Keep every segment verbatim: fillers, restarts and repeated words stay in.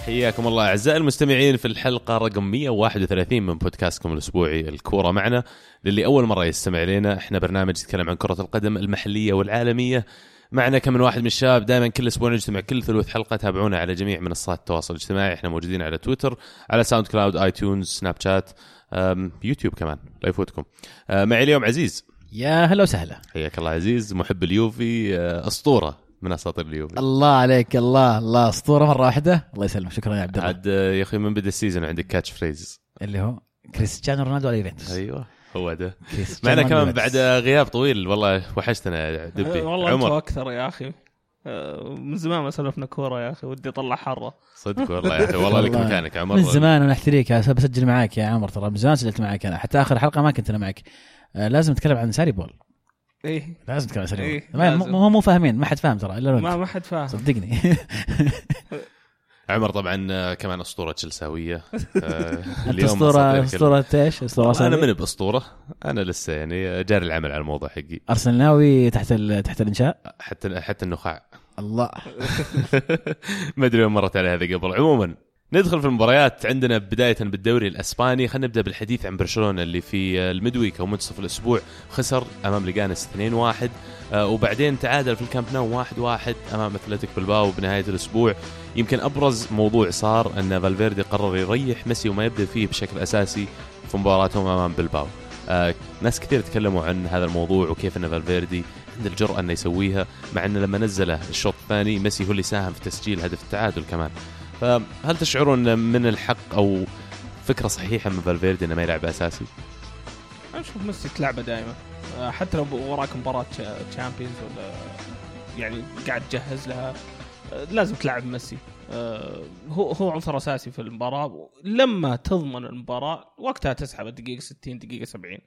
حياكم الله أعزائي المستمعين في الحلقة رقم مية وواحد وثلاثين من بودكاستكم الأسبوعي الكورة معنا. للي أول مرة يستمع لنا، إحنا برنامج يتكلم عن كرة القدم المحلية والعالمية. معنا كم من واحد من الشباب، دائما كل أسبوع نجتمع كل ثلث حلقة. تابعونا على جميع منصات التواصل الاجتماعي، إحنا موجودين على تويتر، على ساوند كلاود، آي تونز، سناب شات، يوتيوب كمان لا يفوتكم. معي اليوم عزيز. يا هلا وسهلا، حياك الله عزيز، محب اليوفي، أسطورة من أساطير اليوفي. الله عليك، الله الله أسطورة مرة واحدة. الله يسلمك، شكرا يا عبد الله. عاد يا أخي من بدأ السيزون عندك كاتش فريز اللي هو كريستيانو رونالدو على يوفنتوس. أيوة هو ده. معنا كمان بعد غياب طويل، والله وحشتنا دبي. والله أنتوا أكثر يا أخي، من زمان ما سلفنا كورة يا أخي، ودي أطلع حرة صدق والله يا أخي. والله لك مكانك عمر، من زمان ونحتريك. بسجل معاك يا عمر، ترى من زمان سجلت معاك أنا، حتى آخر حلقة ما كنت أنا معك. لازم نتكلم عن ساري بول. إيه لازم نتكلم عن ساري إيه بول. ما مو مو فاهمين، ما حد فاهم ترى إلا ما ما حد فاهم صدقني. عمر طبعا كمان أسطورة تشلساوية. اليوم أسطورة أسطورة إيش؟ أسطورة. أنا من بأسطورة، أنا لسه يعني جاري العمل على الموضوع حقي. أرسناوي تحت تحت الإنشاء، حتى حتى النخاع. الله. ما أدري وين مرت على هذا قبل. عموما ندخل في المباريات. عندنا بداية بالدوري الأسباني. خلينا نبدأ بالحديث عن برشلونة اللي في الميدويك أو منتصف الأسبوع خسر أمام ليغانس اثنين واحد، وبعدين تعادل في الكامب نو واحد واحد أمام أتلتيك بلباو بنهاية الأسبوع. يمكن أبرز موضوع صار أن فالفيردي قرر يريح ميسي وما يبدأ فيه بشكل أساسي في مباراتهم أمام بلباو. آه ناس كثير تكلموا عن هذا الموضوع وكيف أن فالفيردي عنده الجرأة أنه يسويها، مع أنه لما نزله الشوط الثاني ميسي هو اللي ساهم في تسجيل هدف التعادل كمان. فهل تشعرون من الحق أو فكرة صحيحة من فالفيردي أنه ما يلعب أساسي؟ أنا أشوف ميسي تلعبه دائما، حتى لو وراك مباراة تشامبيونز ولا يعني قاعد تجهز لها لازم تلعب ميسي. هو هو عنصر أساسي في المباراة. لما تضمن المباراة وقتها تسحب الدقيقة ستين دقيقة سبعين،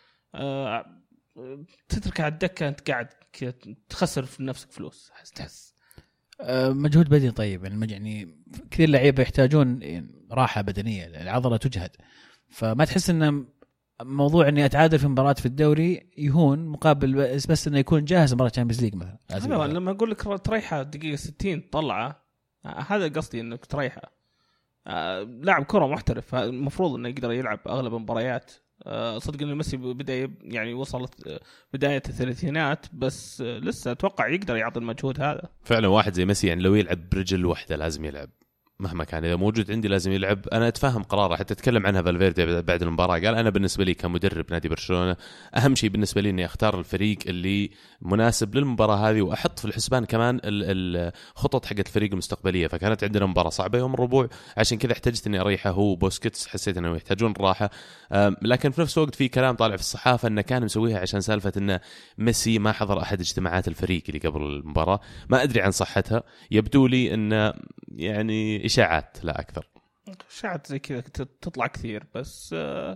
تترك على الدكة أنت قاعد تخسر في نفسك فلوس. تحس مجهود بدني طيب يعني, يعني كثير لعيبه يحتاجون راحه بدنيه، العضله تجهد. فما تحس ان موضوع اني اتعادل في مباراه في الدوري يهون مقابل بس, بس انه يكون جاهز مباراه تشامبيونز ليج مثلا. هذا لما اقول لك تريحه دقيقه ستين طلعه، هذا قصدي انك تريحه. لاعب كره محترف المفروض انه يقدر يلعب اغلب المباريات. صدق ان ميسي بدا يعني وصلت بدايه الثلاثينات، بس لسه اتوقع يقدر يعطي المجهود هذا. فعلا واحد زي ميسي يعني لو يلعب برجل واحده لازم يلعب، مهما كان إذا موجود عندي لازم يلعب. أنا أتفهم قراره، حتى أتكلم عنها فالفيردي بعد المباراة. قال أنا بالنسبة لي كمدرب نادي برشلونة أهم شيء بالنسبة لي إني أختار الفريق اللي مناسب للمباراة هذه، وأحط في الحسبان كمان الخطط حقت الفريق المستقبلية. فكانت عندنا مباراة صعبة يوم الربوع، عشان كذا احتجت إني أريحه هو بوسكيتس، حسيت إنه يحتاجون الراحة. لكن في نفس الوقت في كلام طالع في الصحافة إنه كان مسويها عشان سالفة إنه ميسي ما حضر أحد اجتماعات الفريق اللي قبل المباراة. ما أدري عن صحتها، يبدو لي إنه يعني إشاعات لا أكثر. إشاعات زي كذا تطلع كثير، بس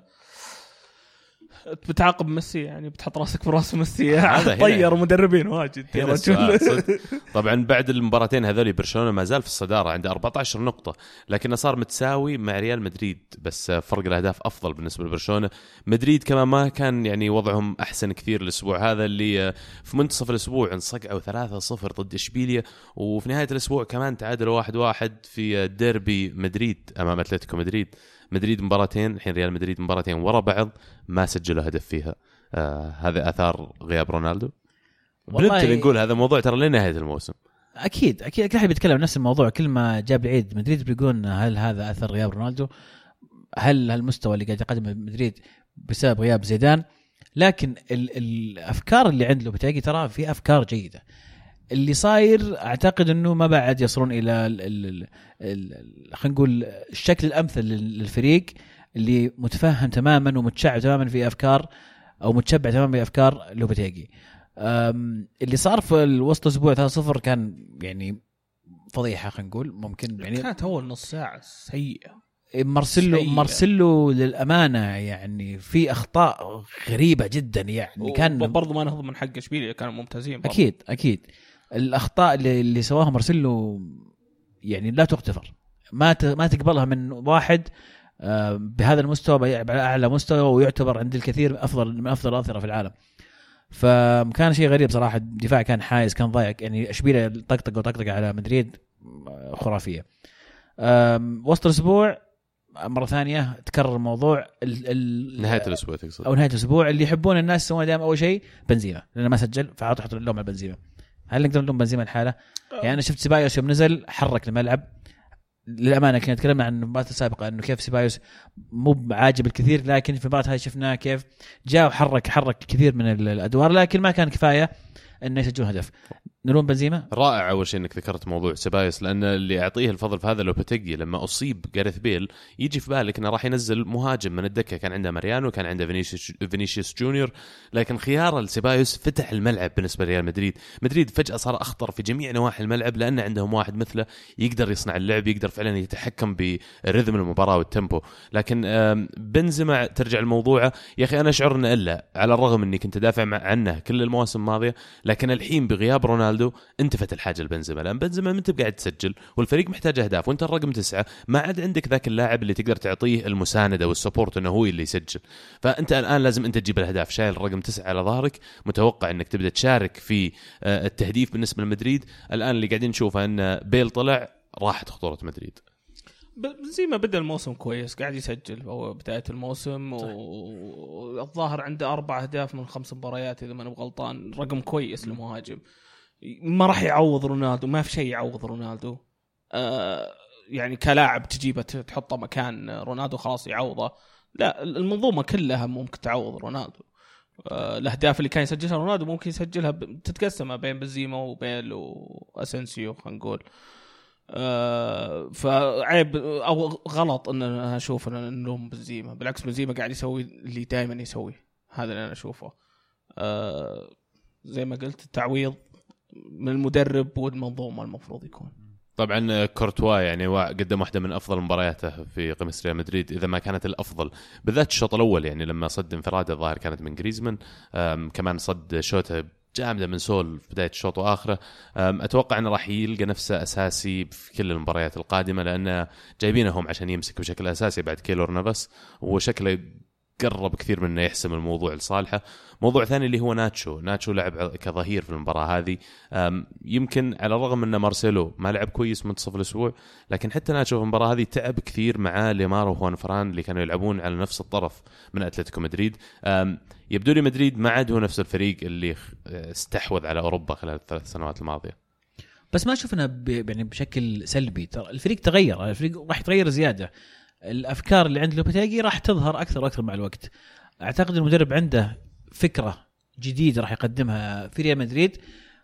بتعاقب ميسي يعني بتحط راسك براس ميسي. طير مدربين واجد يا رجل. طبعا بعد المباراتين هذول برشلونة ما زال في الصدارة عنده أربعة عشر نقطة، لكنه صار متساوي مع ريال مدريد، بس فرق الأهداف أفضل بالنسبة لبرشلونة. مدريد كمان ما كان يعني وضعهم أحسن كثير الأسبوع هذا، اللي في منتصف الأسبوع انصقعوا ثلاثة صفر ضد إشبيلية، وفي نهاية الأسبوع كمان تعادلوا واحد واحد في ديربي مدريد أمام أتلتيكو مدريد. مدريد مباراتين الحين، ريال مدريد مباراتين ورا بعض ما سجلوا هدف فيها. آه هذا أثار غياب رونالدو. بنبتدي نقول هذا موضوع ترى لنهاية الموسم. أكيد أكيد كل حد بيتكلم نفس الموضوع. كل ما جاب العيد مدريد بيقولون هل هذا أثر غياب رونالدو، هل هالمستوى اللي قاعد يقدم مدريد بسبب غياب زيدان. لكن ال الأفكار اللي عنده بتلاقي ترى في أفكار جيدة. اللي صاير أعتقد أنه ما بعد يصلون إلى ال ال خلينا نقول الشكل الأمثل للفريق اللي متفهم تماما ومتشعب تماما في أفكار أو متشبع تماما بأفكار لوبيتيغي. اللي صار في الوسط أسبوع ثلاثة صفر كان يعني فضيحة، خلينا نقول ممكن يعني كانت أول نص ساعة سيئة. مارسيلو سيئة. مارسيلو للأمانة يعني في أخطاء غريبة جدا، يعني كان برضو ما نهضم من حق إشبيلية، كانوا ممتازين برضو. أكيد أكيد الأخطاء اللي, اللي سواها مارسيلو يعني لا تغتفر، ما ما تقبلها من واحد بهذا المستوى أعلى مستوى ويعتبر عند الكثير أفضل من أفضل الأظهرة في العالم. فكان شيء غريب صراحة. الدفاع كان حايز، كان ضايق، يعني إشبيلية طقطق وطقطق على مدريد خرافية. وسط الاسبوع مره ثانيه تكرر الموضوع ال ال نهايه الاسبوع تقصد او نهايه الاسبوع اللي يحبون الناس يسوون دائما اول شيء بنزيما لانه ما سجل فعطوا حطوا اللوم على بنزيما. هل نقدر نلوم بنزيما الحاله؟ يعني انا شفت سيبايوس يوم نزل حرك الملعب للامانه. كنا تكلمنا عن المباراه السابقه انه كيف سيبايوس مو عاجب الكثير لكن في المباراه هذه شفناه كيف جاء وحرك حرك كثير من الادوار لكن ما كان كفايه انه يسجلون هدف. نلوم بنزيما. رائع اول شيء انك ذكرت موضوع سيبايوس لان اللي يعطيه الفضل في هذا لوبيتيجي لما اصيب جاريث بيل يجي في بالك انه راح ينزل مهاجم من الدكه. كان عنده ماريانو كان عنده فينيسيوس فينيسيوس جونيور لكن خيار لسيبايوس فتح الملعب بالنسبه لريال مدريد. مدريد فجاه صار اخطر في جميع نواحي الملعب لان عندهم واحد مثله يقدر يصنع اللعب يقدر فعلا يتحكم برذم المباراه والتيمبو. لكن بنزيما ترجع الموضوع يا اخي انا اشعر ان الا على الرغم اني كنت دافع عنه كل المواسم الماضيه لكن الحين بغياب رونالدو انتفت الحاجه لبنزيما لان بنزيما ما انت قاعد تسجل والفريق محتاج اهداف وانت الرقم تسعة ما عاد عندك ذاك اللاعب اللي تقدر تعطيه المسانده والسبورت انه هو اللي يسجل. فانت الان لازم انت تجيب الاهداف شايل الرقم تسعة على ظهرك متوقع انك تبدا تشارك في التهديف بالنسبه لمدريد. الان اللي قاعدين نشوفه ان بيل طلع راحت خطوره مدريد. بنزيما بدأ الموسم كويس قاعد يسجل أو بداية الموسم والظاهر عنده أربع أهداف من خمس مباريات إذا ما أنا غلطان رقم كويس لمهاجم. ما راح يعوض رونالدو ما في شيء يعوض رونالدو آه يعني كلاعب تجيبه تحطه مكان رونالدو خلاص يعوضه. لا المنظومة كلها ممكن تعوض رونالدو. آه الأهداف اللي كان يسجلها رونالدو ممكن يسجلها تتقسم بين بنزيما وبيل وأسنسيو خلينا نقول. آه فعيب أو غلط أن أنا أشوف أن نلوم بنزيما بالعكس بنزيما قاعد يسوي اللي دائما يسوي هذا اللي أنا أشوفه. آه زي ما قلت التعويض من المدرب والمنظومة المفروض يكون. طبعا كورتوا يعني قدم واحدة من أفضل مبارياته في قميص ريال مدريد إذا ما كانت الأفضل بالذات الشوط الأول يعني لما صد انفرادة الظاهر كانت من جريزمان كمان صد شوطة جامدة من سول في بداية الشوط وآخره. أتوقع أنه راح يلقى نفسه أساسي في كل المباريات القادمة لأن جايبينهم عشان يمسك بشكل أساسي بعد كيلور نافاس وشكله قرب كثير من انه يحسم الموضوع لصالحه. موضوع ثاني اللي هو ناتشو ناتشو لعب كظهير في المباراة هذه. يمكن على الرغم ان مارسيلو ما لعب كويس منتصف الاسبوع لكن حتى ناتشو في المباراة هذه تعب كثير مع ليمار وهوان فران اللي كانوا يلعبون على نفس الطرف من أتلتيكو مدريد. يبدو لي مدريد ما عاد هو نفس الفريق اللي استحوذ على اوروبا خلال الثلاث سنوات الماضية. بس ما شفنا يعني بشكل سلبي ترى الفريق تغير الفريق راح يتغير زيادة. الأفكار اللي عند لوبيتيجي راح تظهر أكثر وأكثر مع الوقت. أعتقد المدرب عنده فكرة جديدة راح يقدمها في ريال مدريد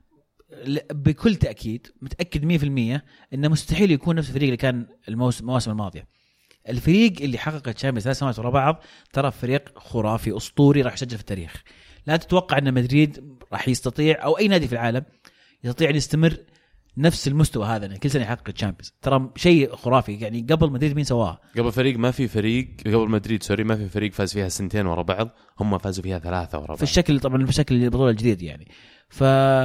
بكل تأكيد. متأكد مية في المية إنه مستحيل يكون نفس الفريق اللي كان الموسم المواسم الماضية. الفريق اللي حقق الشامبيونز ثلاث سنوات ورا بعض ترى فريق خرافي أسطوري راح يسجل في التاريخ. لا تتوقع أن مدريد راح يستطيع أو أي نادي في العالم يستطيع أن يستمر نفس المستوى هذا يعني كل سنه يحقق الشامبيونز. ترى شيء خرافي يعني. قبل مدريد مين سواها؟ قبل فريق ما في فريق قبل مدريد سوري ما في فريق فاز فيها سنتين ورا بعض هم فازوا فيها ثلاثه ورا بعض في الشكل طبعا في شكل البطوله الجديد يعني. ف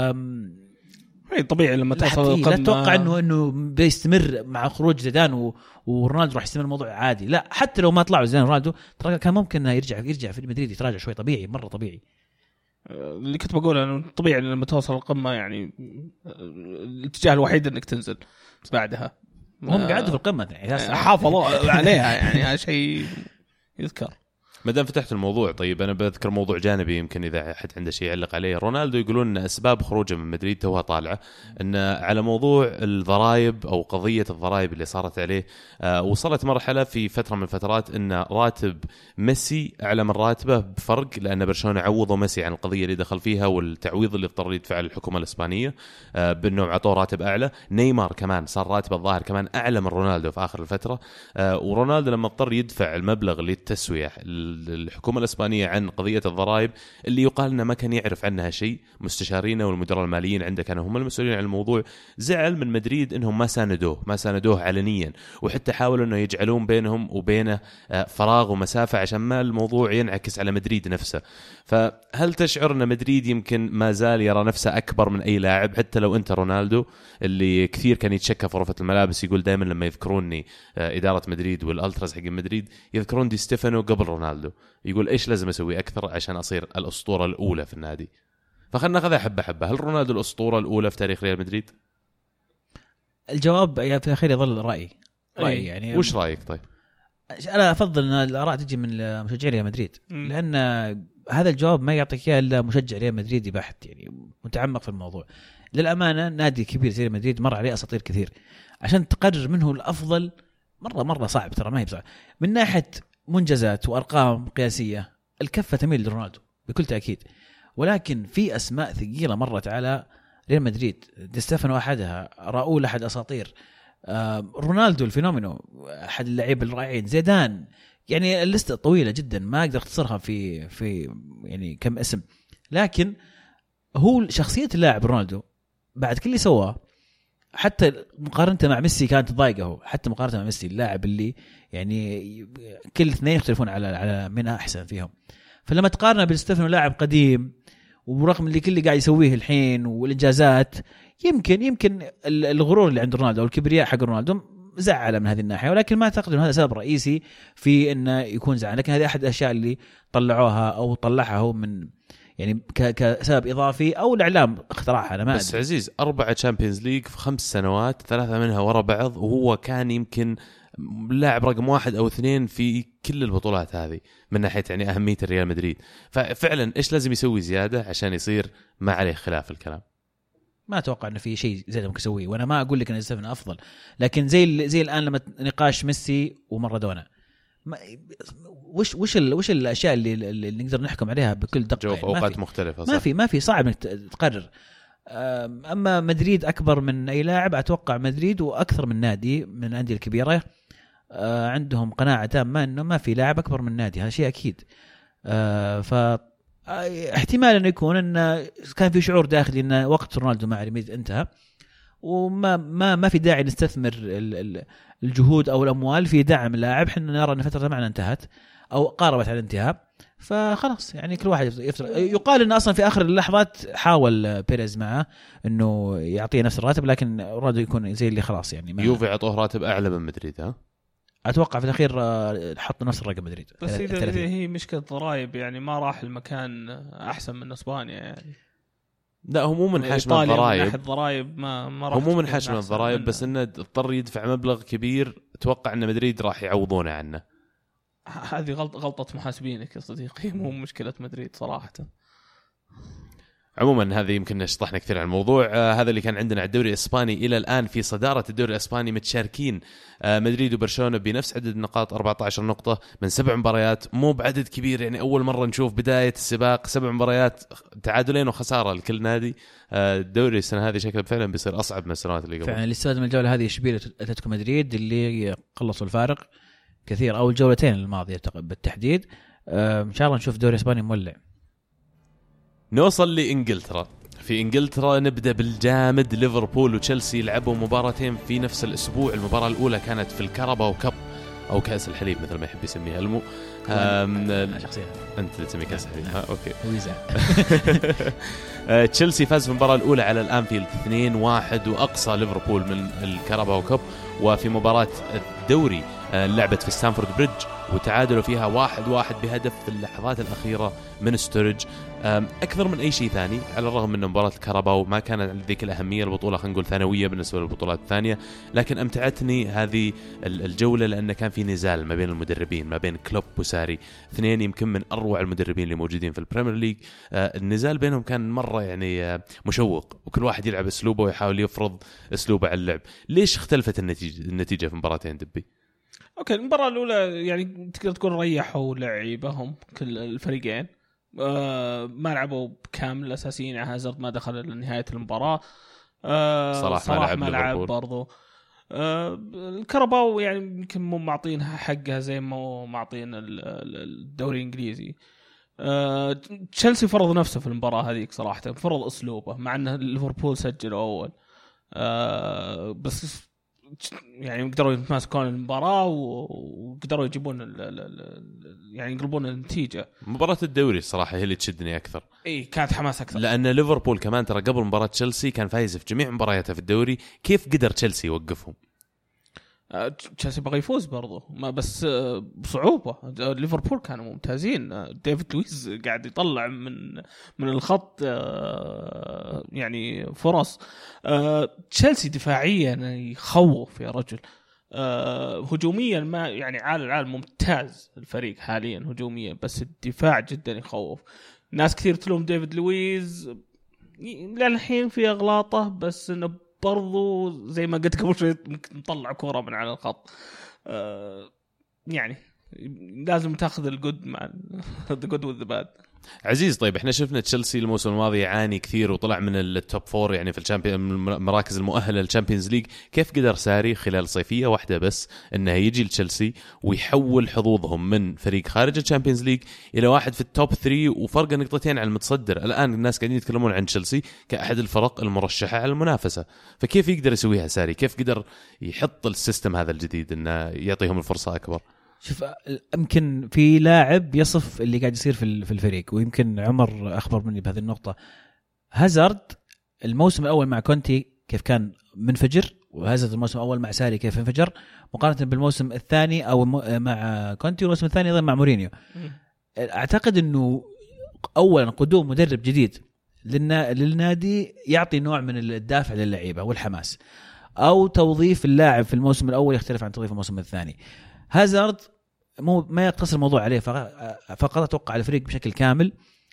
هي طبيعي لما توصل لا تتوقع انه انه بيستمر مع خروج زيدان و... ورونالدو راح يستمر الموضوع عادي. لا حتى لو ما طلعوا زيدان ورونالدو ترى كان ممكن يرجع يرجع في مدريد يتراجع شوي طبيعي مره طبيعي. اللي كنت بقوله انه طبيعي لما توصل القمه يعني الاتجاه الوحيد انك تنزل بعدها. هم قعدوا في القمه يعني حافظوا عليها يعني هذا شيء يذكر. ما دام فتحت الموضوع طيب انا بذكر موضوع جانبي يمكن اذا حد عنده شيء يعلق عليه. رونالدو يقولون ان اسباب خروجه من مدريد توها طالعه ان على موضوع الضرائب او قضيه الضرائب اللي صارت عليه. آه وصلت مرحله في فتره من الفترات ان راتب ميسي اعلى من راتبه بفرق لان برشلونه عوضوا ميسي عن القضيه اللي دخل فيها والتعويض اللي اضطر يدفع الحكومه الاسبانيه آه بانه عطوه راتب اعلى. نيمار كمان صار راتبه الظاهر كمان اعلى من رونالدو في اخر الفتره. آه ورونالدو لما اضطر يدفع المبلغ للتسويه الحكومة الإسبانية عن قضية الضرائب اللي يقال أنه ما كان يعرف عنها شيء. مستشارينه والمدراء الماليين عنده كانوا هم المسؤولين عن الموضوع. زعل من مدريد أنهم ما ساندوه ما ساندوه علنيا وحتى حاولوا أنه يجعلون بينهم وبينه فراغ ومسافة عشان ما الموضوع ينعكس على مدريد نفسه. فهل تشعر أن مدريد يمكن ما زال يرى نفسه أكبر من أي لاعب حتى لو أنت رونالدو اللي كثير كان يتشكى في غرفة الملابس يقول دائما لما يذكروني إدارة مدريد والألتراس حق مدريد يذكرون دي ستيفانو قبل رونالدو يقول إيش لازم أسوي أكثر عشان أصير الأسطورة الأولى في النادي. فخلنا ناخذها حبة حبة. هل رونالدو الأسطورة الأولى في تاريخ ريال مدريد؟ الجواب في الأخير يظل رأيي رايي يعني. وش رايك طيب؟ انا افضل ان الاراء تجي من مشجعي ريال مدريد، مم. لان هذا الجواب ما يعطيك اياه الا مشجع ريال مدريدي بحت، يعني متعمق في الموضوع. للامانه نادي كبير زي ريال مدريد مر عليه اساطير كثير، عشان تقرر منه الافضل مره مره صعب، ترى ما هي صعب. من ناحيه منجزات وارقام قياسيه الكفه تميل لرونالدو بكل تاكيد، ولكن في اسماء ثقيله مرت على ريال مدريد، دي ستيفانو احدها، راؤول احد اساطير، آه رونالدو الفينومينو احد اللاعبين الرائعين، زيدان، يعني الليسته طويله جدا ما اقدر اختصرها في في يعني كم اسم. لكن هو شخصيه اللاعب رونالدو بعد كل اللي سواه، حتى مقارنته مع ميسي كانت ضايقه، حتى مقارنته مع ميسي اللاعب اللي يعني كل اثنين يختلفون على على من احسن فيهم. فلما تقارنه بستيفانو لاعب قديم، ورغم اللي كل اللي قاعد يسويه الحين والانجازات، يمكن يمكن الغرور اللي عند رونالدو او الكبرياء حق رونالدو زعله من هذه الناحيه، ولكن ما اعتقد ان هذا سبب رئيسي في انه يكون زعل. لكن هذه احد الاشياء اللي طلعوها او طلعها هو من يعني كسبب اضافي، او الاعلام اخترعها، انا ما بس أدري. عزيز أربعة تشامبيونز ليج في خمس سنوات، ثلاثة منها ورا بعض، وهو كان يمكن لاعب رقم واحد أو اثنين في كل البطولات هذه من ناحية يعني أهمية الريال مدريد. ففعلا إيش لازم يسوي زيادة عشان يصير ما عليه خلاف الكلام؟ ما اتوقع انه في شيء زي ده ممكن يسويه، وانا ما اقول لك ان ستيفن افضل، لكن زي زي الان لما نقاش ميسي ومارادونا، وش وش ال وش الاشياء اللي, اللي نقدر نحكم عليها بكل دقه، جو في يعني اوقات مختلفه. ما في ما في صعب انك تقرر. اما مدريد اكبر من اي لاعب، اتوقع مدريد واكثر من نادي من الانديه الكبيره عندهم قناعه تامه انه ما في لاعب اكبر من نادي، هذا شيء اكيد. ف احتمال انه يكون انه كان في شعور داخلي ان وقت رونالدو مع ريال مدريد انتهى، وما ما ما في داعي نستثمر الجهود او الاموال في دعم لاعب احنا نرى ان فترته معنا انتهت او قاربت على الانتهاء، فخلاص يعني كل واحد يفتر. يقال ان اصلا في اخر اللحظات حاول بيريز معه انه يعطيه نفس الراتب، لكن رونالدو يكون زي اللي خلاص يعني يوفي عطوه راتب اعلى من مدريد. ها اتوقع في الاخير حطوا نفس الرقم مدريد. بس اذا هي مشكله ضرائب يعني ما راح المكان احسن من اسبانيا يعني. لا هو مو من حجم الضرائب، الضرائب ما ما راح هو مو من حجم الضرائب، بس انه اضطر يدفع مبلغ كبير، اتوقع ان مدريد راح يعوضونه عنه. هذه غلط غلطه محاسبينك يا صديقي، مو مشكله مدريد صراحه. عموما هذه يمكن نشطحنا كثير عن الموضوع. آه هذا اللي كان عندنا على الدوري الاسباني. الى الان في صداره الدوري الاسباني متشاركين آه مدريد وبرشلونه بنفس عدد النقاط أربعة عشر نقطه من سبع مباريات، مو بعدد كبير يعني، اول مره نشوف بدايه السباق سبع مباريات تعادلين وخساره لكل نادي. آه الدوري السنه هذه شكله فعلا بيصير اصعب من السنوات اللي قبل. فعلا اللي استفاد من الجوله هذه اشبيليه اتلتيكو مدريد اللي قلصوا الفارق كثير، او الجولتين الماضيه بالتحديد. آه ان شاء الله نشوف دوري اسباني مولع. نوصل لإنجلترا. في إنجلترا نبدأ بالجامد، ليفربول وتشيلسي لعبوا مباراتين في نفس الأسبوع. المباراة الأولى كانت في الكاراباو كاب أو كأس الحليب مثل ما يحب يسميها المو. أنا شخصيا أنت اللي تسميه كأس الحليب. ها أوكي. ويزع. تشيلسي فاز في المباراة الأولى على الأنفيلد اثنين واحد وأقصى ليفربول من الكاراباو كاب. وفي مباراة الدوري لعبت في ستانفورد بريدج وتعادلوا فيها واحد واحد بهدف في اللحظات الأخيرة من ستورج. أكثر من أي شيء ثاني، على الرغم من مباراة الكاراباو ما كانت ذيك الأهمية، البطولة خلينا نقول ثانوية بالنسبة للبطولات الثانية، لكن أمتعتني هذه الجولة لأن كان في نزال ما بين المدربين، ما بين كلوب وساري، اثنين يمكن من أروع المدربين اللي موجودين في البريمير ليج. النزال بينهم كان مرة يعني مشوق، وكل واحد يلعب أسلوبه ويحاول يفرض أسلوبه على اللعب. ليش اختلفت النتيجة النتيجة في مباراتين دبي؟ اوكي المباراه الاولى يعني تقدر تقول ريحوا لعيبهم كل الفريقين، آه ما لعبوا بكامل الاساسيين. هازارد ما دخل لنهايه المباراه، آه صلاح, صلاح ما لعب برضو. آه الكرباو يعني يمكن مو معطينها حقها زي ما معطين الدوري الانجليزي. آه تشيلسي فرض نفسه في المباراه هذيك صراحه، فرض اسلوبه مع ان ليفربول سجل اول، آه بس يعني قدروا يتماسكون المباراة وقدروا يجيبون ال ال ال يعني يقلبون النتيجة. مباراة الدوري الصراحة هي اللي تشدني أكثر. إيه كانت حماس أكثر. لأن ليفربول كمان ترى قبل مباراة تشيلسي كان فايز في جميع مبارياته في الدوري. كيف قدر تشيلسي يوقفهم؟ تشيلسي بغى يفوز برضو، ما بس بصعوبة. ليفربول كانوا ممتازين، ديفيد لويز قاعد يطلع من من الخط يعني فرص. تشيلسي دفاعيا يخوف يا رجل. آه هجوميا ما يعني عال العال ممتاز الفريق حاليا هجوميا، بس الدفاع جدا يخوف. ناس كثير تلوم ديفيد لويز لأن الحين في أغلاطه، بس إنه برضو زي ما قلت قبل شوي ممكن نطلع كورة من على الخط. آه يعني لازم تاخذ الجود مع الجود والذباد. عزيز طيب احنا شفنا تشيلسي الموسم الماضي يعاني كثير وطلع من التوب فور يعني في الشامبيون المراكز المؤهله للشامبيونز ليج. كيف قدر ساري خلال صيفيه واحده بس انه يجي لتشيلسي ويحول حظوظهم من فريق خارج الشامبيونز ليج الى واحد في التوب ثري وفرق نقطتين عن المتصدر؟ الان الناس قاعدين يتكلمون عن تشيلسي كاحد الفرق المرشحه على المنافسه، فكيف يقدر يسويها ساري؟ كيف قدر يحط السيستم هذا الجديد انه يعطيهم الفرصه اكبر؟ شوف يمكن في لاعب يصف اللي قاعد يصير في الفريق، ويمكن عمر أخبر مني بهذه النقطة. هازارد الموسم الأول مع كونتي كيف كان منفجر، وهازارد الموسم الأول مع ساري كيف انفجر، مقارنة بالموسم الثاني أو مع كونتي والموسم الثاني أيضا مع مورينيو. أعتقد أنه أولا قدوم مدرب جديد للنادي يعطي نوع من الدافع للعيبة والحماس، أو توظيف اللاعب في الموسم الأول يختلف عن توظيف الموسم الثاني. هازارد مو ما يقتصر الموضوع عليه فقط، اتوقع الفريق بشكل كامل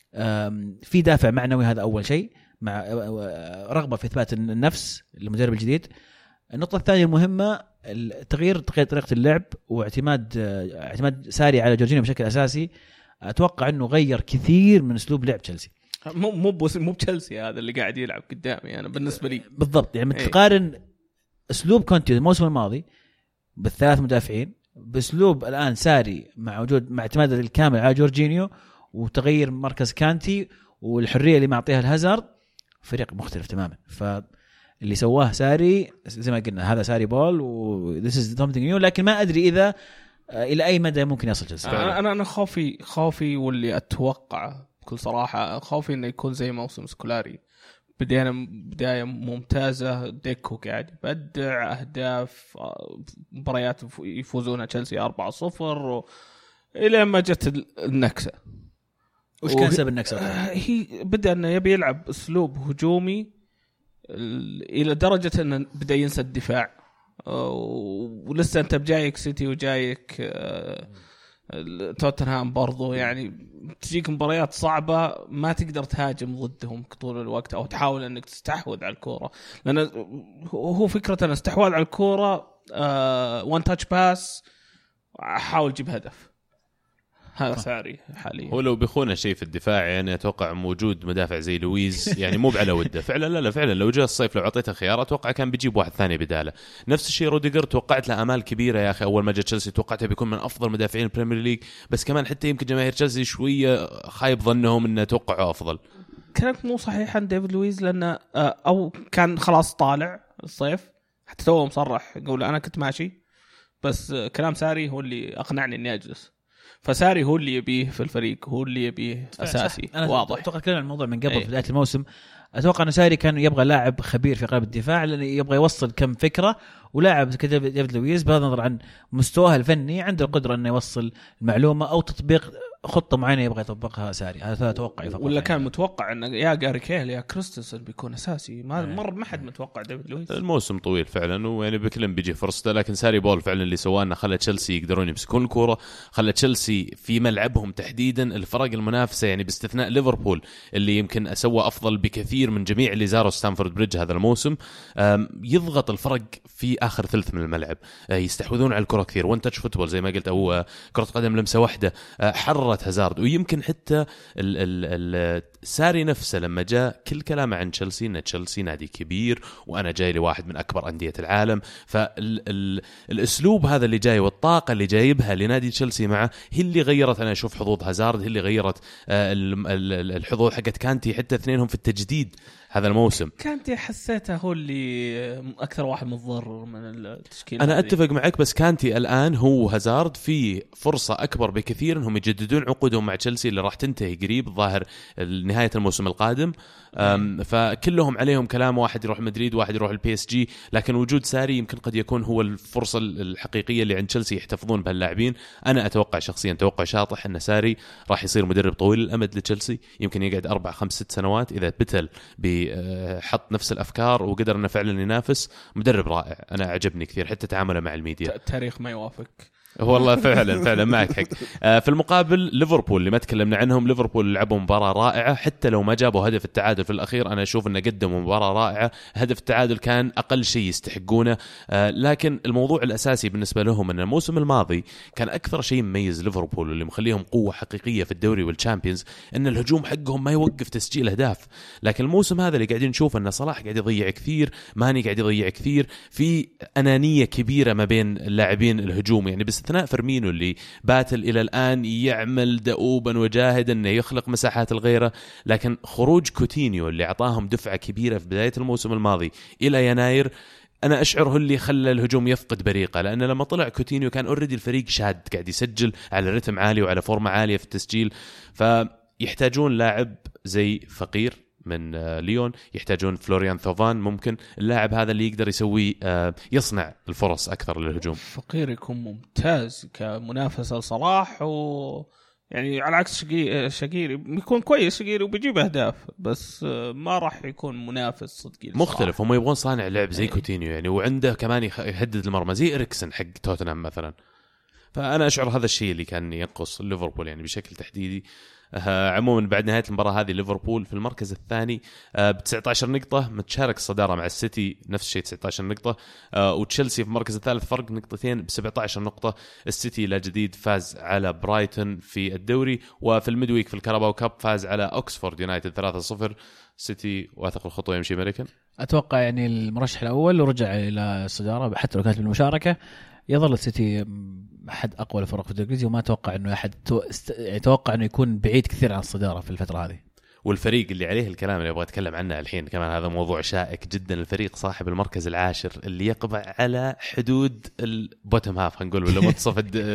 في دافع معنوي، هذا اول شيء، مع رغبه في اثبات النفس للمدرب الجديد. النقطه الثانيه المهمه التغيير طريقه اللعب واعتماد اعتماد ساري على جورجينيو بشكل اساسي. اتوقع انه غير كثير من اسلوب لعب تشيلسي. مو مو مو تشيلسي هذا اللي قاعد يلعب قدامي انا يعني بالنسبه لي بالضبط. يعني تقارن اسلوب كونتي الموسم الماضي بالثلاث مدافعين باسلوب الان ساري مع وجود مع اعتماد الكامل على جورجينيو وتغيير مركز كانتي والحريه اللي معطيها الهازارد، فريق مختلف تماما. فاللي سواه ساري زي ما قلنا هذا ساري بول و this is something new، لكن ما ادري اذا الى اي مدى ممكن يصل جلسة. انا انا خوفي خوفي واللي اتوقع بكل صراحه خوفي انه يكون زي موسم سكولاري، بداية بداية ممتازة، ديكو قاعد يبدع أهداف، مباريات يفوزونها تشيلسي أربعة صفر إلى ما جت النكسة. وش كان سبب النكسة؟ هي بدأ أنه يبي يلعب أسلوب هجومي إلى درجة أنه بدأ ينسى الدفاع، ولسه أنت بجايك سيتي وجايك توتنهام برضو، يعني تجيك مباريات صعبة ما تقدر تهاجم ضدهم طول الوقت أو تحاول أنك تستحوذ على الكورة، لأن هو فكرة أن استحواذ على الكورة وان تاتش باس، حاول جيب هدف. هذا ساري حاليا. هو لو بيخونه شيء في الدفاع يعني اتوقع موجود مدافع زي لويز يعني مو على وده فعلا. لا لا فعلا لو جاء الصيف لو اعطيته خيار اتوقع كان بيجيب واحد ثاني بداله. نفس الشيء روديجر توقعت له امال كبيره يا اخي، اول ما جاء تشيلسي توقعته بيكون من افضل مدافعين البريمير ليج، بس كمان حتى يمكن جماهير تشيلسي شويه خايب ظنهم انه توقعوا افضل. كانت مو صحيح عن ديفيد لويز لانه او كان خلاص طالع الصيف، حتى تو مصرح يقول انا كنت ماشي، بس كلام ساري هو اللي اقنعني اني اجلس. فساري هو اللي يبيه في الفريق، هو اللي يبيه أساسي واضح. أتوقع كلام الموضوع من قبل. إيه. في بداية الموسم أتوقع أن ساري كان يبغى لاعب خبير في قلب الدفاع، لأنه يبغى يوصل كم فكرة، ولاعب كده ديفيد لويز بغض النظر عن مستواه الفني عنده القدرة أنه يوصل المعلومة أو تطبيق خطة معينة يبغى يطبقها ساري. هذا أتوقع فقط. ولا كان متوقع أن يا جاري كيل يا كريستنسن بيكون أساسي، ما مر ما حد متوقع ديفيد لويز. الموسم طويل فعلا ويعني بكلم بيجي فرصته، لكن ساري بول فعلا اللي سواه انه خلى تشيلسي يقدرون يمسكون الكرة، خلى تشيلسي في ملعبهم تحديدا الفرق المنافسة يعني باستثناء ليفربول اللي يمكن أسوى أفضل بكثير من جميع اللي زاروا ستانفورد بريدج هذا الموسم، يضغط الفرق في آخر ثلث من الملعب، يستحوذون على الكرة كثير، وان تاتش فوتبول زي ما قلت أو كرة قدم لمسة واحدة، حررت هازارد. ويمكن حتى ال ال ال ساري نفسه لما جاء كل كلامه عن تشيلسي ان تشيلسي نادي كبير وانا جاي لواحد من اكبر انديه العالم، فالاسلوب هذا اللي جاي والطاقه اللي جايبها لنادي تشيلسي معه هي اللي غيرت انا اشوف حظوظ هازارد، هي اللي غيرت الحظوظ حقت كانتي، حتى اثنينهم في التجديد هذا الموسم. كانتي حسيته هو اللي اكثر واحد متضرر من التشكيله. انا اتفق معك، بس كانتي الان هو هازارد في فرصه اكبر بكثير انهم يجددون عقودهم مع تشيلسي اللي راح تنتهي قريب ظاهر نهايه الموسم القادم، فكلهم عليهم كلام، واحد يروح مدريد واحد يروح البي اس جي، لكن وجود ساري يمكن قد يكون هو الفرصه الحقيقيه اللي عند تشيلسي يحتفظون بهاللاعبين. انا اتوقع شخصيا توقع شاطح ان ساري راح يصير مدرب طويل الامد لتشيلسي، يمكن يقعد اربع خمس ست سنوات اذا بتل ب اللي حط نفس الافكار وقدر انه فعلا ينافس. مدرب رائع، انا عجبني كثير حتى تعامله مع الميديا. التاريخ ما يوافق والله فعلا فعلا معك حق. في المقابل ليفربول اللي ما تكلمنا عنهم، ليفربول لعبوا مباراة رائعة حتى لو ما جابوا هدف التعادل في الأخير. أنا أشوف أنه قدموا مباراة رائعة، هدف التعادل كان أقل شيء يستحقونه. لكن الموضوع الأساسي بالنسبة لهم أن الموسم الماضي كان أكثر شيء مميز ليفربول واللي مخليهم قوة حقيقية في الدوري والشامبيونز أن الهجوم حقهم ما يوقف تسجيل أهداف. لكن الموسم هذا اللي قاعدين نشوف أن صلاح قاعد يضيع كثير، ماني قاعد يضيع كثير، في أنانية كبيرة ما بين اللاعبين الهجوم، يعني باستثناء فيرمينو اللي باتل إلى الآن يعمل دؤوبا وجاهدا أنه يخلق مساحات الغيرة. لكن خروج كوتينيو اللي أعطاهم دفعة كبيرة في بداية الموسم الماضي إلى يناير، أنا أشعره اللي خلى الهجوم يفقد بريقة، لأن لما طلع كوتينيو كان أوريدي الفريق شاد قاعد يسجل على رتم عالي وعلى فورمة عالية في التسجيل. فيحتاجون لاعب زي فقير من ليون، يحتاجون فلوريان ثوفان، ممكن اللاعب هذا اللي يقدر يسوي يصنع الفرص أكثر للهجوم. فقير يكون ممتاز كمنافسة لصلاح، و يعني على عكس شقيري بيكون كويس، شقيري وبيجيب أهداف بس ما راح يكون منافس صدقي مختلف. هم يبغون صانع لعب زي كوتينيو يعني، وعنده كمان يهدد المرمى زي إريكسن حق توتنهام مثلا. فأنا أشعر هذا الشيء اللي كان ينقص ليفربول يعني بشكل تحديدي. آه عموما بعد نهاية المباراة هذه ليفربول في المركز الثاني آه ب تسعة عشر نقطة، متشارك الصدارة مع السيتي نفس الشيء تسعة عشر نقطة، آه وتشيلسي في المركز الثالث فرق نقطتين ب سبعة عشر نقطة. السيتي لا جديد فاز على برايتون في الدوري، وفي الميدويك في الكاراباو كاب فاز على أوكسفورد يونايتد ثلاثة صفر. سيتي واثق الخطوة يمشي ملكا. أتوقع يعني المرشح الأول ورجع إلى الصدارة حتى لو كانت بالمشاركة، يظل السيتي أحد أقوى الفرق في الإنجليزي، وما أتوقع إنه أحد يتوقع إنه يكون بعيد كثير عن الصدارة في الفترة هذه. والفريق اللي عليه الكلام اللي أبغى أتكلم عنه الحين كمان، هذا موضوع شائك جدا، الفريق صاحب المركز العاشر اللي يقبع على حدود البوتم هاف هنقول ولا منتصف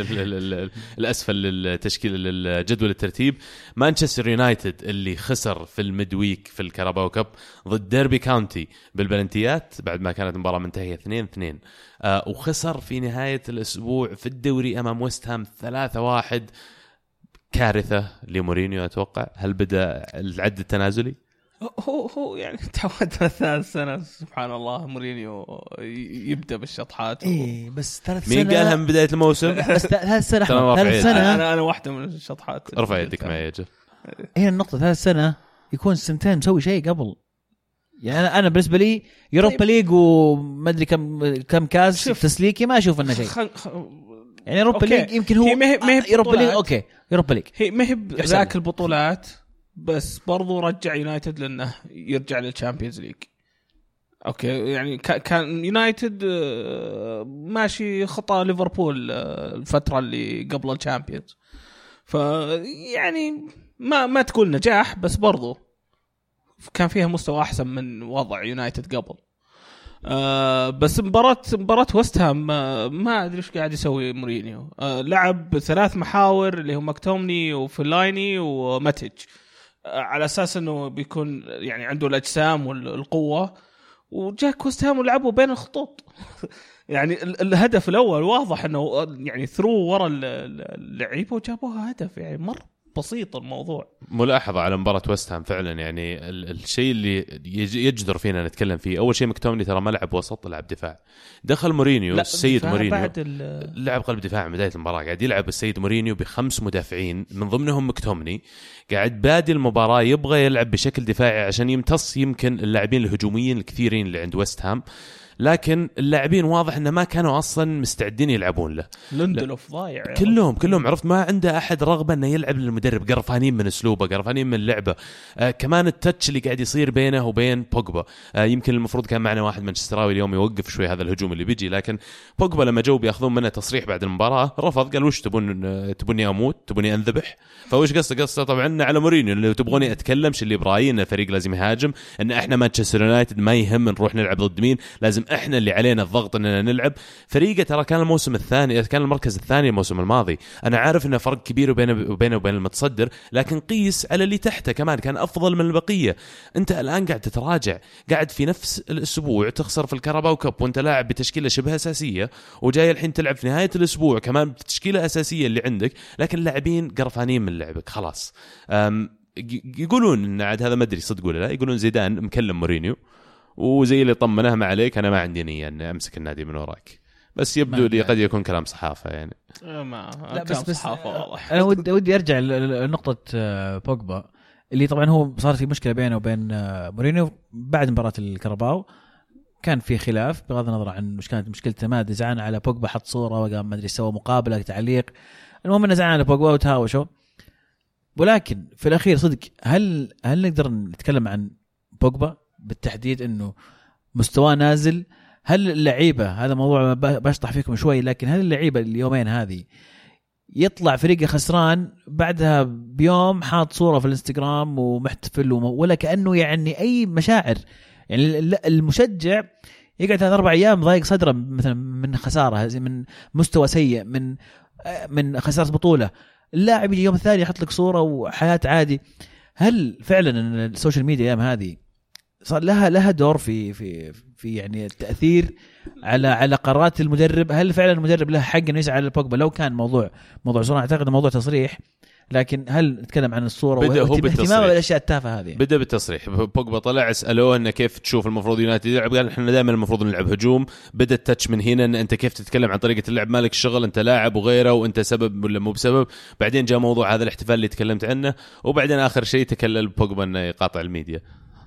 الأسفل للتشكيل الجدول الترتيب، مانشستر يونايتد اللي خسر في الميدويك في الكاراباو كاب ضد ديربي كاونتي بالبلنتيات بعد ما كانت مباراة منتهية اثنين اثنين، آه وخسر في نهاية الأسبوع في الدوري أمام ويست هام ثلاثة واحد. كارثة لمورينيو أتوقع. هل بدأ العد التنازلي؟ هو هو يعني تعودنا ثلاث سنة سبحان الله مورينيو يبدأ بالشطحات و... إيه بس ثلاث سنة. مين قالها من بداية الموسم؟ بس ثلاث سنة ثلاث سنة أنا أنا واحدة من الشطحات. رفع يدك معي يا هي النقطة، ثلاث سنة يكون سنتين مسوي شيء قبل. يعني أنا أنا بالنسبة لي يوروبا ليج وما أدري كم كم كاس تسليكي ما أشوف إنه شيء. خ... خ... يعني يوروبا ليج يمكن هو يوروبا ليج أوكي يوروبا ليج هي ما هي ذاك البطولات، بس برضو رجع يونايتد لأنه يرجع للشامبيونز ليج. أوكي يعني كان يونايتد ماشي خطى ليفربول الفترة اللي قبل الشامبيونز، فيعني ما ما تقول نجاح بس برضو كان فيها مستوى أحسن من وضع يونايتد قبل. آه بس مباراة مباراة ويست هام آه ما أدري إيش قاعد يسوي مورينيو. آه لعب ثلاث محاور اللي هم مكتومني وفلايني وماتج آه على أساس إنه بيكون يعني عنده الأجسام والقوة، وجاك ويست هام ولعبوا بين الخطوط. يعني الهدف الأول واضح إنه يعني ثرو ورا اللعيبة وجابوها هدف، يعني مرة بسيط الموضوع. ملاحظة على مباراة ويست هام فعلا يعني الشيء اللي يجدر فينا نتكلم فيه، أول شيء مكتومني ترى ما لعب وسط، لعب دفاع. دخل مورينيو السيد مورينيو لعب قلب دفاع من بداية المباراة، قاعد يلعب السيد مورينيو بخمس مدافعين من ضمنهم مكتومني، قاعد بادي المباراة يبغى يلعب بشكل دفاعي عشان يمتص يمكن اللاعبين الهجوميين الكثيرين اللي عند ويست هام، لكن اللاعبين واضح انه ما كانوا اصلا مستعدين يلعبون له. لندلوف ضايع كلهم كلهم عرفت ما عنده احد رغبه انه يلعب للمدرب، قرفانين من اسلوبه، قرفانين من اللعبه. آه كمان التاتش اللي قاعد يصير بينه وبين بوجبا، آه يمكن المفروض كان معنا واحد مانشستراوي اليوم يوقف شوي هذا الهجوم اللي بيجي، لكن بوجبا لما جو بياخذون منه تصريح بعد المباراه رفض، قال وش تبون تبوني اموت، تبوني انذبح؟ فوش قصه قصه طبعا على مورينيو اللي تبغوني اتكلمش اللي برايي ان الفريق لازم يهاجم، ان احنا مانشستر يونايتد ما يهم نروح نلعب ضد مين، لازم احنا اللي علينا الضغط اننا نلعب. فريقه ترى كان الموسم الثاني، كان المركز الثاني الموسم الماضي، انا عارف انه فرق كبير بينه وبينه وبين المتصدر، لكن قيس على اللي تحته كمان كان افضل من البقيه. انت الان قاعد تتراجع، قاعد في نفس الاسبوع تخسر في الكاراباو كاب وانت لاعب بتشكيله شبه اساسيه، وجاي الحين تلعب في نهايه الاسبوع كمان بتشكيله اساسيه اللي عندك، لكن اللاعبين قرفانين من لعبك خلاص. يقولون ان عاد هذا ما ادري صدق ولا لا، يقولون زيدان مكلم مورينيو وزي اللي طمنه ما عليك انا ما عندي نيه ان امسك النادي من وراك، بس يبدو لي قد يكون كلام صحافه يعني. ما لا بس بس صحافه واضح. انا ودي ودي ارجع لنقطه بوجبا اللي طبعا هو صار في مشكله بينه وبين مورينيو بعد مباراه الكرباو، كان في خلاف بغض النظر عن مش كانت مشكلته، ما زعلان على بوجبا، حط صوره وقام ما ادري سوى مقابله تعليق، المهم انه زعلان على بوجبا وتهاوشوا. ولكن في الاخير صدق هل هل نقدر نتكلم عن بوجبا بالتحديد انه مستواه نازل؟ هل اللعيبه، هذا موضوع بشطح فيكم شوي، لكن هل اللعيبه اليومين هذه يطلع فريقه خسران بعدها بيوم حاط صوره في الانستغرام ومحتفل ولا كانه يعني اي مشاعر؟ يعني المشجع يقعد ثلاث اربع ايام ضايق صدره مثلا من خساره، من مستوى سيء، من من خساره بطوله، اللاعب يجي يوم الثاني يحط لك صوره وحياه عادي. هل فعلا ان السوشيال ميديا ايام هذه صار لها لها دور في في في يعني التاثير على على قرارات المدرب؟ هل فعلا المدرب له حق انه يزعل بوجبا لو كان موضوع موضوع صراحه؟ اعتقد موضوع تصريح، لكن هل نتكلم عن الصوره واهتمامه بالاشياء التافهه هذه؟ بدا بالتصريح. بوجبا طلع اسالوه انه كيف تشوف المفروض يونايتد يلعب، قال احنا دائما المفروض نلعب هجوم. بدا التاتش من هنا ان انت كيف تتكلم عن طريقه اللعب، مالك الشغل، انت لاعب وغيره، وانت سبب ولا مو بسبب. بعدين جاء موضوع هذا الاحتفال اللي تكلمت عنه، وبعدين اخر شيء تكلم بوجبا انه يقاطع الميديا.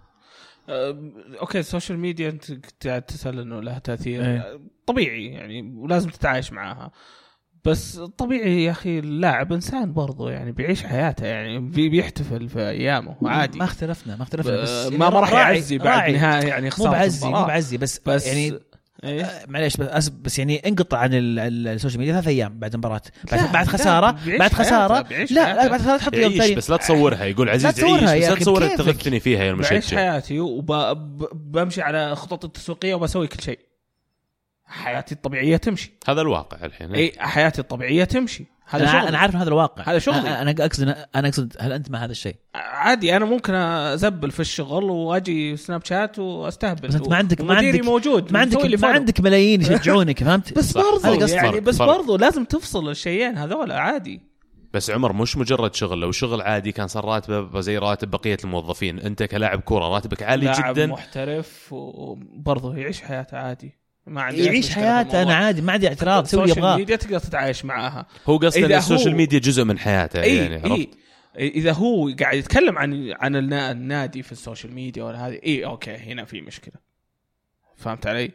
أه، اوكي السوشيال ميديا انت تسال انه لها تاثير أه. طبيعي يعني ولازم تتعايش معها، بس طبيعي يا اخي اللاعب انسان برضو يعني بيعيش حياته، يعني بيحتفل في ايامه عادي. ما اختلفنا ما اختلفنا بس يعني ما ما راح يعزي بعد نهايه يعني خساره، مو بعزي مو بعزي بس, بس يعني إيه؟ معليش بس بس يعني انقطع عن السوشيال ميديا ثلاث ايام بعد مباراه، بعد, بعد خساره بعد خساره لا لا بعد خساره تحط يوم ثاني بس لا تصورها. يقول عزيز عيش بس لا تصورها تغثني فيها يا المشجع. بعيش حياتي وبمشي على خطط التسويقيه وبسوي كل شيء، حياتي الطبيعيه تمشي. هذا الواقع الحين. اي حياتي الطبيعيه تمشي، هذا أنا, شغل. انا عارف هذا الواقع، هذا شغل. انا انا اقصد انا اقصد هل انت مع هذا الشيء؟ عادي انا ممكن ازبل في الشغل واجي سناب شات واستهبل، بس انت ما عندك ما عندك موجود ما عندك ما عندك ملايين يشجعونك فهمت؟ بس برضو يعني بس فرق. برضو لازم تفصل الشيئين هذول عادي. بس عمر مش مجرد شغل، لو شغل عادي كان صار راتبه زي راتب بقيه الموظفين، انت كلاعب كوره راتبك عالي لاعب جدا، محترف وبرضه يعيش حياته عادي، ما عندي يعيش حياته انا عادي ما عندي اعتراض، سوي يبغاه. السوشيال ميديا تقدر تتعايش معها. هو قصدي السوشيال ميديا جزء من حياته إيه يعني عرفت؟ إيه اذا هو قاعد يتكلم عن عن النادي في السوشيال ميديا ولا هذه اي اوكي هنا في مشكله، فهمت علي؟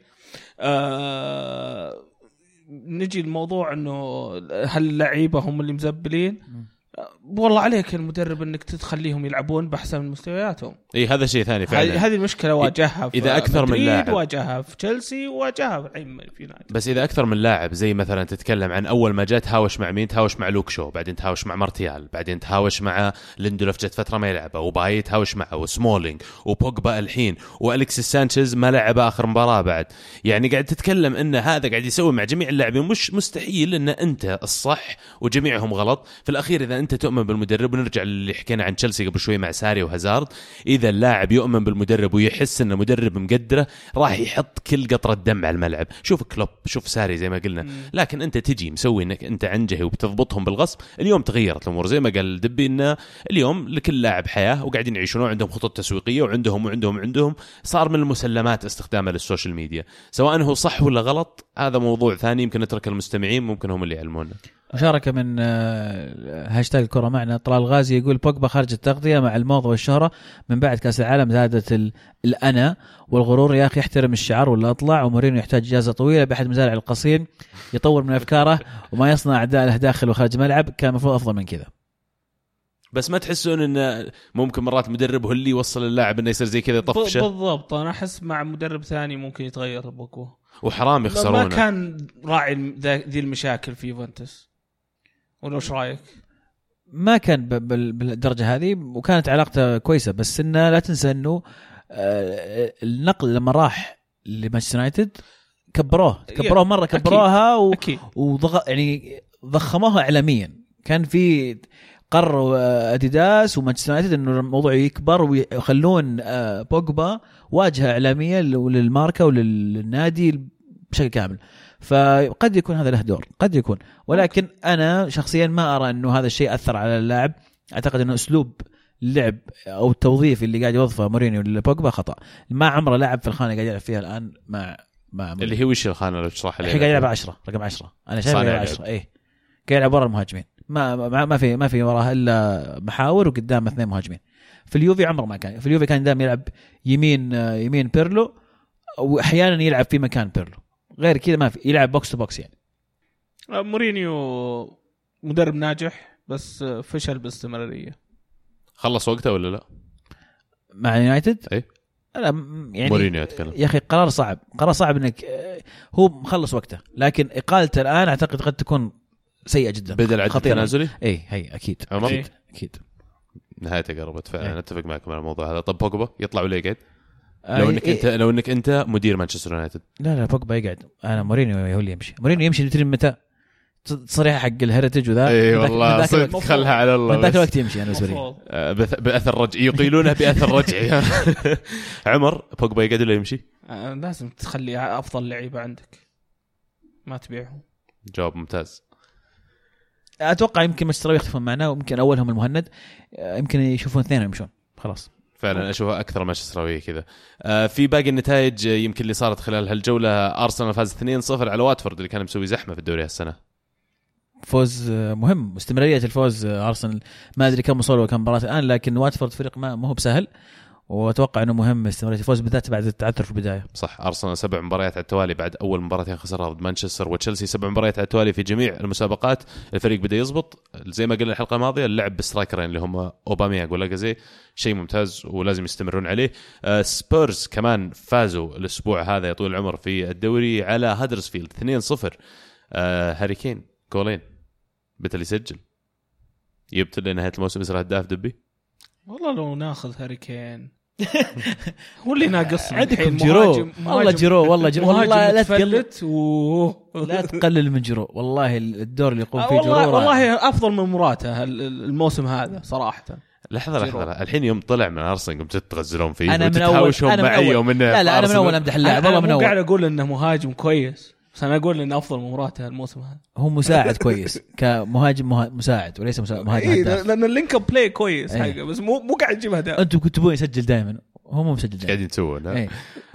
آه نجي الموضوع انه هل اللعيبه هم اللي مزبلين؟ والله عليك المدرب انك تخليهم يلعبون باحسن من مستوياتهم. اي هذا شيء ثاني فعلا. هذه المشكله واجهها في اذا اكثر من لاعب، واجهها في تشيلسي واجهها في نادي. بس اذا اكثر من لاعب زي مثلا تتكلم عن اول ما جاء تهاوش مع مين، تهاوش مع لوك شو، بعدين تهاوش مع مارتيال، بعدين تهاوش مع ليندلوف جت فتره ما يلعبه، وباي تهاوش معه، وسمولينج وبوجبا الحين، والكس سانشيز ما لعب اخر مباراه بعد. يعني قاعد تتكلم ان هذا قاعد يسوي مع جميع اللاعبين، مش مستحيل ان انت الصح وجميعهم غلط. في الاخير اذا انت تؤمن بالمدرب، ونرجع اللي حكينا عن تشيلسي قبل شوي مع ساري وهازارد، اذا اللاعب يؤمن بالمدرب ويحس ان المدرب مقدره راح يحط كل قطره دم على الملعب. شوف كلوب، شوف ساري زي ما قلنا. لكن انت تجي مسوي انك انت عنجهي وبتضبطهم بالغصب. اليوم تغيرت الامور زي ما قال دبي، ان اليوم لكل لاعب حياه وقاعدين يعيشون، عندهم خطط تسويقيه وعندهم وعندهم وعندهم صار من المسلمات استخدامه للسوشيال ميديا. سواء هو صح ولا غلط هذا موضوع ثاني، يمكن نترك المستمعين ممكن هم اللي يعلمونا. مشاركة من هاشتاج الكرة معنا. طلال غازي يقول بوجبا خارج التغطية مع الموضة والشهرة من بعد كأس العالم، زادت الأنا والغرور. يا أخي احترم الشعار ولا أطلع. ومورينيو يحتاج إجازة طويلة بأحد مزارع القصيم يطور من أفكاره وما يصنع أعداء له داخل وخارج الملعب، كان المفروض أفضل من كذا. بس ما تحسون إن ممكن مرات مدرب هو اللي يوصل اللاعب إنه يصير زي كذا يطفشه؟ بالضبط. أنا أحس مع مدرب ثاني ممكن يتغير بوجبا، وحرام يخسرونه. ما كان راعي ذي المشاكل في يوفنتوس، ولا ايش رايك؟ ما كان بالدرجه هذه وكانت علاقته كويسه، بس انه لا تنسى انه النقل لما راح لمانشستر يونايتد كبروه كبروه مره كبروها و... وضغ يعني ضخموها اعلاميا. كان في قرروا اديداس ومانشستر يونايتد انه الموضوع يكبر ويخلون بوجبا واجهه اعلاميه للماركه وللنادي بشكل كامل. فقد يكون هذا له دور، قد يكون، ولكن أنا شخصيا ما أرى أنه هذا الشيء أثر على اللاعب. أعتقد أنه أسلوب اللعب او التوظيف اللي قاعد يوظفه مورينيو لبوجبا خطا. ما عمره لعب في الخانه قاعد يلعب فيها الان مع مع مورينيو. اللي هي وش الخانه لو تشرح لي؟ الحين قاعد يلعب عشرة رقم عشرة انا شايف يلعب عشرة ايه قاعد يلعب ورا المهاجمين ما ما, ما في ما في وراها الا محاور وقدام اثنين مهاجمين. في اليوفي عمره ما كان في اليوفي كان دائما يلعب يمين يمين بيرلو واحيانا يلعب في مكان بيرلو غير كذا ما في يلعب بوكس تو بوكس. يعني مورينيو مدرب ناجح بس فشل باستمراريه. خلص وقته ولا لا مع يونايتد؟ اي لا يعني مورينيو اتكلم يا اخي قرار صعب قرار صعب انك هو مخلص وقته لكن اقالته الان اعتقد قد تكون سيئه جدا. بدل عد التنازلي اي هي اكيد اكيد, أكيد. نهايته قربت فعلا. اتفق معك على الموضوع هذا. طب بوجبا يطلع ولا يقعد؟ آه لو انك إيه انت لو انك انت مدير مانشستر يونايتد. لا لا بوجبا يقعد. انا مورينيو هو اللي يمشي. مورينيو يمشي تدري متى؟ تصريح حق الهيريتج وذا اي والله صدق خلها على الله. من ذاك الوقت يمشي انا بالنسبه لي باثر رجعي يقيلونه باثر رجعي. عمر بوجبا يقعد ولا يمشي؟ آه لازم تخلي افضل لعيبه عندك ما تبيعهم. جواب ممتاز. اتوقع يمكن مستر يختفون معنا ويمكن اولهم المهند يمكن يشوفون اثنين ويمشون خلاص. فعلا اشوفها اكثر مانشستراويه كذا. آه في باقي النتائج يمكن اللي صارت خلال هالجوله. ارسنال فاز اثنين صفر على واتفورد اللي كان مسوي زحمه في الدوري هالسنه. فوز مهم استمراريه الفوز. ارسنال ما ادري كم وصلوا كم مباراه الان لكن واتفورد فريق ما ما هو بسهل واتوقع انه مهم استمراريه الفوز بالذات بعد التعثر في البدايه. صح. ارسنال سبع مباريات على التوالي بعد اول مباراتين خسرها ضد مانشستر وتشيلسي. سبع مباريات على التوالي في جميع المسابقات. الفريق بدا يزبط زي ما قلنا الحلقه الماضيه. اللعب بالسترايكرين اللي هم اوباميانغ ولاكازي شيء ممتاز ولازم يستمرون عليه. آه سبيرز كمان فازوا الاسبوع هذا يا طول العمر في الدوري على هادرسفيلد اثنين صفر. آه هاري كين جولين بتل يسجل يبتل نهايه الموسم يصير هداف دبي. والله لو ناخذ هاري كين هو اللي ناقصنا. عندكم جيرو والله جيرو والله جيرو والله لا تقلت و... لا تقلل من جيرو والله الدور اللي يقوم فيه والله جيرو والله افضل من مراته الموسم هذا صراحه. لحظه لحظه الحين يوم طلع من ارسنال قمت تتغزلون فيه انا من اول انا معي ومن لا لا انا من اول امدح اللاعب والله من اول قاعد اقول انه مهاجم كويس بس انا اقول انه افضل من مراته الموسم هذا. هو مساعد كويس كمهاجم مساعد وليس مهاجم هداف لان اللينك اب بلاي كويس حاجه بس مو مو قاعد يجيب هدف. انتم كنتوا يسجل دائما هو مو مسجل قاعدين تسوون.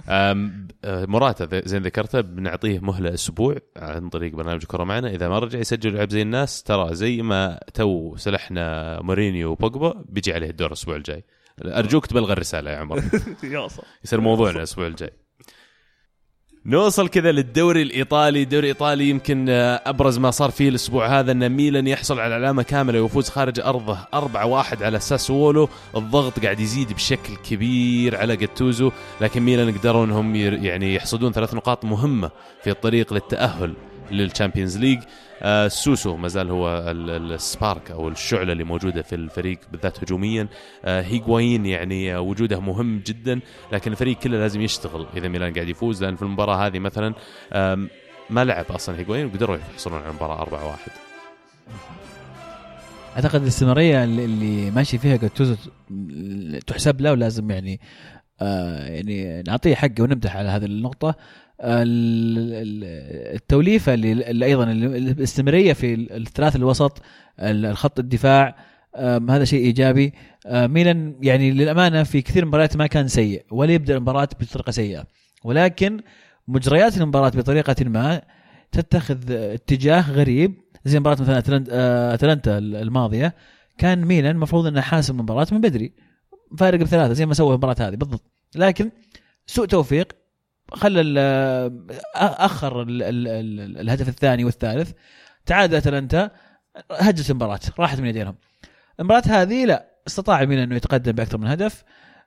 مراته زين ذكرته بنعطيه مهله اسبوع عن طريق برنامج كره معنا. اذا ما رجع يسجل لعب زي الناس ترى زي ما تو سلحنا مورينيو وبوجبا بيجي عليه الدور الاسبوع الجاي. ارجوك تبلغ الرساله يا عمر. يصير موضوعنا الاسبوع الجاي. نوصل كذا للدوري الإيطالي. الدوري الإيطالي يمكن أبرز ما صار فيه الأسبوع هذا أن ميلان يحصل على علامة كاملة ويفوز خارج أرضه أربعة واحد على ساسولو. الضغط قاعد يزيد بشكل كبير على جاتوزو لكن ميلان قدروا أنهم يعني يحصدون ثلاث نقاط مهمة في الطريق للتأهل للشامبيونز ليج. آه سوسو مازال هو السبارك أو الشعلة اللي موجودة في الفريق بالذات هجوميا. آه هيغوايين يعني وجوده مهم جدا لكن الفريق كله لازم يشتغل إذا ميلان قاعد يفوز لأن في المباراة هذه مثلا ما لعب أصلا هيغوايين وقدروا يحصلون على المباراة أربعة واحد. أعتقد الاستمرارية اللي ماشي فيها جاتوزو تحسب له ولازم يعني آه يعني نعطيه حقه ونمدح على هذه النقطة. التوليفة اللي أيضا الاستمرارية في الثلاث الوسط الخط الدفاع هذا شيء إيجابي. ميلان يعني للأمانة في كثير مباريات ما كان سيء ولا يبدأ المباراة بطريقة سيئة ولكن مجريات المباراة بطريقة ما تتخذ اتجاه غريب زي مباراة مثلا أتلانتا الماضية. كان ميلان مفروض أنه حاسم المباراة من بدري فارق بثلاثة زي ما سوى المباراة هذه بالضبط لكن سوء توفيق خلى أخر ال ال ال الهدف الثاني والثالث. تعادل أتلانتا هجت المباراة راحت من يدينهم. المباراة هذه لا استطاع ميلان أنه يتقدم بأكثر من هدف.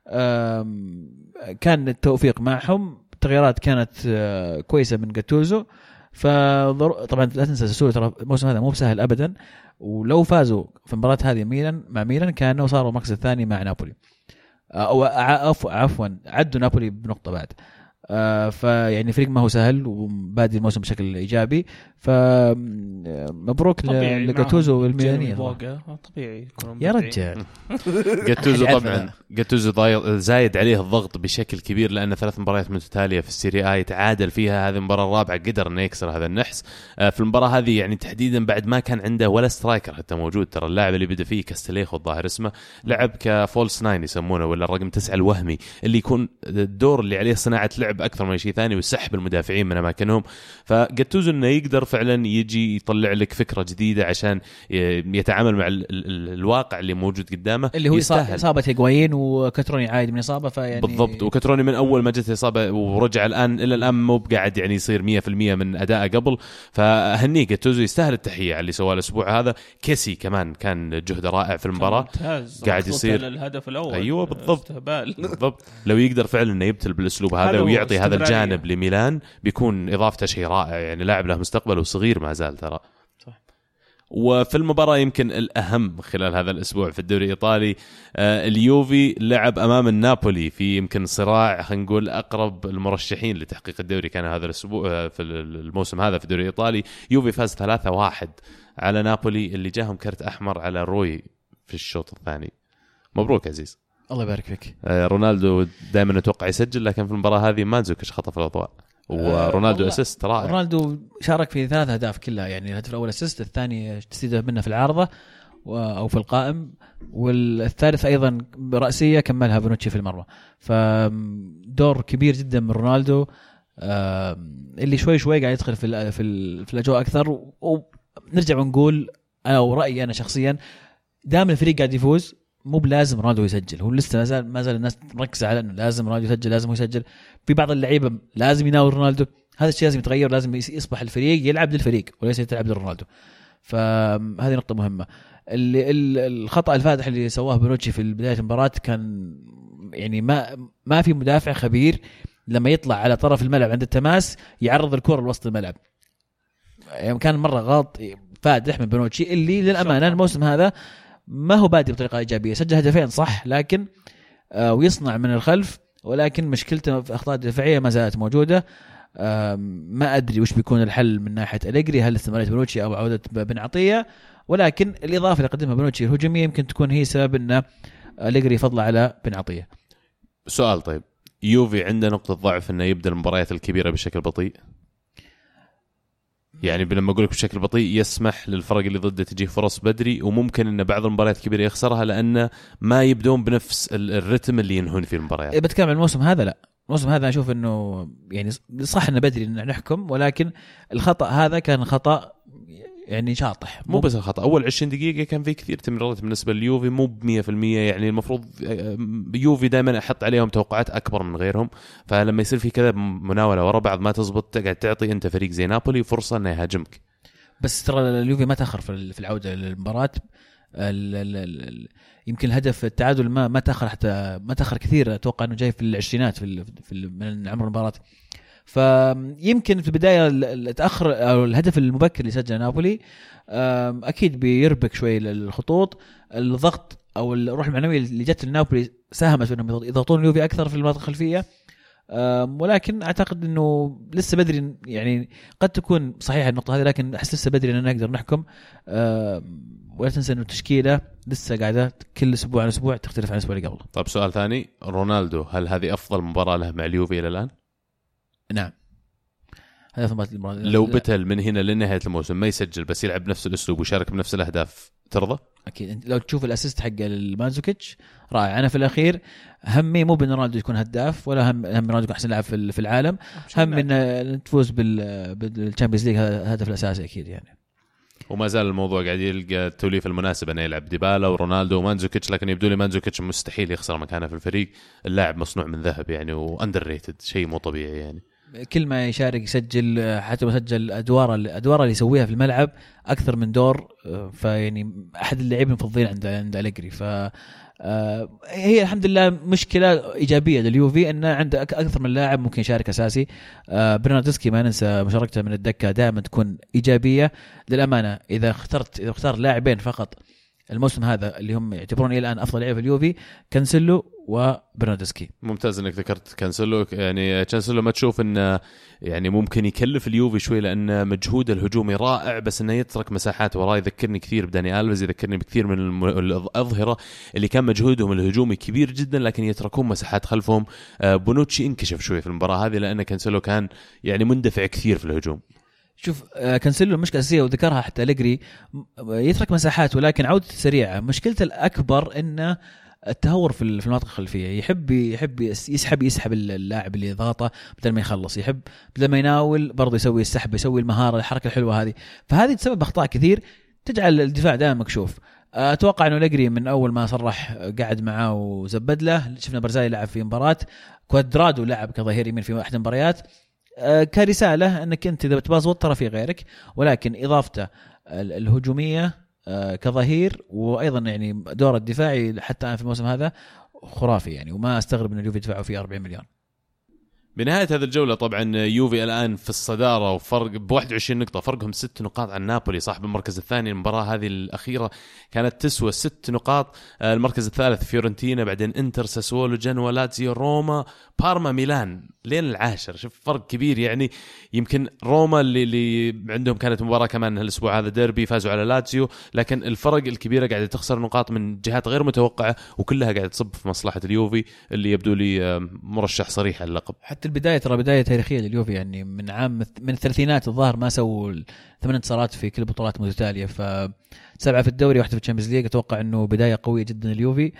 كان التوفيق معهم. التغييرات كانت كويسة من جاتوزو. فطبعا لا تنسى ساسولو ترى الموسم هذا مو بسهل أبدا ولو فازوا في المباراة هذه ميلان مع ميلان كانوا صاروا المركز الثاني مع نابولي أو عفوا عفوا عدوا نابولي بنقطة بعد. آه فيعني فريق ما هو سهل وبادي الموسم بشكل ايجابي. فمبروك لجاتوزو والميلانيه. طبيعي يا رجال. جاتوزو طبعا جاتوزو زايد عليه الضغط بشكل كبير لأن ثلاث مباريات متتالية في السيري آي تعادل فيها، هذه المباراة الرابعة قدر انه يكسر هذا النحس. في المباراة هذه يعني تحديدا بعد ما كان عنده ولا سترايكر حتى موجود، ترى اللاعب اللي بدأ فيه كاستليخو الظاهر اسمه، لعب كفولس ناين يسمونه ولا الرقم تسعة الوهمي، اللي يكون الدور اللي عليه صناعة لعب أكثر من شيء ثاني وسحب المدافعين من أماكنهم. فجاتوزو انه يقدر فعلا يجي يطلع لك فكرة جديدة عشان يتعامل مع ال ال الواقع اللي موجود قدامه، اللي هو إصابة هيغوايين وكتروني عايد من إصابة. فيعني بالضبط، وكتروني من أول ما جت إصابة ورجع الآن إلى الآن مو بقاعد يعني يصير مية في المية من أداءه قبل. فهني جاتوزو يستاهل التحية على اللي سواه الأسبوع هذا. كيسي كمان كان جهد رائع في المباراة، قاعد يصير الهدف الأول. أيوة بالضبط بالضبط. لو يقدر فعلا إنه يبتل بالأسلوب هذا ويعطي هذا الجانب لميلان بيكون إضافته شيء رائع، يعني لاعب له مستقبل وصغير ما زال ترى. وفي المباراة يمكن الأهم خلال هذا الأسبوع في الدوري الإيطالي، آه اليوفي لعب أمام النابولي في يمكن صراع خلينا نقول أقرب المرشحين لتحقيق الدوري كان هذا الأسبوع آه في الموسم هذا في الدوري الإيطالي. يوفي فاز ثلاثة واحد على نابولي اللي جاهم كرت أحمر على روي في الشوط الثاني. مبروك عزيز، الله يبارك فيك. آه رونالدو دائما نتوقع يسجل، لكن في المباراة هذه مانزوكيتش خطف الأضواء ورونالدو اسيست رائع. رونالدو شارك في ثلاث اهداف كلها، يعني الهدف الاول اسيست، الثاني تسديده منه في العارضه او في القائم، والثالث ايضا راسيه كملها بونوتشي في المرمى. فدور كبير جدا من رونالدو اللي شوي شوي قاعد يدخل في في الاجواء اكثر. ونرجع ونقول انا ورايي انا شخصيا، دام الفريق قاعد يفوز مو بلازم رونالدو يسجل. هو لسه ما زال ما زال الناس مركزه على انه لازم رونالدو يسجل لازم هو يسجل. في بعض اللعيبه لازم يناول رونالدو، هذا الشيء لازم يتغير، لازم يصبح الفريق يلعب للفريق وليس يلعب لرونالدو. فهذه نقطه مهمه. اللي الخطا الفادح اللي سواه بونوتشي في بدايه المباراه كان يعني ما ما في مدافع خبير لما يطلع على طرف الملعب عند التماس يعرض الكره لوسط الملعب. يعني كان مره غلط فادح من بونوتشي اللي للامانه الموسم هذا ما هو بادئ بطريقه ايجابيه. سجل هدفين صح لكن آه ويصنع من الخلف، ولكن مشكلته في اخطاء دفاعيه ما زالت موجوده. آه ما ادري وش بيكون الحل من ناحيه أليجري، هل استمراريه بونوتشي او عوده بن عطيه؟ ولكن الاضافه اللي قدمها بونوتشي الهجوميه يمكن تكون هي سبب ان أليجري فضل على بن عطيه. سؤال، طيب يوفي عنده نقطه ضعف انه يبدا المباريات الكبيره بشكل بطيء، يعني لما أقول لك بشكل بطيء يسمح للفرق اللي ضده تجيه فرص بدري، وممكن إن بعض المباريات الكبيرة يخسرها لأنه ما يبدون بنفس الرتم اللي ينهون في المباريات. بتكلم عن الموسم هذا، لا الموسم هذا أشوف إنه يعني صح إنه بدري إن نحكم، ولكن الخطأ هذا كان خطأ يعني شاطح. مو بس الخطأ، أول عشرين دقيقة كان في كثير تمريرات بالنسبة لليوفي مو بمية في المية، يعني المفروض يوفي دائما أحط عليهم توقعات أكبر من غيرهم، فلما يصير في كذا مناولة ورا بعض ما تزبط تقعد تعطي أنت فريق زي نابولي فرصة إنه يهاجمك. بس ترى اليوفي ما تأخر في العودة للمباراة، يمكن الهدف التعادل ما ما تأخر حتى ما تأخر كثير، أتوقع إنه جاي في العشرينات في من عمر المباراة. فيمكن في البداية التأخر أو الهدف المبكر اللي سجل نابولي أكيد بيربك شوي الخطوط، الضغط أو الروح المعنوية اللي جت لنابولي ساهمت في أنهم يضغطون اليوفي أكثر في المنطقة الخلفية. ولكن أعتقد أنه لسه بدري، يعني قد تكون صحيحة النقطة هذه لكن أحس لسه بدري أننا نقدر نحكم. ولا تنسى أنه التشكيلة لسه قاعدة كل أسبوع عن أسبوع تختلف عن الأسبوع اللي قبله. طب سؤال ثاني، رونالدو هل هذه أفضل مباراة له مع اليوفي إلى الآن؟ نعم. لو بتل من هنا لنهاية الموسم ما يسجل بس يلعب بنفس الأسلوب ويشارك بنفس الأهداف ترضى؟ أكيد. لو تشوف الأسيست حق المانزوكيتش رائع. أنا في الأخير همي مو بأن رونالدو يكون هداف ولا هم هم رونالدو يكون أحسن لاعب في العالم، هم إن تفوز بالشامبيونز ليج هذا الهدف الأساسي أكيد يعني. وما زال الموضوع قاعد يلقى التوليفة المناسبة أنه يلعب ديبالا ورونالدو ومانزوكيتش، لكن يبدو لي مانزوكيتش مستحيل يخسر مكانه في الفريق. اللاعب مصنوع من ذهب يعني وأندر ريتد، شيء مو طبيعي يعني. كل ما يشارك يسجل، حتى مسجل أدوار الأدوار اللي يسويها في الملعب أكثر من دور، فيعني أحد اللاعبين المفضلين عند عند أليجري. ف هي الحمد لله مشكلة إيجابية لليوفي أن عنده أكثر من لاعب ممكن يشارك أساسي. برناردسكي ما ننسى مشاركته من الدكة دائما تكون إيجابية للأمانة. إذا اخترت إذا اختار لاعبين فقط الموسم هذا اللي هم يعتبرون الى الان افضل لاعب في اليوفي كانسيلو وبرناردسكي. ممتاز انك ذكرت كانسيلو. يعني كانسيلو ما تشوف انه يعني ممكن يكلف اليوفي شوي لان مجهوده الهجومي رائع بس انه يترك مساحات وراه. يذكرني كثير بداني ألفيز، يذكرني بكثير من الم... الاظهره اللي كان مجهودهم الهجومي كبير جدا لكن يتركون مساحات خلفهم. بونوتشي انكشف شوي في المباراه هذه لان كانسيلو كان يعني مندفع كثير في الهجوم. شوف كانسيلو المشكله الاساسيه وذكرها حتى أليجري، يترك مساحات ولكن عودته سريعه. مشكلته الاكبر انه التهور في المناطق الخلفيه، يحب يحب يسحب يسحب اللاعب اللي ضغطه بدل ما يخلص، يحب بدل ما يناول برضه يسوي السحب، يسوي المهاره الحركه الحلوه هذه. فهذه تسبب اخطاء كثير تجعل الدفاع دائما مكشوف. اتوقع انه أليجري من اول ما صرح قاعد معاه وزبد له. شفنا برزاي لعب في مباراه، كوادرادو لعب كظهير يمين في احد المباريات، كرساله انك انت اذا بتبازوط ترى في غيرك، ولكن اضافته الهجوميه كظهير وايضا يعني دور الدفاعي حتى في الموسم هذا خرافي يعني. وما استغرب ان اليوفي يدفعوا فيه أربعين مليون. بنهاية هذه الجولة طبعا يوفي الآن في الصدارة وفرق بواحد وعشرين نقطة، فرقهم ست نقاط عن نابولي صاحب المركز الثاني. المباراة هذه الأخيرة كانت تسوى ست نقاط. المركز الثالث فيورنتينا، بعدين انتر، ساسولو، جنوا، لاتزيو، روما، بارما، ميلان لين العاشر. شوف فرق كبير يعني. يمكن روما اللي, اللي عندهم كانت مباراة كمان الأسبوع هذا ديربي، فازوا على لاتزيو، لكن الفرق الكبيرة قاعدة تخسر نقاط من جهات غير متوقعة وكلها قاعدة تصب في مصلحة اليوفي اللي يبدو لي مرشح صريح للقب. حتى البداية ترى بداية تاريخية لليوفي يعني، من عام من الثلاثينات الظاهر ما سووا ثمان انتصارات في كل البطولات متتالية، فسبعة في الدوري واحدة في الشامبيونز ليج. أتوقع إنه بداية قوية جدا لليوفي،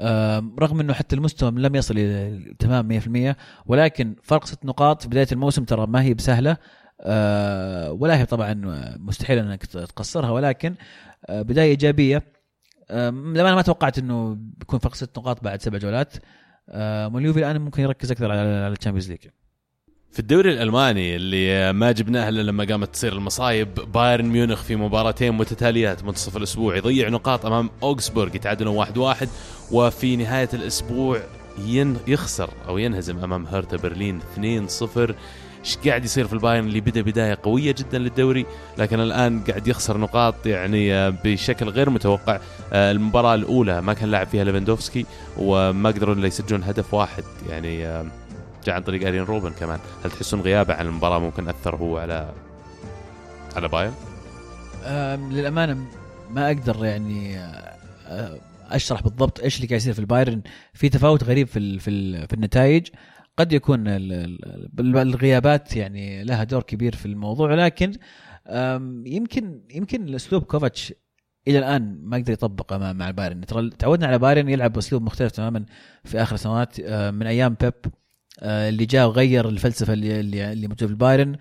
رغم إنه حتى المستوى لم يصل إلى تمام مية بالمية، ولكن فرق ست نقاط في بداية الموسم ترى ما هي بسهلة، ولا هي طبعا مستحيل أنك تقصرها، ولكن بداية إيجابية. لما أنا ما توقعت إنه بيكون فرق ست نقاط بعد سبع جولات. اليوفي الآن ممكن يركز أكثر على الشامبيونز ليج. في الدوري الألماني اللي ما جبناه إلا لما قامت تصير المصايب، بايرن ميونخ في مباراتين متتاليات منتصف الأسبوع يضيع نقاط أمام أوغسبورغ، يتعادلون واحد واحد، وفي نهاية الأسبوع يخسر أو ينهزم أمام هرتا برلين اثنين صفر. ايش قاعد يصير في البايرن اللي بدأ بداية قوية جدا للدوري لكن الآن قاعد يخسر نقاط يعني بشكل غير متوقع. المباراة الأولى ما كان لاعب فيها ليفاندوفسكي وما قدروا إلا يسجلون هدف واحد يعني جاء عن طريق أرين روبن كمان. هل تحسون غيابه عن المباراة ممكن أثر هو على على بايرن؟ للأمانة ما أقدر يعني أشرح بالضبط إيش اللي قاعد يصير في البايرن. في تفاوت غريب في في في النتائج. قد يكون الغيابات يعني لها دور كبير في الموضوع، لكن يمكن يمكن الأسلوب كوفاتش إلى الآن ما يقدر يطبقه مع البايرن. ترى تعودنا على بايرن يلعب بأسلوب مختلف تماما في آخر سنوات من أيام بيب اللي جاء وغير الفلسفة اللي اللي موجودة في البايرن.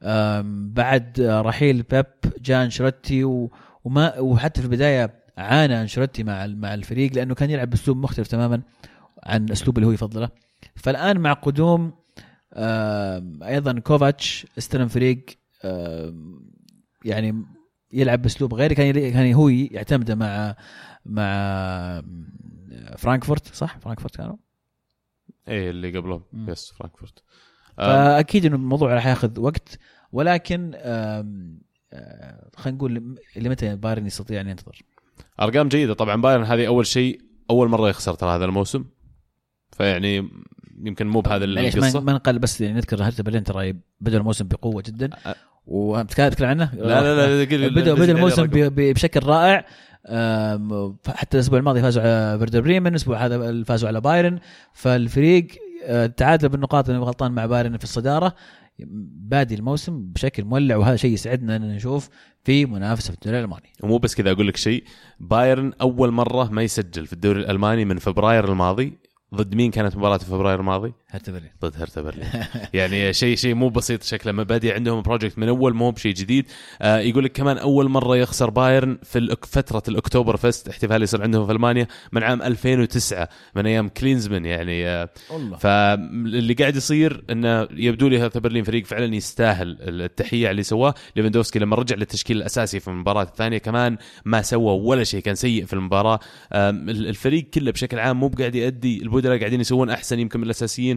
بعد رحيل بيب جاء أنشيلوتي وما وحتى في البداية عانى أنشيلوتي مع مع الفريق لأنه كان يلعب بأسلوب مختلف تماما عن الأسلوب اللي هو يفضله. فالآن مع قدوم أيضا كوفاتش استلم فريق يعني يلعب بأسلوب غير كان كان هو يعتمد مع مع فرانكفورت. صح فرانكفورت كانوا ايه اللي قبلهم يس فرانكفورت. فأكيد إنه الموضوع راح ياخذ وقت، ولكن خلينا نقول لمتى بايرن يستطيع أن ينتظر. أرقام جيدة طبعا. بايرن هذه أول شيء أول مرة يخسر ترى هذا الموسم، فيعني يمكن مو بهذا القصة. ما نقل بس يعني نذكر هرتا برلين ترى بدأ الموسم بقوة جدا وبتكلم عنه. لا لا لا بدأ بدأ الموسم بشكل رائع. حتى الأسبوع الماضي فازوا على فيردر بريمن، الأسبوع هذا فازوا على بايرن. فالفريق تعادل بالنقاط اللي غلطان مع بايرن في الصدارة. بادي الموسم بشكل مولع وهذا شيء يسعدنا أن نشوف في منافسة في الدوري الألماني. ومو بس كذا أقول لك شيء، بايرن أول مرة ما يسجل في الدوري الألماني من فبراير الماضي. ضد مين كانت مباراة في فبراير الماضي؟ هرتا برلين. ضد هرتا برلين. يعني شيء شيء مو بسيط شكله. مبادئ عندهم بروجكت من أول، مو بشيء جديد. آه يقول لك كمان أول مرة يخسر بايرن في فترة الأكتوبر فيست، احتفال يصير عندهم في ألمانيا من عام ألفين وتسعة من أيام كلينزمان يعني. آه فاللي قاعد يصير إنه يبدو لي هرتا برلين فريق فعلا يستاهل التحية اللي سواه. ليفاندوفسكي لما رجع للتشكيل الأساسي في المباراة الثانية كمان ما سوى ولا شيء، كان سيء في المباراة. آه الفريق كله بشكل عام مو قاعد يؤدي. البودلة قاعدين يسوون أحسن يمكن من الأساسيين،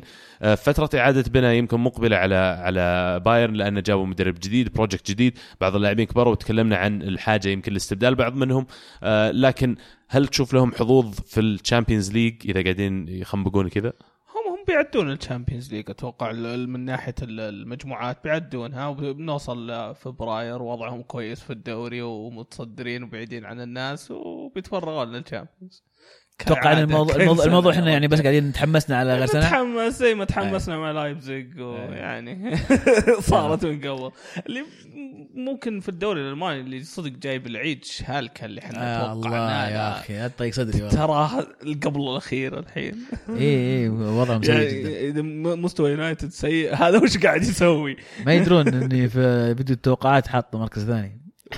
فتره اعاده بناء يمكن مقبله على على بايرن لان جابوا مدرب جديد بروجكت جديد بعض اللاعبين كبروا وتكلمنا عن الحاجه يمكن لاستبدال بعض منهم لكن هل تشوف لهم حظوظ في الشامبيونز ليج اذا قاعدين يخنبقون كذا؟ هم بيعدون الشامبيونز ليج اتوقع من ناحيه المجموعات بيعدونها وبنوصل فبراير وضعهم كويس في الدوري ومتصدرين وبعيدين عن الناس وبيتفرغون للشامبيونز. اتوقع الموضوع الموضوع الموضوع احنا يعني بس قاعدين نتحمسنا على غير سنه نتحمس زي ما تحمسنا مع لايبزيج ويعني صارت من قبل اللي ممكن في الدوري الالماني اللي صدق جايب العيد شهالك اللي احنا آه توقعناه يا اخي طيب صدري ترى قبل الاخير الحين اي اي وضعهم سيء جدا اذا مستوى يونايتد سيء هذا وش قاعد يسوي ما يدرون اني في فيديو التوقعات حاطه مركز ثاني.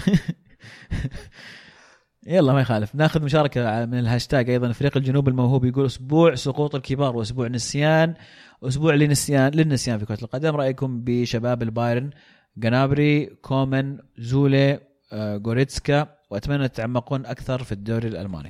يلا ما يخالف ناخذ مشاركة من الهاشتاج أيضا. فريق الجنوب الموهوب يقول أسبوع سقوط الكبار وأسبوع نسيان أسبوع لنسيان للنسيان في كرة القدم. رأيكم بشباب البايرن جنابري كومن زولي غوريتسكا وأتمنى تتعمقون أكثر في الدوري الألماني.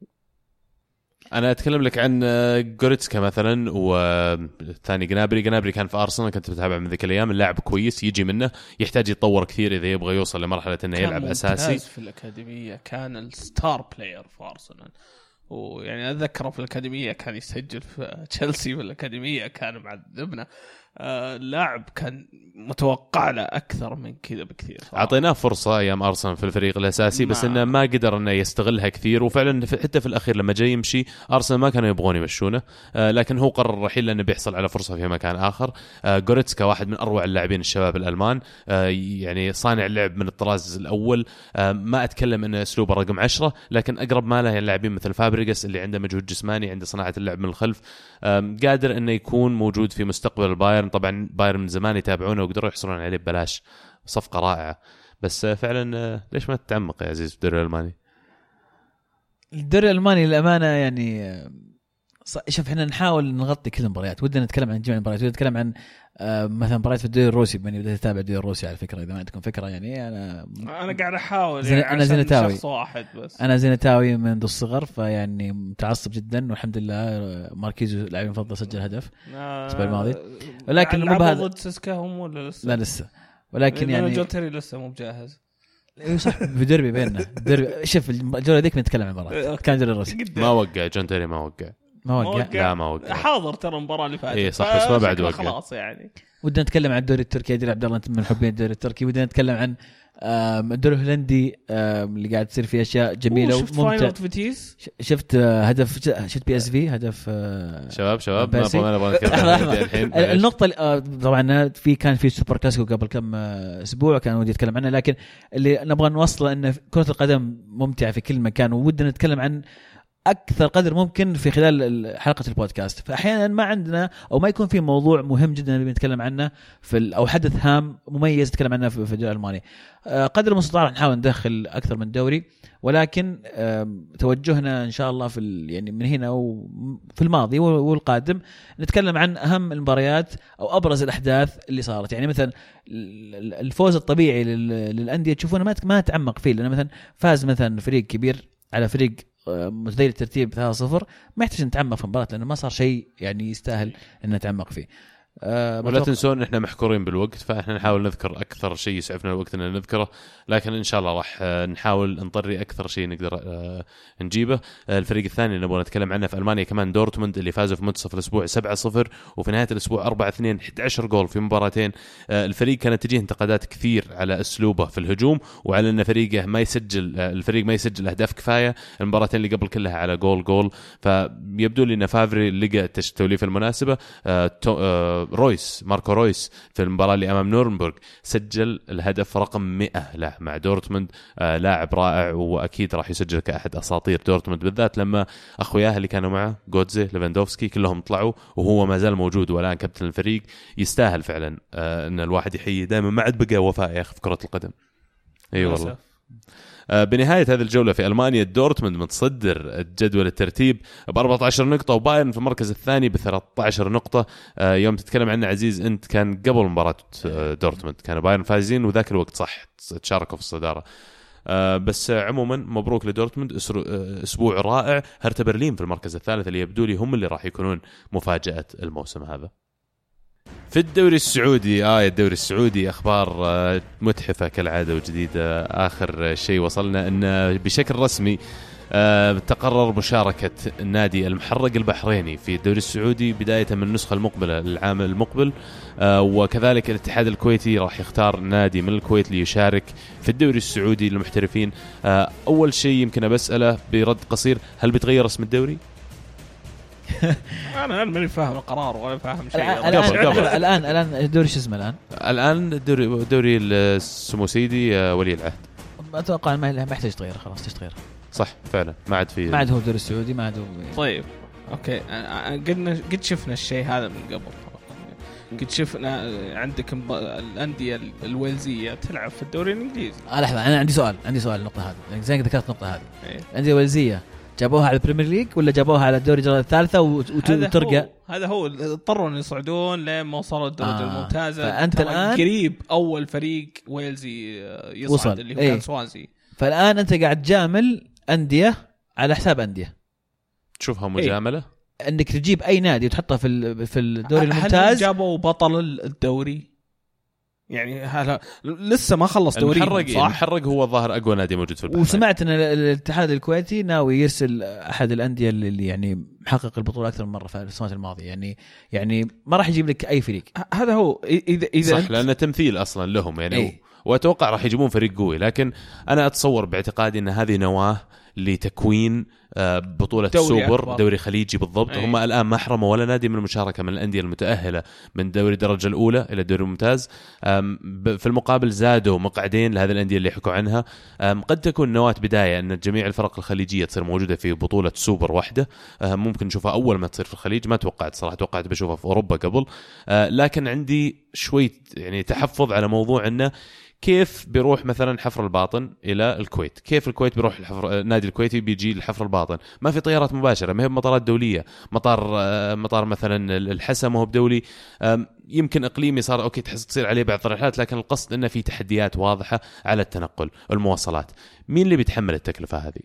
أنا أتكلم لك عن غوريتسكا مثلا والثاني جنابري. جنابري كان في أرسنال كنت بتابع من ذيك الأيام اللاعب كويس يجي منه يحتاج يتطور كثير إذا يبغى يوصل لمرحلة إنه يلعب أساسي. في الأكاديمية كان الستار بلاير في أرسنال ويعني أذكره في الأكاديمية كان يسجل في تشيلسي في الأكاديمية كان معذبنا. آه لاعب كان متوقع له أكثر من كذا بكثير. أعطيناه فرصة أيام أرسنال في الفريق الأساسي بس إنه ما قدر إنه يستغلها كثير وفعلا حتى في الأخير لما جاي يمشي أرسنال ما كانوا يبغون يمشونه آه لكن هو قرر الرحيل لأنه بيحصل على فرصة في مكان آخر. آه غوريتسكا واحد من أروع اللاعبين الشباب الألمان آه يعني صانع اللعب من الطراز الأول. آه ما أتكلم إنه أسلوبه رقم عشرة لكن أقرب ما له اللاعبين مثل فابريغاس اللي عنده مجهود جسماني عنده صناعة اللعب من الخلف. آه قادر إنه يكون موجود في مستقبل البايرن. طبعا بايرن من زمان يتابعونه وقدروا يحصلون عليه ببلاش صفقة رائعة بس فعلا ليش ما تتعمق يا عزيز في الدوري الألماني؟ الدوري الألماني للأمانة يعني شوف احنا نحاول نغطي كل المباريات ودنا نتكلم عن جميع المباريات ودنا نتكلم عن مثلا مباريات في الدوري الروسي بما اني بديت اتابع الدوري الروسي على فكره اذا ما عندكم فكره يعني انا انا قاعد احاول زين يعني انا زينتاوي شخص واحد بس انا زينتاوي منذ الصغر فيعني متعصب جدا والحمد لله ماركيزو لاعب المفضل سجل هدف الاسبوع الماضي ولكن مو بهذا ضد سيسكا هم ولا لسه لا لسه ولكن يعني جون تيري لسه مو بجاهز اي صح في ديربي بيننا ديربي شوف الجوله ذيك بنتكلم عن المباراه كان دوري الروسي ما وقع جون تيري ما وقع ما وقع لا ما وقع حاضر ترى المباراه اللي فاتت اي صح بس ما بعد وقع خلاص يعني. ودنا نتكلم عن الدوري التركي ادري عبد الله انت من محبين الدوري التركي ودنا نتكلم عن الدوري الهولندي اللي قاعد تصير فيه اشياء جميله وممتعه. شفت هدف شفت بي اس في هدف شباب شباب ما ابغى ابغى الحين النقطه طبعا في كان في سوبر كلاسيكو قبل كم اسبوع كان ودي اتكلم عنه لكن اللي نبغى نوصله ان كره القدم ممتعه في كل مكان وودنا نتكلم عن أكثر قدر ممكن في خلال حلقة البودكاست. فأحيانا ما عندنا أو ما يكون في موضوع مهم جدا اللي بنتكلم عنه في أو حدث هام مميز نتكلم عنه في الدوري الألماني. قدر المستطاع نحاول ندخل أكثر من دوري ولكن توجهنا إن شاء الله في يعني من هنا أو في الماضي والقادم نتكلم عن أهم المباريات أو أبرز الأحداث اللي صارت. يعني مثلا الفوز الطبيعي للأندية تشوفونه ما ما تعمق فيه لأن مثلا فاز مثلا فريق كبير على فريق متذيل الترتيب ثلاثة صفر ما يحتاج نتعمق في المباراة لأنه ما صار شيء يعني يستاهل أن نتعمق فيه. أه ولا تنسون إحنا محكورين بالوقت فإحنا نحاول نذكر أكثر شيء يسعفنا الوقت أن نذكره لكن إن شاء الله راح نحاول نطري أكثر شيء نقدر أه نجيبه. أه الفريق الثاني اللي نبغى نتكلم عنه في ألمانيا كمان دورتموند اللي فازوا في منتصف الأسبوع سبعة صفر وفي نهاية الأسبوع أربعة اثنين أحد عشر جول في مباراتين. أه الفريق كانت تجيه انتقادات كثير على أسلوبه في الهجوم وعلى أن فريقه ما يسجل أه الفريق ما يسجل أهداف كفاية. المباراتين اللي قبل كلها على جول جول فيبدو لي أن فافري لقى التوليفة المناسبة. أه أه رويس ماركو رويس في المباراة اللي أمام نورنبرغ سجل الهدف رقم مئة له مع دورتموند. آه لاعب رائع وأكيد راح يسجل كأحد أساطير دورتموند بالذات لما أخوياه اللي كانوا معه غوتزي ليفاندوفسكي كلهم طلعوا وهو ما زال موجود والآن كابتن الفريق. يستاهل فعلا آه أن الواحد يحيي دائما ما عاد بقى وفاء يا أخي في كرة القدم. أي أيوة والله. بنهاية هذه الجولة في ألمانيا دورتموند متصدر الجدول الترتيب ب أربعة عشر نقطة وبايرن في المركز الثاني ب ثلاثة عشر نقطة. يوم تتكلم عنه عزيز أنت كان قبل مباراة دورتموند كان بايرن فايزين وذاك الوقت صح تشاركوا في الصدارة. آه بس عموما مبروك لدورتموند، اسبوع رائع. هرتا برلين في المركز الثالث اللي يبدو لي هم اللي راح يكونون مفاجأة الموسم هذا. في الدوري السعودي آه الدوري السعودي أخبار آه متحفة كالعادة وجديدة. آخر شيء وصلنا أن بشكل رسمي آه تقرر مشاركة النادي المحرق البحريني في الدوري السعودي بداية من النسخة المقبلة للعام المقبل. آه وكذلك الاتحاد الكويتي راح يختار نادي من الكويت ليشارك في الدوري السعودي للمحترفين. آه أول شيء يمكن بسأله برد قصير، هل بيتغير اسم الدوري؟ انا ماني فاهم القرار ولا فاهم شيء. الان الان الان الدوري شو اسمه الان؟ الان الدوري الدوري السموسيدي ولي العهد. اتوقع ما يحتاج تغيير، خلاص تغيير. صح فعلا ما عاد في، ما عاد هو الدوري السعودي، ما عاد هو. طيب اوكي قد قد شفنا الشيء هذا من قبل. قد شفنا عندك الانديه الويلزيه تلعب في الدوري الانجليزي. آه لحظه، انا عندي سؤال عندي سؤال النقطه هذه زي ما ذكرت النقطه هذه. إيه؟ الانديه الويلزيه جابوها على البريمير ليج ولا جابوها على الدوري الدرجه الثالثه وترقى؟ هذا هو اضطروا ان يصعدون لما وصلوا الدرجه آه. الممتازه. فانت الان قريب اول فريق ويلزي يصعد وصل. اللي هو ايه؟ كان سوانزي. فالان انت قاعد جامل انديه على حساب انديه. تشوفها مجامله ايه؟ انك تجيب اي نادي وتحطه في في الدوري الممتاز. هل جابوا بطل الدوري؟ يعني هلا لسه ما خلص دوري. المحرق صح؟ المحرق هو الظاهر اقوى نادي موجود في البحرين. وسمعت ان الاتحاد الكويتي ناوي يرسل احد الانديه اللي يعني محقق البطوله اكثر من مره في السنوات الماضيه. يعني يعني ما راح يجيب لك اي فريق. هذا هو اذا اذا صح، لانه تمثيل اصلا لهم يعني. ايه؟ واتوقع راح يجيبون فريق قوي، لكن انا اتصور باعتقادي ان هذه نواه لتكوين بطولة دوري سوبر أكبر. دوري خليجي بالضبط. أيه. هم الآن ما حرموا ولا نادي من المشاركة من الأندية المتأهلة من دوري الدرجة الأولى إلى الدوري الممتاز. في المقابل زادوا مقعدين لهذه الأندية اللي يحكوا عنها. قد تكون نواة بداية أن جميع الفرق الخليجية تصير موجودة في بطولة سوبر واحدة. ممكن نشوفها أول ما تصير في الخليج، ما توقعت صراحة، توقعت بشوفها في أوروبا قبل. لكن عندي شوي يعني تحفظ على موضوع أنه كيف بيروح مثلا حفر الباطن الى الكويت، كيف الكويت بيروح الحفر، النادي الكويتي بيجي الحفر الباطن، ما في طيارات مباشره، ما هي مطارات دوليه، مطار مطار مثلا الحسا ما هو بدولي، يمكن اقليمي صار اوكي تحس تصير عليه بعض الرحلات، لكن القصد انه في تحديات واضحه على التنقل والمواصلات. مين اللي بيتحمل التكلفه هذه؟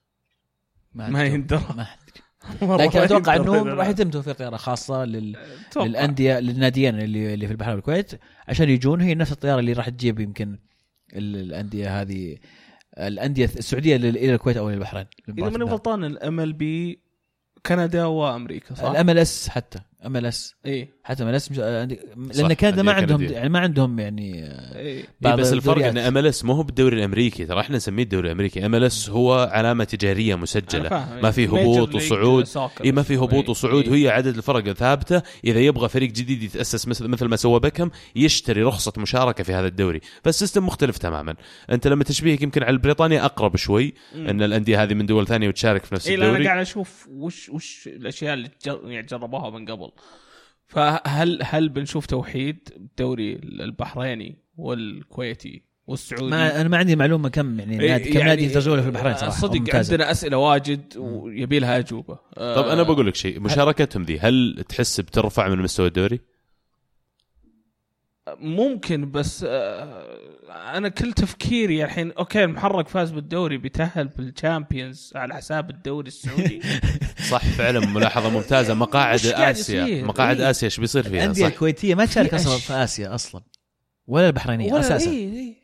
ما يندرى. لكن اتوقع انه راح يتم توفير طياره خاصه لل... للانديه للناديين اللي اللي في البحرين والكويت عشان يجون. هي نفس الطياره اللي راح تجيب يمكن الانديه هذه، الانديه السعوديه الى الكويت او الى البحرين. اذا ماني غلطان الامل ب كندا وامريكا صح؟ الام ال اس حتى ام ال اس اي حتى ام ال اس مش... لان كندا ما عندهم يعني ما عندهم يعني إيه. بس الفرق ان ام ال اس مو هو بالدوري الامريكي، ترى احنا نسميه الدوري الامريكي. ام ال اس هو علامه تجاريه مسجله، ما في هبوط وصعود. اي ما في هبوط وصعود، وهي عدد الفرق ثابته. اذا يبغى فريق جديد يتاسس مثل مثل ما سوى بيكهام يشتري رخصه مشاركه في هذا الدوري. فالسيستم مختلف تماما. انت لما تشبيهك يمكن على بريطانيا اقرب شوي، م. ان الانديه هذه من دول ثانيه وتشارك في نفس إيه الدوري. انا قاعد اشوف وش وش الاشياء اللي يعني جربوها من قبل. فهل هل بنشوف توحيد الدوري البحريني والكويتي والسعودي؟ ما انا ما عندي معلومه كم يعني نادي كم نادي يتزوجون في البحرين صراحه. صدق عندنا اسئله واجد ويبي لها اجوبه. طب انا بقول لك شيء، مشاركتهم ذي هل تحس بترفع من مستوى الدوري؟ ممكن، بس انا كل تفكيري الحين اوكي المحرق فاز بالدوري بيتأهل بالشامبيونز على حساب الدوري السعودي. صح فعلا ملاحظه ممتازه. مقاعد اسيا مقاعد إيه؟ اسيا ايش بيصير فيها؟ الانديه الكويتيه ما تشارك اصلا في اسيا اصلا ولا البحرينيه اساسا. إيه إيه.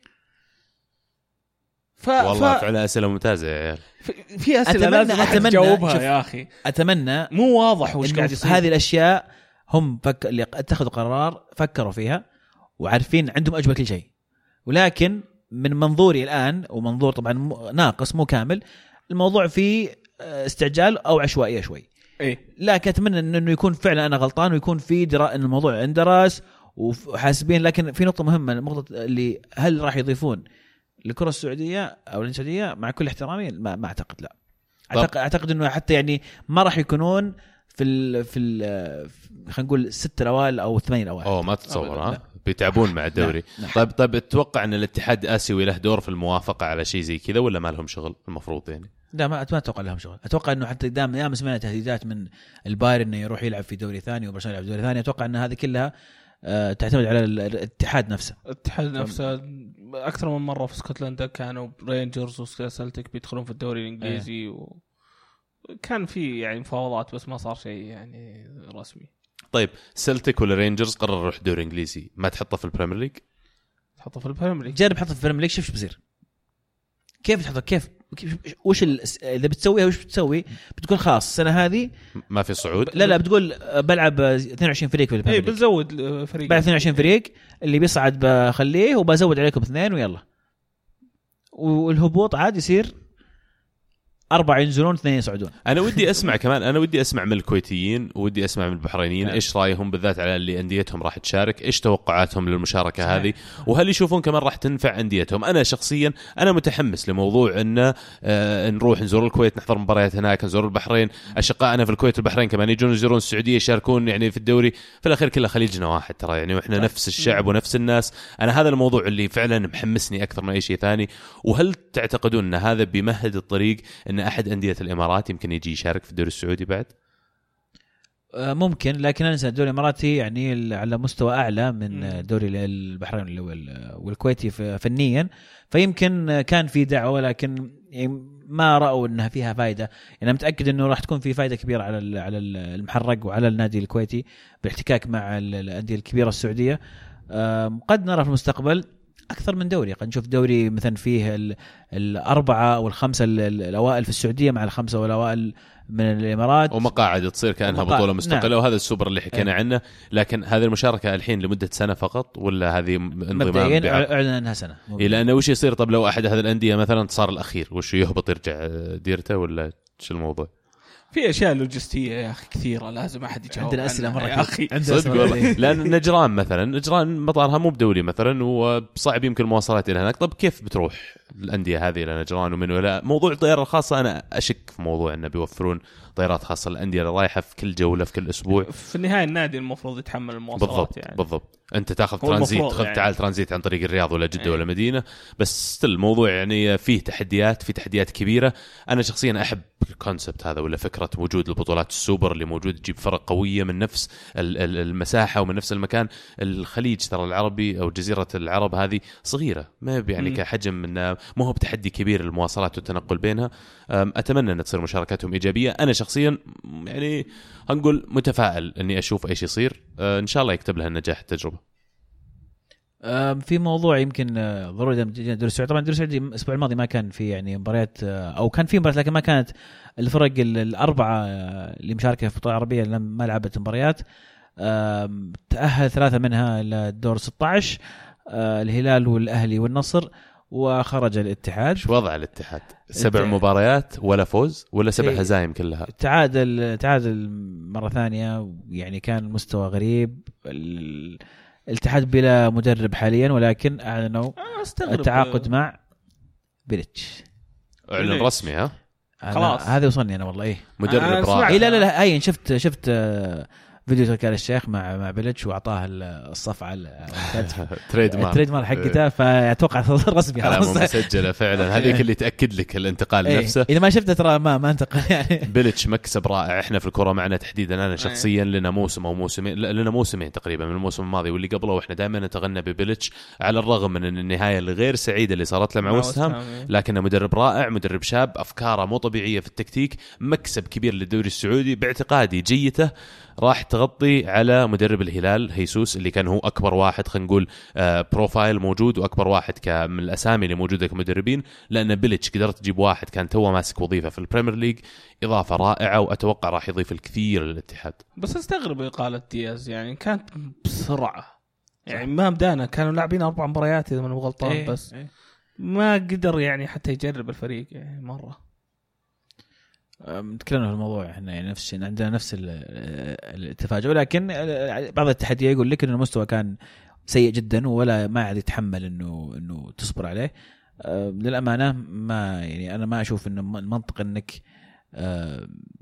ف... والله ف... فعلا اسئله ممتازه يا عيال. في اسئله لازم تجاوبها يا اخي. اتمنى مو واضح وش قاعد يصير. هذه الاشياء هم فك... اللي اتخذوا قرار فكروا فيها وعارفين عندهم أجمل كل شيء، ولكن من منظوري الآن ومنظور طبعا ناقص مو كامل، الموضوع فيه استعجال أو عشوائية شوي. إيه؟ لكن أتمنى أنه يكون فعلا أنا غلطان ويكون في درا... أن الموضوع اندرس وحاسبين. لكن في نقطة مهمة، النقطة اللي هل راح يضيفون الكرة السعودية أو السعودية؟ مع كل احترامي ما, ما أعتقد. لا أعتقد, أعتقد أنه حتى يعني ما راح يكونون في ال في ال خلينا نقول الست الأوائل أو الثمانية الأوائل. أوه ما تتصور ها بيتعبون مع الدوري. لا. طيب طيب اتوقع ان الاتحاد الاسيوي له دور في الموافقه على شيء زي كذا ولا ما لهم شغل المفروض يعني؟ لا ما اتوقع لهم شغل. اتوقع انه حتى دام ياما سمعنا تهديدات من البايرن انه يروح يلعب في دوري ثاني وبرشلونه يلعب في دوري ثاني. اتوقع ان هذه كلها آه تعتمد على الاتحاد نفسه. الاتحاد نفسه اكثر من مره في اسكتلندا كانوا رينجرز وسلتيك بيدخلون في الدوري الانجليزي و... كان في يعني مفاوضات بس ما صار شيء يعني رسمي. طيب سلتيك ولا رينجرز قرر يروح دوري انجليزي، ما تحطه في البريمير ليج؟ تحطه في البريمير ليج، جرب حطه في البريمير ليج شوف ايش بيصير. كيف تحطه كيف وش ال... اذا بتسويها وش بتسوي؟ بتقول خلاص السنه هذه ما في صعود. لا لا بتقول بلعب اثنين وعشرين فريق في البريمير ليج. اي بتزود فريق بعد اثنين وعشرين فريق اللي بيصعد بخليه وبزود عليكم اثنين ويلا. والهبوط عاد يصير أربعة ينزلون اثنين يصعدون. أنا ودي أسمع كمان أنا ودي أسمع من الكويتيين ودي أسمع من البحرينيين نعم. إيش رأيهم بالذات على اللي أنديتهم راح تشارك، إيش توقعاتهم للمشاركة صحيح. هذه وهل يشوفون كمان راح تنفع أنديتهم. أنا شخصيا أنا متحمس لموضوع إن آه نروح نزور الكويت نحضر مباريات هناك، نزور البحرين، أشقائنا في الكويت والبحرين كمان يجون يزورون السعودية يشاركون يعني في الدوري. في الأخير كلها خليجنا واحد ترى يعني، وإحنا صح. نفس الشعب ونفس الناس. أنا هذا الموضوع اللي فعلا محمسني أكثر من أي شيء ثاني. وهل تعتقدون أن هذا بيمهد الطريق أن أحد أندية الإمارات يمكن يجي يشارك في الدوري السعودي بعد؟ ممكن، لكن أنسى الدوري الإماراتي يعني على مستوى أعلى من الدوري البحرين والكويتي فنيا، فيمكن كان في دعوة لكن ما رأوا أنها فيها فايدة. يعني أنا متأكد أنه راح تكون في فايدة كبيرة على على المحرق وعلى النادي الكويتي بالاحتكاك مع الأندية الكبيرة السعودية. قد نرى في المستقبل أكثر من دوري، قد نشوف دوري مثلا فيه الأربعة أو الخمسة الأوائل في السعودية مع الخمسة والأوائل من الإمارات، ومقاعد تصير كأنها ومقاعد. بطولة مستقلة نعم. وهذا السوبر اللي حكينا أه. عنه. لكن هذه المشاركة الحين لمدة سنة فقط ولا هذه انضمام؟ مبدئيا أعلن أنها سنة. إلى أنه وش يصير؟ طب لو أحد هذه الأندية مثلا صار الأخير وش يهبط يرجع ديرته ولا شو الموضوع؟ في اشياء لوجستيه يا اخي كثيره لازم احد يجاوب. عندنا اسئله مره يا اخي صدق والله. لان نجران مثلا نجران مطارها مو بدولي مثلا وصعب يمكن المواصلات الى هناك. طب كيف بتروح الانديه هذه الى نجران ومن ولا موضوع الطياره الخاصه؟ انا اشك في موضوع انه بيوفرون طيارات خاصه للانديه اللي رايحه في كل جوله في كل اسبوع. في النهايه النادي المفروض يتحمل المواصلات. بالضبط يعني بالضبط. انت تاخذ ترانزيت خذ يعني. تعال ترانزيت عن طريق الرياض ولا جده يعني. ولا مدينه. بس ستيل الموضوع يعني فيه تحديات في تحديات كبيره. انا شخصيا احب الكونسبت هذا ولا فكره وجود البطولات السوبر اللي موجود تجيب فرق قويه من نفس المساحه ومن نفس المكان. الخليج ترى العربي او جزيره العرب هذه صغيره ما يعني م. كحجم من مو هو بتحدي كبير المواصلات والتنقل بينها. اتمنى ان تصير مشاركاتهم ايجابيه. انا شخصيا يعني هنقول متفائل اني اشوف ايش يصير. ان شاء الله يكتب لها النجاح التجربه. في موضوع يمكن ضروري دوري السعودي. طبعا دوري السعودي الاسبوع الماضي ما كان في يعني مباريات او كان في مباريات لكن ما كانت الفرق الاربعه اللي مشاركه في البطوله العربيه ما لعبت مباريات. تاهل ثلاثه منها للدور ستة عشر الهلال والاهلي والنصر وخرج الاتحاد. شو وضع الاتحاد؟ سبع الاتحاد. مباريات ولا فوز ولا سبع هزايم كلها. تعادل تعادل مره ثانيه يعني كان مستوى غريب. الاتحاد بلا مدرب حاليا ولكن اعلنوا التعاقد مع بيليتش. اعلن رسمي ها خلاص. هذا وصلني انا والله. ايه مدرب رائع. لا لا لا اي شفت شفت فيديو تركال الشيخ مع مع بيليتش واعطاه الصفعه تريد مارك تريد مارك حقته فاتوقع رسمي خلاص مسجله فعلا. هذيك اللي تاكد لك الانتقال ايه. نفسه. اذا ما شفته ترى ما ما انتقل يعني. بيليتش مكسب رائع. احنا في الكره معنا تحديدا انا شخصيا لنا موسم او موسمين لنا موسمين تقريبا من الموسم الماضي واللي قبله واحنا دائما نتغنى ببيليتش على الرغم من النهايه الغير سعيده اللي صارت له مع وست هام. لكنه مدرب رائع مدرب شاب افكاره مو طبيعيه في التكتيك. مكسب كبير للدوري السعودي. باعتقادي جيته راح تغطي على مدرب الهلال هيسوس اللي كان هو أكبر واحد خلينا نقول بروفايل موجود وأكبر واحد من الأسامي اللي موجودة كمدربين. لأن بيليتش قدرت تجيب واحد كان توه ماسك وظيفة في البريمير ليج إضافة رائعة وأتوقع راح يضيف الكثير للاتحاد. بس استغرب إقالة دياز يعني كانت بسرعة يعني ما بدانا كانوا لاعبين أربع مباريات إذا ما غلطان ايه بس ايه. ما قدر يعني حتى يجرب الفريق يعني مرة. نتكلم في الموضوع احنا يعني نفس الشيء عندنا نفس التفاجؤ ولكن بعض التحديات يقول لك ان المستوى كان سيء جدا ولا ما عاد يتحمل انه انه تصبر عليه. للامانه ما يعني انا ما اشوف انه منطق انك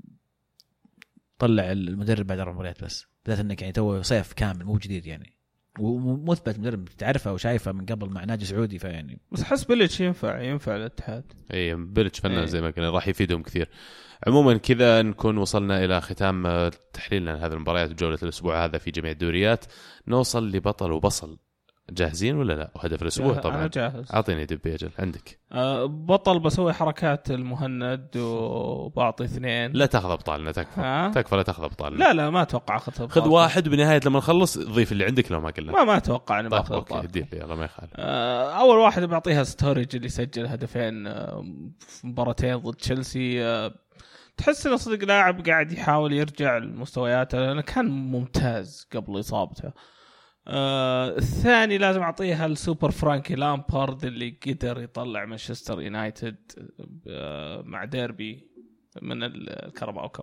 طلع المدرب بعد اربع مباريات بس بالذات انك يعني تو صيف كامل مو جديد يعني ومثبت مدرب تعرفه وشايفه من قبل مع نادي سعودي فيعني. بس حس بيليتش ينفع ينفع الاتحاد. اي بيليتش فنان زي ما كنا راح يفيدهم كثير. عموما كذا نكون وصلنا الى ختام تحليلنا لهذه المباريات بجوله الاسبوع هذا في جميع الدوريات. نوصل لبطل وبصل. جاهزين ولا لا؟ وهدف الاسبوع طبعا انا جاهز. اعطيني دبي اجل عندك. أه بطل بسوي حركات المهند وبعطي اثنين. لا تاخذ ابطالنا تكفى ها؟ تكفى لا تاخذ ابطالنا. لا لا ما اتوقع اخذ ابطال. خذ واحد بنهايه لما نخلص ضيف اللي عندك لو ما قلنا. ما ما اتوقع اني طيب باخذ ابطال. اوكي ادي لي يلا ما يخالف. أه اول واحد بعطيها ستوريج اللي سجل هدفين في مباراتين ضد تشيلسي. أه تحس انه صدق لاعب قاعد يحاول يرجع لمستوياته لانه كان ممتاز قبل اصابته. آه الثاني لازم أعطيها السوبر فرانكي لامبارد اللي قدر يطلع مانشستر يونايتد آه مع ديربي من الكاراباو كاب.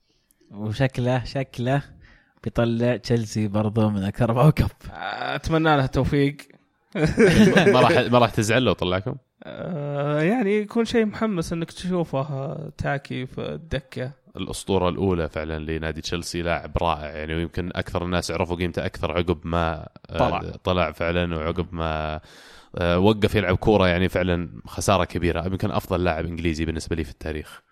وشكله شكله بيطلع تشيلسي برضو من الكاراباو كاب. آه أتمنى له التوفيق. ما راح ما راح تزعل لو طلعكم. آه يعني يكون شيء محمس انك تشوفه تاكي في الدكة. الأسطورة الأولى فعلا لنادي تشيلسي لاعب رائع يعني ويمكن أكثر الناس عرفوا قيمته أكثر عقب ما طلع طلع فعلا وعقب ما وقف يلعب كورة يعني فعلا خسارة كبيرة. يمكن أفضل لاعب إنجليزي بالنسبة لي في التاريخ.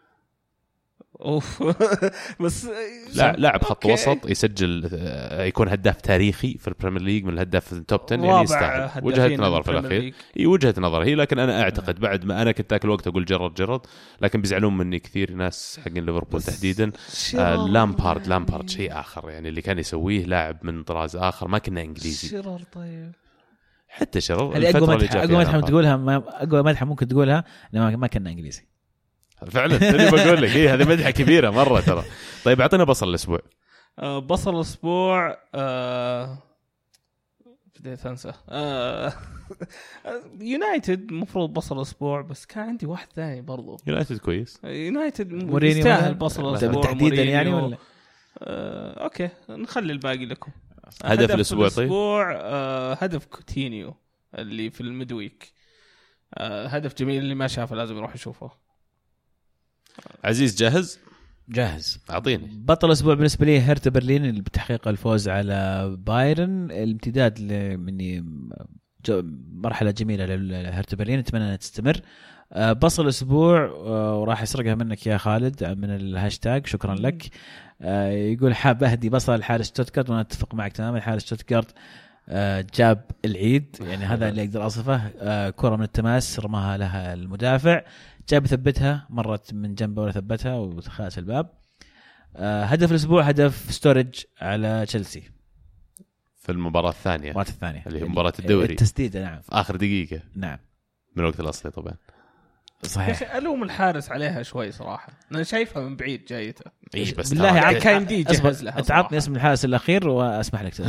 اوف بس لا لاعب خط وسط يسجل يكون هداف تاريخي في البريمير ليج من الهداف التوب عشرة يعني يستاهل. وجهة نظر في الأخير هي وجهة نظر هي لكن أنا أعتقد بعد ما أنا كنت أكل وقت أقول جيرارد جيرارد لكن بيزعلون مني كثير ناس حقين ليفربول تحديدا. آه لامبارد لامبارد شيء آخر يعني اللي كان يسويه لاعب من طراز آخر ما كنا إنجليزي. شيرار طيب حتى شيرار الفترة اللي جاء أقوى مدحة تقولها ما أقوى مدحة ممكن تقولها لما ما كنا إنجليزي فعلا تاني بقول لك إيه هذه مدحة كبيرة مرة ترى. طيب أعطينا بصل الأسبوع. أه بصل الأسبوع أه بديت أنسى أه يونايتد مفروض بصل الأسبوع بس كان عندي واحد ثاني برضو. يونايتد كويس. يونايتد يستاهل بصل الأسبوع تحديدا يعني ولا أه أوكي نخلي الباقي لكم. هدف, هدف الأسبوع. طيب الأسبوع أه هدف كوتينيو اللي في الميدويك. أه هدف جميل اللي ما شافه لازم يروح يشوفه. عزيز جاهز؟ جاهز. أعطيني بطل الأسبوع بالنسبة لي هيرتا برلين اللي بتحقيق الفوز على بايرن. الامتداد مني مرحلة جميلة لهيرتا برلين أتمنى أنها تستمر. بصل الأسبوع وراح يسرقها منك يا خالد من الهاشتاج شكرا لك. يقول حاب أهدي بصل الحارس شتوتغارت وأنا أتفق معك تماما. حارس شتوتغارت جاب العيد يعني هذا اللي أقدر أصفه. كرة من التماس رماها لها المدافع جاب ثبتها مرت من جنبه ولا ثبتها وخلص الباب. هدف الأسبوع هدف ستورج على تشيلسي في المباراة الثانية المباراة الثانية اللي هي مباراة الدوري التسديدة نعم في آخر دقيقة نعم من الوقت الأصلي طبعا صحيح. ألوم الحارس عليها شوي صراحة أنا شايفها من بعيد جايته. إيه بس بالله عليك كان دي جهز لها. تعطني اسم الحارس الأخير وأسمح لك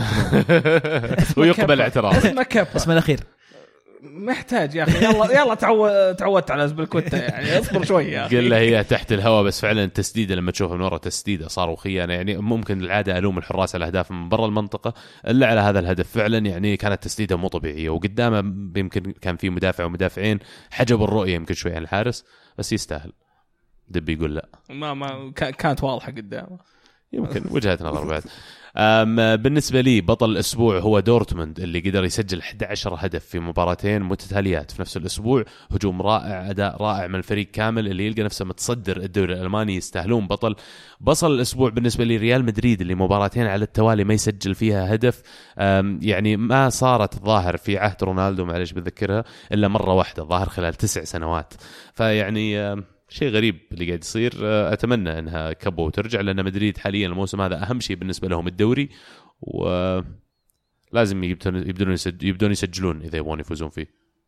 ويقبل اعتراض اسم الأخير محتاج يا اخي يلا يلا تعود تعودت على زبلكوته يعني اصبر شوي يا اخي. قل له هي تحت الهواء بس فعلا التسديده لما تشوفها من ورا تسديده صاروا خيانه يعني ممكن العاده الوم الحراس على اهداف من برا المنطقه الا على هذا الهدف فعلا يعني كانت تسديده مو طبيعيه وقدامه يمكن كان في مدافع ومدافعين حجبوا الرؤيه يمكن شوي عن الحارس بس يستاهل. دبي يقول لا ما ما كانت واضحه قدامه يمكن وجهة نظر بعد. بالنسبة لي بطل الأسبوع هو دورتموند اللي قدر يسجل أحد عشر هدف في مباراتين متتاليات في نفس الأسبوع. هجوم رائع أداء رائع من الفريق كامل اللي يلقى نفسه متصدر الدوري الألماني يستاهلون بطل. بصل الأسبوع بالنسبة لي ريال مدريد اللي مباراتين على التوالي ما يسجل فيها هدف يعني ما صارت الظاهر في عهد رونالدو معلش بذكرها إلا مرة واحدة الظاهر خلال تسع سنوات فيعني شيء غريب اللي قاعد يصير. أتمنى أنها كبو وترجع لأن مدريد حاليا الموسم هذا أهم شيء بالنسبة لهم الدوري ولازم يبدون يبدون يسجلون إذا يبغون يفوزون فيه.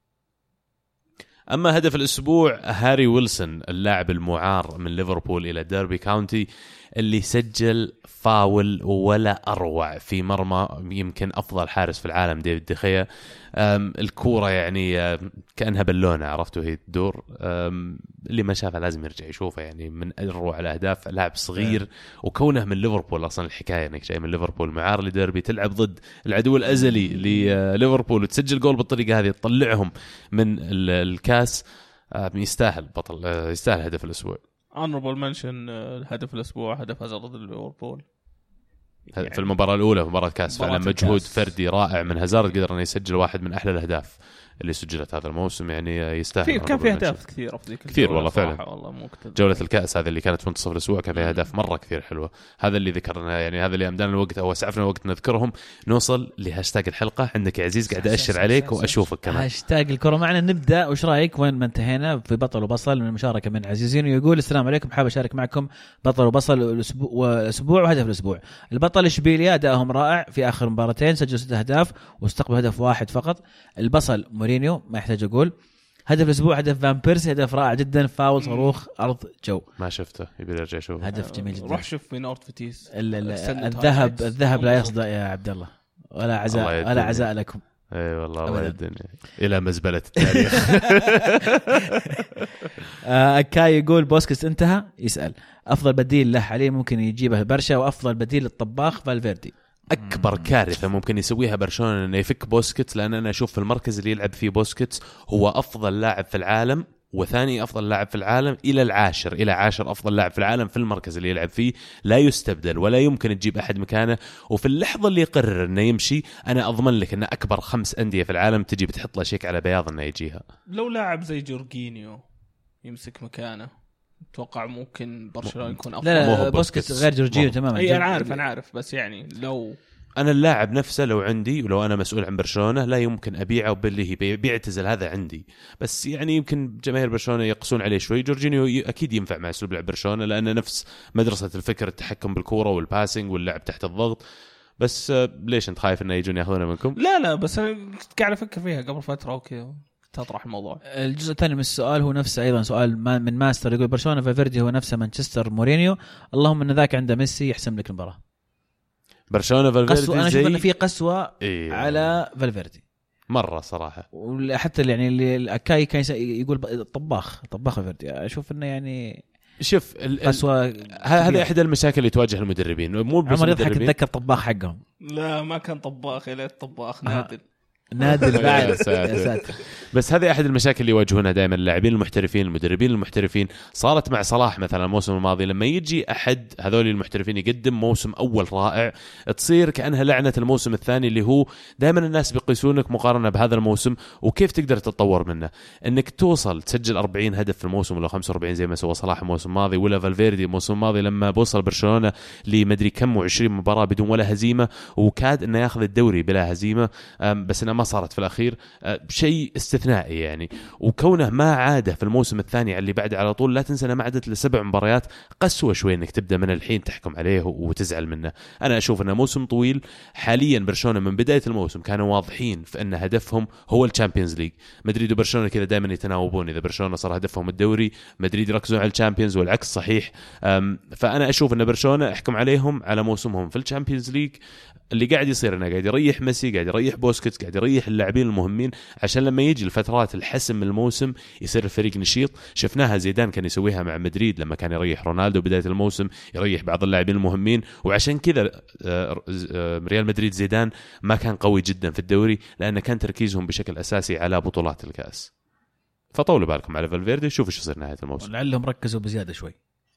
أما هدف الأسبوع هاري ويلسون اللاعب المعار من ليفربول إلى ديربي كاونتي اللي سجل فاول ولا أروع في مرمى يمكن أفضل حارس في العالم ديفيد دخيا. الكورة يعني كأنها بالونة عرفتوا هي تدور. اللي ما شافها لازم يرجع يشوفها يعني من أروع الأهداف. لاعب صغير وكونه من ليفربول أصلا الحكاية إنك جاي من ليفربول معار لديربي تلعب ضد العدو الأزلي لليفربول وتسجل جول بالطريقة هذه تطلعهم من الكاس. يستاهل بطل يستاهل هدف الأسبوع. honorable mention هدف الأسبوع هدف هازارد ضد ليفربول يعني في المباراة الأولى في مباراة كاس فعلا مجهود الكاس. فردي رائع من هازارد، قدر أن يسجل واحد من أحلى الأهداف اللي سجلت هذا الموسم، يعني يستاهل. كان في أهداف كثير في كثير والله فعلا. والله جولة الكأس هذه اللي كانت في منتصف الأسبوع كان فيها أهداف مرة كثير حلوة. هذا اللي ذكرنا، يعني هذا اللي أمدانا الوقت أو أسعفنا الوقت نذكرهم. نوصل لهاشتاج الحلقة. عندك يا عزيز قاعد أشر عليك وأشوفك كمان. هاشتاج الكرة معنا. نبدأ. وش رأيك وين ما انتهينا في بطل وبصل من المشاركة من عزيزين، يقول السلام عليكم، حابب أشارك معكم بطل وبصل الأسبوع والأسبوع وهدف الأسبوع. البطل إشبيليا أدائهم رائع في آخر مباراتين، سجلوا ست أهداف واستقبلوا هدف واحد فقط. البصل مورينيو ما يحتاج أقول. هدف الأسبوع هدف فان بيرسي، هدف رائع جدا، فاول صاروخ أرض جو. ما شفته يبي يرجع يشوف. هدف جميل جدا. روح شوف في نورت فتيس. الذهب الذهب لا يصدأ يا عبد الله، ولا عزاء ولا عزاء لكم. اي والله الله الدنيا الى مزبله التاريخ. أكاي يقول بوسكيتس انتهى. يسأل افضل بديل له حاليا ممكن يجيبه برشا، وافضل بديل للطباخ فالفيردي. أكبر كارثة ممكن يسويها برشلونة إنه يفك بوسكيتس، لأن أنا أشوف في المركز اللي يلعب فيه بوسكيتس هو أفضل لاعب في العالم وثاني أفضل لاعب في العالم إلى العاشر إلى عاشر أفضل لاعب في العالم في المركز اللي يلعب فيه، لا يستبدل ولا يمكن تجيب أحد مكانه. وفي اللحظة اللي يقرر إنه يمشي أنا أضمن لك إن أكبر خمس أندية في العالم تجي بتحط له شيك على بياض إنه يجيها. لو لاعب زي جورجينيو يمسك مكانه اتوقع ممكن برشلونة يكون افضل. لا لا بوسكيتس غير جورجينيو تماما. اي انا عارف انا عارف بس يعني لو انا اللاعب نفسه لو عندي ولو انا مسؤول عن برشلونة لا يمكن ابيعه باللي هي بيعتزل، هذا عندي. بس يعني يمكن جماهير برشلونة يقصون عليه شوي. جورجينيو اكيد ينفع مع اسلوب لعب برشلونة لانه نفس مدرسة الفكر، التحكم بالكرة والباسنج واللعب تحت الضغط. بس ليش انت خايف انه يجون ياخذونه منكم؟ لا لا بس انا قاعد افكر فيها قبل فترة وكذا تطرح الموضوع. الجزء الثاني من السؤال هو نفسه ايضا سؤال من ماستر، يقول برشلونة فالفيردي هو نفسه مانشستر مورينيو، اللهم ان ذاك عنده ميسي يحسم لك المباراة. برشلونة فالفيردي انا اشوف ان في قسوة إيه. على فالفيردي مرة صراحة. وحتى يعني اللي الاكاي كان يقول طباخ طباخ فالفيردي، اشوف انه يعني شوف قسوة. هذا احد المشاكل اللي تواجه المدربين، مو بس عمر يضحك يتذكر طباخ حقهم. لا ما كان طباخ، الى الطباخ نادل نادل بعد. يا ساتر. بس هذه احد المشاكل اللي يواجهونها دائما اللاعبين المحترفين المدربين المحترفين. صارت مع صلاح مثلا الموسم الماضي، لما يجي احد هذول المحترفين يقدم موسم اول رائع تصير كأنها لعنة الموسم الثاني، اللي هو دائما الناس بيقيسونك مقارنة بهذا الموسم وكيف تقدر تتطور منه. انك توصل تسجل أربعين هدف في الموسم ولا خمسة وأربعين زي ما سوى صلاح الموسم الماضي، ولا فالفيردي الموسم الماضي لما بوصل برشلونة لمدري كم وعشرين مباراة بدون ولا هزيمة، وكاد انه ياخذ الدوري بلا هزيمة، بس انه ما صارت في الأخير. شيء استثنائي يعني. وكونه ما عاده في الموسم الثاني اللي بعده على طول، لا تنسى أنه ما عادت لسبع مباريات، قسوة شوي أنك تبدأ من الحين تحكم عليه وتزعل منه. أنا أشوف أنه موسم طويل. حاليا برشلونة من بداية الموسم كانوا واضحين في أن هدفهم هو الشامبيونز ليج. مدريد وبرشلونة كذا دائما يتناوبون، إذا برشلونة صار هدفهم الدوري مدريد يركزون على الشامبيونز والعكس صحيح. فأنا أشوف أن برشلونة أحكم عليهم على موسمهم في الشامبيونز ليج. اللي قاعد يصير انه قاعد يريح ميسي، قاعد يريح بوسكيتس، قاعد يريح اللاعبين المهمين عشان لما يجي الفترات الحسم من الموسم يصير الفريق نشيط. شفناها زيدان كان يسويها مع مدريد لما كان يريح رونالدو بداية الموسم، يريح بعض اللاعبين المهمين. وعشان كذا ريال مدريد زيدان ما كان قوي جدا في الدوري، لأنه كان تركيزهم بشكل أساسي على بطولات الكأس. فطولوا بالكم على فالفيردي، شوفوا شو يصير نهاية الموسم. لعلهم ركزوا بزيادة شوي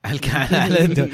على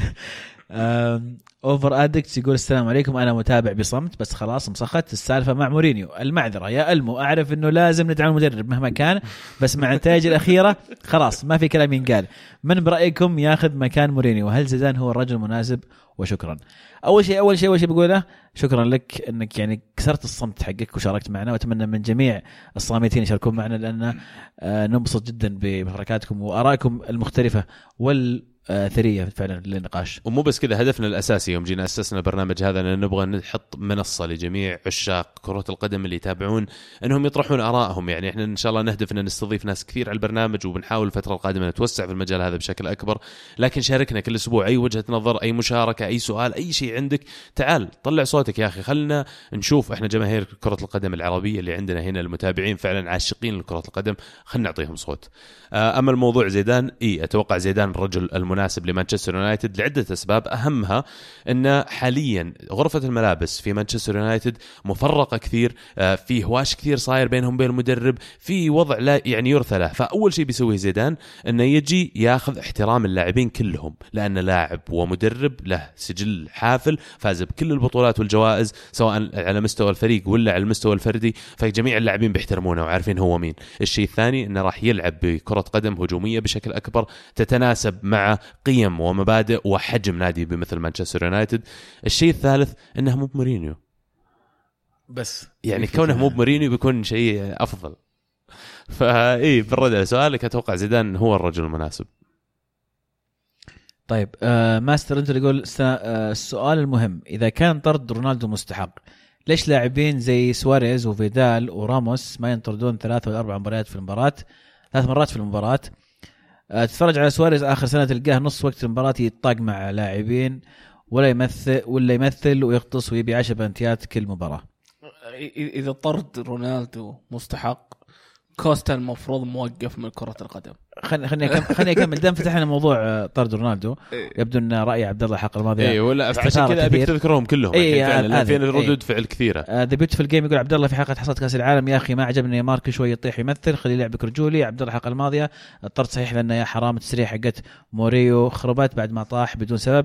اوفر ادكتس يقول السلام عليكم، انا متابع بصمت بس خلاص مسخت السالفه مع مورينيو. المعذره يا المو، اعرف انه لازم ندعم المدرب مهما كان، بس مع النتائج الاخيره خلاص ما في كلام ينقال. من برايكم ياخذ مكان مورينيو؟ هل زيدان هو الرجل المناسب؟ وشكرا. اول شيء اول شيء اول شيء بقوله شكرا لك انك يعني كسرت الصمت حقك وشاركت معنا، واتمنى من جميع الصامتين يشاركون معنا، لان ننبسط جدا بمشاركاتكم وارائكم المختلفه وال ثرية فعلا للنقاش. ومو بس كذا، هدفنا الأساسي يوم جينا أسسنا البرنامج هذا أن نبغى نحط منصة لجميع عشاق كرة القدم اللي يتابعون أنهم يطرحون آرائهم. يعني إحنا إن شاء الله نهدف أن نستضيف ناس كثير على البرنامج، وبنحاول الفترة القادمة نتوسع في المجال هذا بشكل أكبر. لكن شاركنا كل أسبوع أي وجهة نظر، أي مشاركة، أي سؤال، أي شيء عندك، تعال طلع صوتك يا أخي. خلنا نشوف إحنا جماهير كرة القدم العربية اللي عندنا هنا، المتابعين فعلا عاشقين لكرة القدم، خلنا نعطيهم صوت. أما الموضوع زيدان، إيه أتوقع زيدان الرجل المناسب مناسب لمانشستر يونايتد لعدة أسباب، أهمها أن حاليا غرفة الملابس في مانشستر يونايتد مفرقة كثير، في هواش كثير صاير بينهم بين المدرب، في وضع لا يعني يرثى له. فأول شيء بيسويه زيدان أنه يجي ياخذ احترام اللاعبين كلهم، لأن لاعب ومدرب له سجل حافل، فاز بكل البطولات والجوائز سواء على مستوى الفريق ولا على المستوى الفردي، فجميع اللاعبين بيحترمونه وعارفين هو مين. الشيء الثاني أنه راح يلعب بكرة قدم هجومية بشكل أكبر تتناسب مع قيم ومبادئ وحجم نادي بمثل مانشستر يونايتد. الشيء الثالث أنه مو بمورينيو، بس يعني كونه مو بمورينيو بيكون شيء أفضل. فإيه بالرد على سؤالك أتوقع زيدان هو الرجل المناسب. طيب آه ماستر انت يقول آه السؤال المهم، اذا كان طرد رونالدو مستحق ليش لاعبين زي سواريز وفيدال وراموس ما ينطردون ثلاث ولا اربع مباريات في المباراة، ثلاث مرات في المباراة؟ آه تتفرج على سواريز اخر سنة تلقاه نص وقت المباراة يتطاق مع لاعبين ولا يمثل ولا يمثل ويغطس ويبي عشر بنتيات كل مباراة. اذا طرد رونالدو مستحق كوستا المفروض موقف من كرة القدم. خليني خليني خليني اكمل دام فتحنا موضوع طرد رونالدو. يبدو ان راي عبد الله حق الماضي اي ولا عشان كذا ابي تذكرهم كلهم إيه فعلا فين ردود فعل كثيره. ذا بيوتيفل جيم يقول عبد الله في حلقه حصلت كاس العالم يا اخي ما عجبني مارك شوي يطيح يمثل خلي لعبك رجولي. عبد الله حق الماضيه الطرد صحيح لانه يا حرام التسريح حقت موريو خربت بعد ما طاح بدون سبب.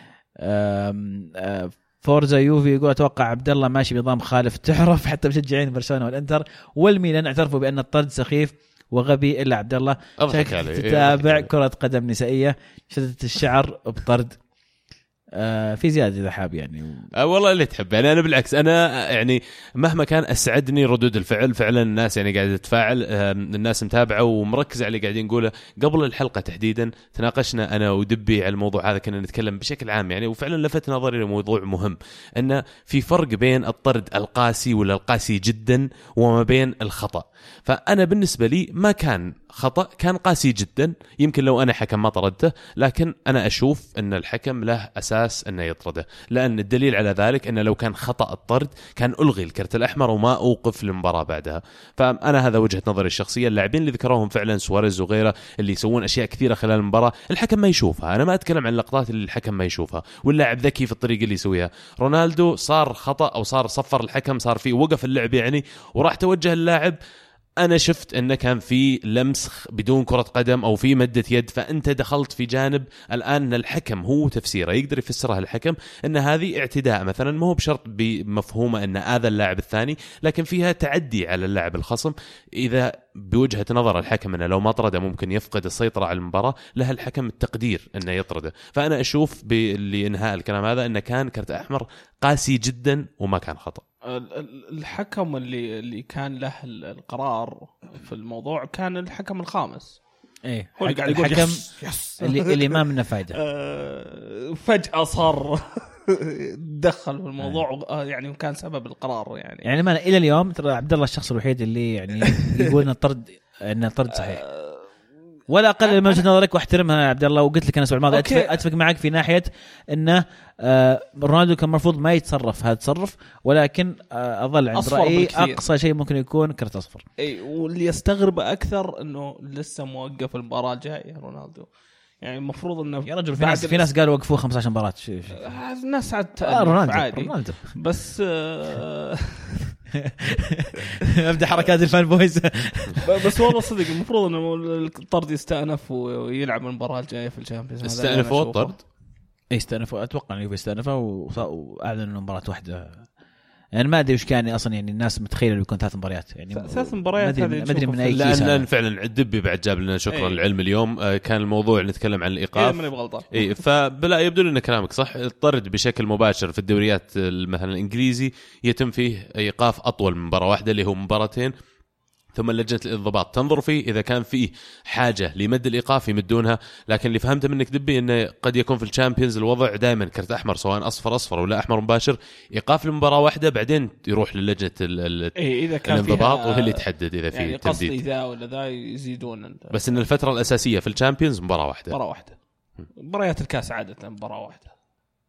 أم أم فورزا يوفي يقول اتوقع عبد الله ماشي بنظام خالف تعرف حتى مشجعين برشلونه والانتر والميلان اعترفوا بان الطرد سخيف وغبي الا عبد الله تتابع كرة قدم نسائية شدت الشعر بطرد. آه في زيادة إذا حاب يعني آه والله اللي تحب يعني. أنا بالعكس أنا يعني مهما كان أسعدني ردود الفعل فعلا الناس يعني قاعدة تتفاعل. آه الناس متابعة ومركزة على اللي قاعدين نقوله. قبل الحلقة تحديدا تناقشنا أنا ودبي على الموضوع هذا كنا نتكلم بشكل عام يعني وفعلا لفت نظري لموضوع مهم أن في فرق بين الطرد القاسي ولا القاسي جدا وما بين الخطأ. فأنا بالنسبة لي ما كان خطأ كان قاسي جدا. يمكن لو أنا حكم ما طردته لكن أنا أشوف أن الحكم له أساس أنه يطرده لأن الدليل على ذلك أنه لو كان خطأ الطرد كان ألغي الكرت الأحمر وما أوقف المباراة بعدها. فأنا هذا وجهة نظري الشخصية. اللاعبين اللي ذكروهم فعلا سواريز وغيره اللي يسوون أشياء كثيرة خلال المباراة الحكم ما يشوفها. أنا ما أتكلم عن اللقطات اللي الحكم ما يشوفها واللاعب ذكي في الطريقة اللي يسويها. رونالدو صار خطأ أو صار صفر الحكم صار فيه وقف اللعب يعني وراح توجه اللاعب. أنا شفت أنه كان في لمس بدون كرة قدم أو في مدة يد فأنت دخلت في جانب الآن الحكم هو تفسيره يقدر يفسرها الحكم أن هذه اعتداء مثلا ما هو بشرط بمفهومة أن هذا اللاعب الثاني لكن فيها تعدي على اللاعب الخصم. إذا بوجهة نظر الحكم أنه لو ما طرده ممكن يفقد السيطرة على المباراة لها الحكم التقدير أنه يطرده. فأنا أشوف لإنهاء الكلام هذا أنه كان كرت أحمر قاسي جدا وما كان خطأ. الحكم اللي اللي كان له القرار في الموضوع كان الحكم الخامس. ايه هو اللي قاعد يقول الحكم يس يس. اللي اللي ما منه فايده. أه فجأة صار دخل في الموضوع يعني وكان سبب القرار يعني. يعني ما الى اليوم ترى عبد الله الشخص الوحيد اللي يعني يقول ان الطرد ان الطرد صحيح. ولا اقل من وجهه نظرك واحترمها يا عبد الله. وقلت لك انا الاسبوع الماضي اتفق, اتفق معك في ناحيه انه آه رونالدو كان المفروض ما يتصرف هذا التصرف ولكن آه اظل عند رايي اقصى شيء ممكن يكون كرت اصفر. اي واللي يستغرب اكثر انه لسه موقف المباراه الجايه رونالدو. يعني المفروض انه يا رجل في ناس في ناس قالوا وقفوه خمسة عشر مباراه. الناس عاد آه رونالدو عادي رونالدو. بس آه ابدا حركات الفان بويز. بس والله صدق المفروض انه الطرد يستأنف ويلعب المباراه الجايه في الشامبيونز. استأنفوا الطرد اي استأنفوا اتوقع انه يستأنفوا واعلنوا انه مباراه واحده. يعني ما ادري وش كان اصلا يعني الناس متخيله انه يكون ثلاث مباريات يعني ثلاث مباريات هذه ما ادري من اي كيس. لان فعلا الدبي بعد جاب لنا شكرا للعلم اليوم كان الموضوع نتكلم عن الايقاف. اي فبلا يبدو لنا كلامك صح. الطرد بشكل مباشر في الدوريات مثلا الانجليزي يتم فيه ايقاف اطول من مباراه واحده اللي هو مباراتين ثم لجنة الانضباط تنظر فيه إذا كان فيه حاجة لمد الإيقاف يمدونها. لكن اللي فهمته منك دبي إنه قد يكون في الشامبيونز الوضع دائما كرت أحمر سواء أصفر أصفر ولا أحمر مباشر إيقاف لمباراة واحدة بعدين يروح للجنة الانضباط وهي اللي تحدد إذا فيه يعني تمديد يعني ذا ولا ذا يزيدون انت. بس إن الفترة الأساسية في الشامبيونز مباراة واحدة. مباراة واحدة. مباريات الكاس عادة مباراة واحدة.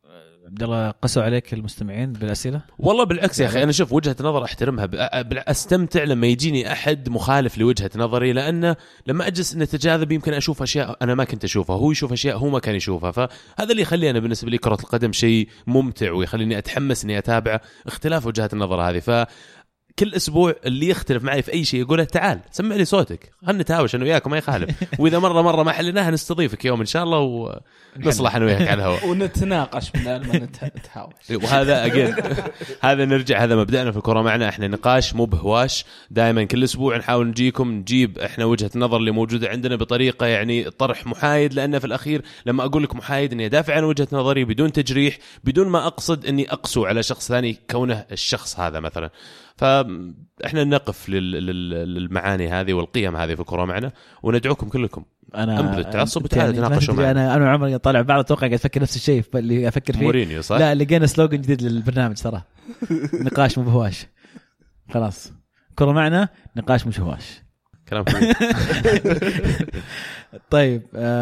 عبد الله قسوا عليك المستمعين بالاسئله؟ والله بالعكس يا اخي، انا شوف وجهه نظر احترمها، استمتع لما يجيني احد مخالف لوجهه نظري، لانه لما اجلس نتجاذب يمكن اشوف اشياء انا ما كنت اشوفها، هو يشوف اشياء هو ما كان يشوفها، فهذا اللي يخلي انا بالنسبه لي كره القدم شيء ممتع ويخليني اتحمس اني اتابع اختلاف وجهات النظر هذه. ف كل اسبوع اللي يختلف معي في اي شيء يقوله تعال سمع لي صوتك، خلنا نتهاوش انا وياك ما يخالف، واذا مره مره ما حلناها نستضيفك يوم ان شاء الله ونصلح انا وياك على الهواء ونتناقش من ما نتهاوش. وهذا اجين هذا نرجع، هذا مبدأنا في الكره معنا، احنا نقاش مو بهواش، دائما كل اسبوع نحاول نجيكم نجيب احنا وجهه النظر اللي موجوده عندنا بطريقه يعني طرح محايد، لان في الاخير لما اقول لك محايد اني ادافع عن وجهه نظري بدون تجريح، بدون ما اقصد اني اقسو على شخص ثاني كونه الشخص هذا مثلا. فاحنا نقف للمعاني هذه والقيم هذه في الكره معنا، وندعوكم كلكم انا امبل التعصب وتعالوا تناقشوا معنا. انا انا وعمر طالع بعض اتوقع قاعد افكر نفس الشيء اللي افكر فيه مورينيو صح؟ لا لقينا سلوغن جديد للبرنامج صراحه. نقاش مو بهواش، خلاص كره معنا نقاش مش هواش، كلام كويس. طيب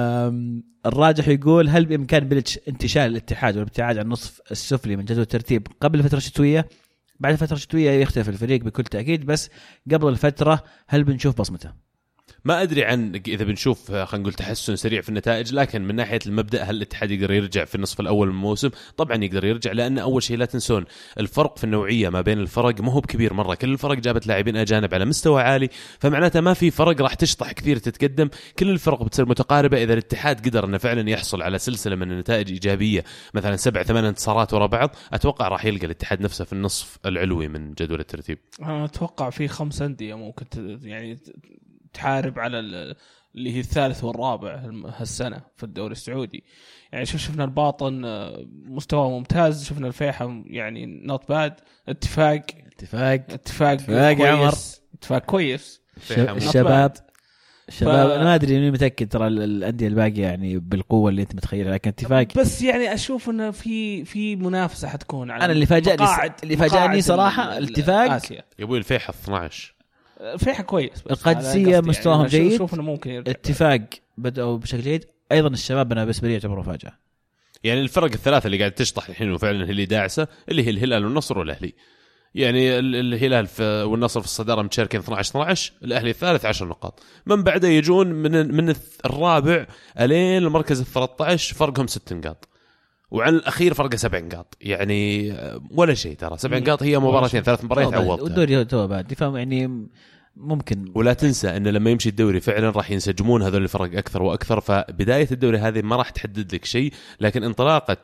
الراجح يقول هل بامكان بلتش انتشال الاتحاد والابتعاد عن النصف السفلي من جدول الترتيب قبل الفتره الشتويه؟ بعد الفترة الشتوية يختلف الفريق بكل تأكيد، بس قبل الفترة هل بنشوف بصمته؟ ما أدري عن إذا بنشوف خلينا نقول تحسن سريع في النتائج، لكن من ناحية المبدأ هل الاتحاد يقدر يرجع في النصف الأول من الموسم؟ طبعا يقدر يرجع، لأن أول شيء لا تنسون الفرق في النوعية ما بين الفرق ما هو بكبير مرة، كل الفرق جابت لاعبين أجانب على مستوى عالي، فمعناته ما في فرق راح تشطح كثير تتقدم، كل الفرق بتصير متقاربة. إذا الاتحاد قدر أنه فعلا يحصل على سلسلة من النتائج إيجابية مثلا سبع ثمان انتصارات وراء بعض، أتوقع راح يلقى الاتحاد نفسه في النصف العلوي من جدول الترتيب. أنا أتوقع في خمس أندية ممكن يعني تحارب على اللي هي الثالث والرابع هالسنة في الدوري السعودي. يعني شوف شفنا الباطن مستوى ممتاز، شفنا الفيحة يعني نوت باد، اتفاق اتفاق اتفاق اتفاق كويس اتفاق كويس الشباب الشباب ف... انا ما ادري اني متاكد ترى الانديه الباقيه يعني بالقوه اللي انت متخيلها، لكن اتفاق بس يعني اشوف انه في في منافسه حتكون على انا اللي فاجأني اللي فاجأني صراحه الاتفاق يبوي الفيحة اثنا عشر الفيحة كويس، القادسيه مستواهم يعني جيد، اشوف انه ممكن يرجع. اتفاق بدأوا بشكل جيد ايضا، الشباب انا بالنسبه لي يعتبروا فاجأة. يعني الفرق الثلاثه اللي قاعد تشطح الحين وفعلا اللي داعسه اللي هي الهلال والنصر والاهلي، يعني الهلال والنصر في الصداره متشاركين اثنا عشر اثنا عشر، الاهلي الثالث عشر نقاط، من بعده يجون من من الرابع الين المركز الثلاثة عشر فرقهم ست نقاط، وعن الاخير فرقه سبع نقاط، يعني ولا شيء ترى سبع نقاط هي مباراتين ثلاث مباريات عوضتها، والدوري تو بعد فاهم يعني ممكن. ولا تنسى ان لما يمشي الدوري فعلا راح ينسجمون هذول الفرق اكثر واكثر، فبدايه الدوري هذه ما راح تحدد لك شيء، لكن انطلاقه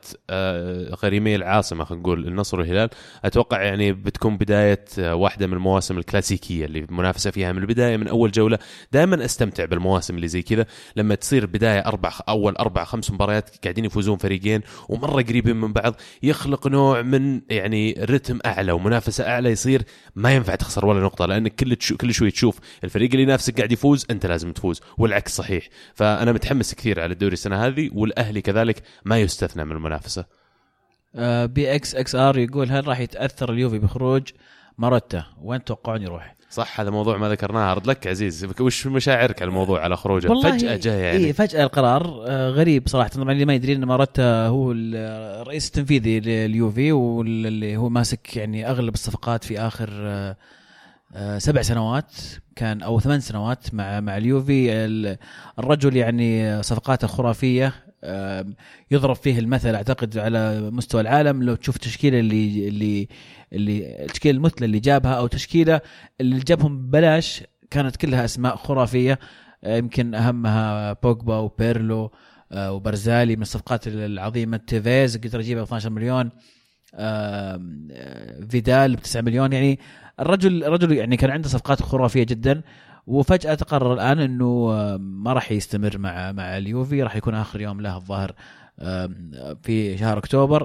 غريمي العاصمه خلينا نقول النصر والهلال اتوقع يعني بتكون بدايه واحده من المواسم الكلاسيكيه اللي منافسه فيها من البدايه من اول جوله. دائما استمتع بالمواسم اللي زي كذا لما تصير بدايه اربع اول اربع خمس مباريات قاعدين يفوزون فريقين ومره قريبين من بعض، يخلق نوع من يعني رتم اعلى ومنافسه اعلى، يصير ما ينفع تخسر ولا نقطه، لان كل كل شوي تشوف الفريق اللي ينافسك قاعد يفوز انت لازم تفوز، والعكس صحيح. فانا متحمس كثير على الدوري السنه هذه، والاهلي كذلك ما يستثنى من المنافسه. آه بي اكس اكس ار يقول هل راح يتاثر اليوفي بخروج ماروتا، وين توقعون يروح؟ صح هذا موضوع ما ذكرناه، ارد لك عزيز وش مشاعرك على الموضوع على خروجه فجاه جاء يعني إيه فجاه القرار آه غريب صراحه، طبعا اللي ما يدري ان ماروتا هو الرئيس التنفيذي لليوفي واللي هو ماسك يعني اغلب الصفقات في اخر آه آه سبع سنوات كان او ثمان سنوات مع مع اليوفي. الرجل يعني صفقاته خرافيه، آه يضرب فيه المثل اعتقد على مستوى العالم. لو تشوف تشكيله اللي اللي اللي التشكيله المثلى اللي جابها او تشكيله اللي جابهم ببلاش كانت كلها اسماء خرافيه، آه يمكن اهمها بوجبا وبيرلو آه وبرزالي من الصفقات العظيمه، تيفيز قدر يجيبها اثنا عشر مليون، آه فيدال بتسعة مليون. يعني الرجل الرجل يعني كان عنده صفقات خرافيه جدا، وفجاه تقرر الان انه ما راح يستمر مع مع اليوفي، راح يكون اخر يوم له الظاهر في شهر اكتوبر.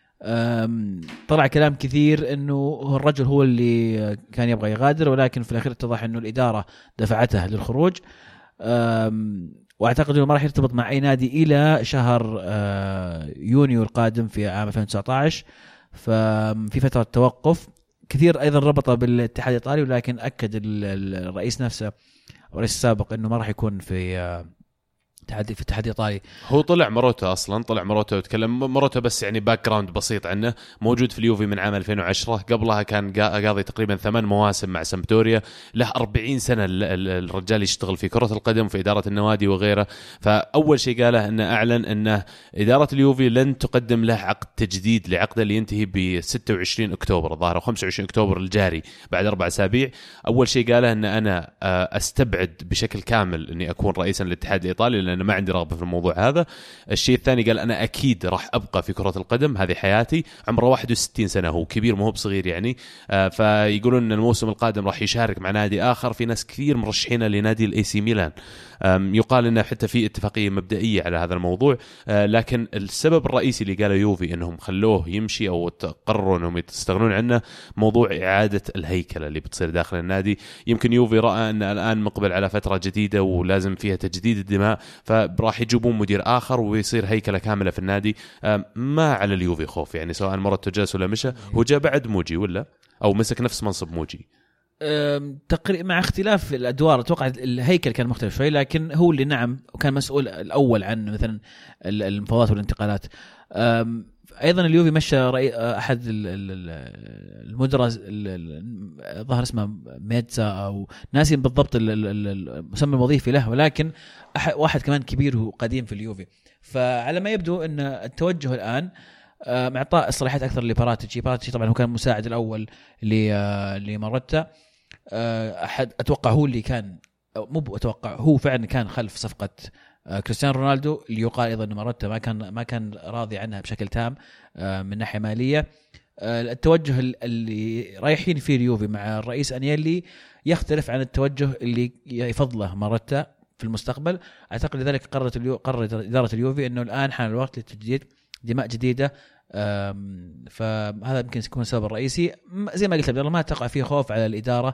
طلع كلام كثير انه الرجل هو اللي كان يبغى يغادر، ولكن في الاخير اتضح انه الاداره دفعته للخروج، واعتقد انه ما راح يرتبط مع اي نادي الى شهر يونيو القادم في عام ألفين وتسعة عشر، ففي فتره توقف. كثير ايضا ربطه بالاتحاد الايطالي، ولكن اكد الرئيس نفسه الرئيس السابق انه ما راح يكون في تحدي في الاتحاد الايطالي. هو طلع مروتا اصلا طلع مروتا وتكلم مروتا بس يعني باك جراوند بسيط عنه. موجود في اليوفي من عام ألفين وعشرة، قبلها كان قاضي تقريبا ثمان مواسم مع سامبدوريا. له أربعين سنه الرجال يشتغل في كره القدم في اداره النوادي وغيره. فاول شيء قاله انه اعلن انه اداره اليوفي لن تقدم له عقد تجديد لعقده اللي ينتهي ب ستة وعشرين اكتوبر الظاهر خمسة وعشرين اكتوبر الجاري بعد اربع اسابيع. اول شيء قاله ان انا استبعد بشكل كامل اني اكون رئيسا للاتحاد الايطالي لان ما عندي رغبه في الموضوع هذا. الشيء الثاني قال انا اكيد راح ابقى في كره القدم، هذه حياتي. عمره واحد وستين سنه، هو كبير مو بصغير يعني. فيقولون ان الموسم القادم راح يشارك مع نادي اخر. في ناس كثير مرشحينه لنادي الاي سي ميلان. يقال انه حتى في اتفاقيه مبدئيه على هذا الموضوع. لكن السبب الرئيسي اللي قاله يوفي انهم خلوه يمشي او قرروا انهم يستغنون عنه موضوع اعاده الهيكله اللي بتصير داخل النادي. يمكن يوفي راى ان الان مقبل على فتره جديده ولازم فيها تجديد الدماء، فراح يجيبون مدير اخر ويصير هيكله كامله في النادي. ما على اليوفي خوف يعني، سواء مرت جلس ولا مشى. هو جاء بعد موجي ولا او مسك نفس منصب موجي تقريبا مع اختلاف الادوار. اتوقع الهيكل كان مختلف شوي، لكن هو اللي نعم وكان مسؤول الاول عن مثلا المفاوضات والانتقالات. ايضا اليوفي مشى احد المدراء ظهر اسمه ميتزا او ناسي بالضبط المسمى الوظيفي له، ولكن واحد كمان كبير وقديم في اليوفي. فعلى ما يبدو ان التوجه الان مع اعطاء الصلاحيات اكثر لباراتيتشي. باراتيتشي طبعا هو كان مساعد الاول لمروتا. احد اتوقع هو اللي كان مو اتوقع هو فعلا كان خلف صفقه كريستيانو رونالدو، اللي يقال ايضا ان مروتا ما كان ما كان راضي عنها بشكل تام من ناحيه ماليه. التوجه اللي رايحين فيه اليوفي مع الرئيس انيلي يختلف عن التوجه اللي يفضله مروتا في المستقبل. اعتقد لذلك قررت اليو... قررت اداره اليوفي انه الان حان الوقت للتجديد دماء جديده. فهذا يمكن يكون السبب الرئيسي. زي ما قلت قبل ما تقع فيه خوف على الاداره.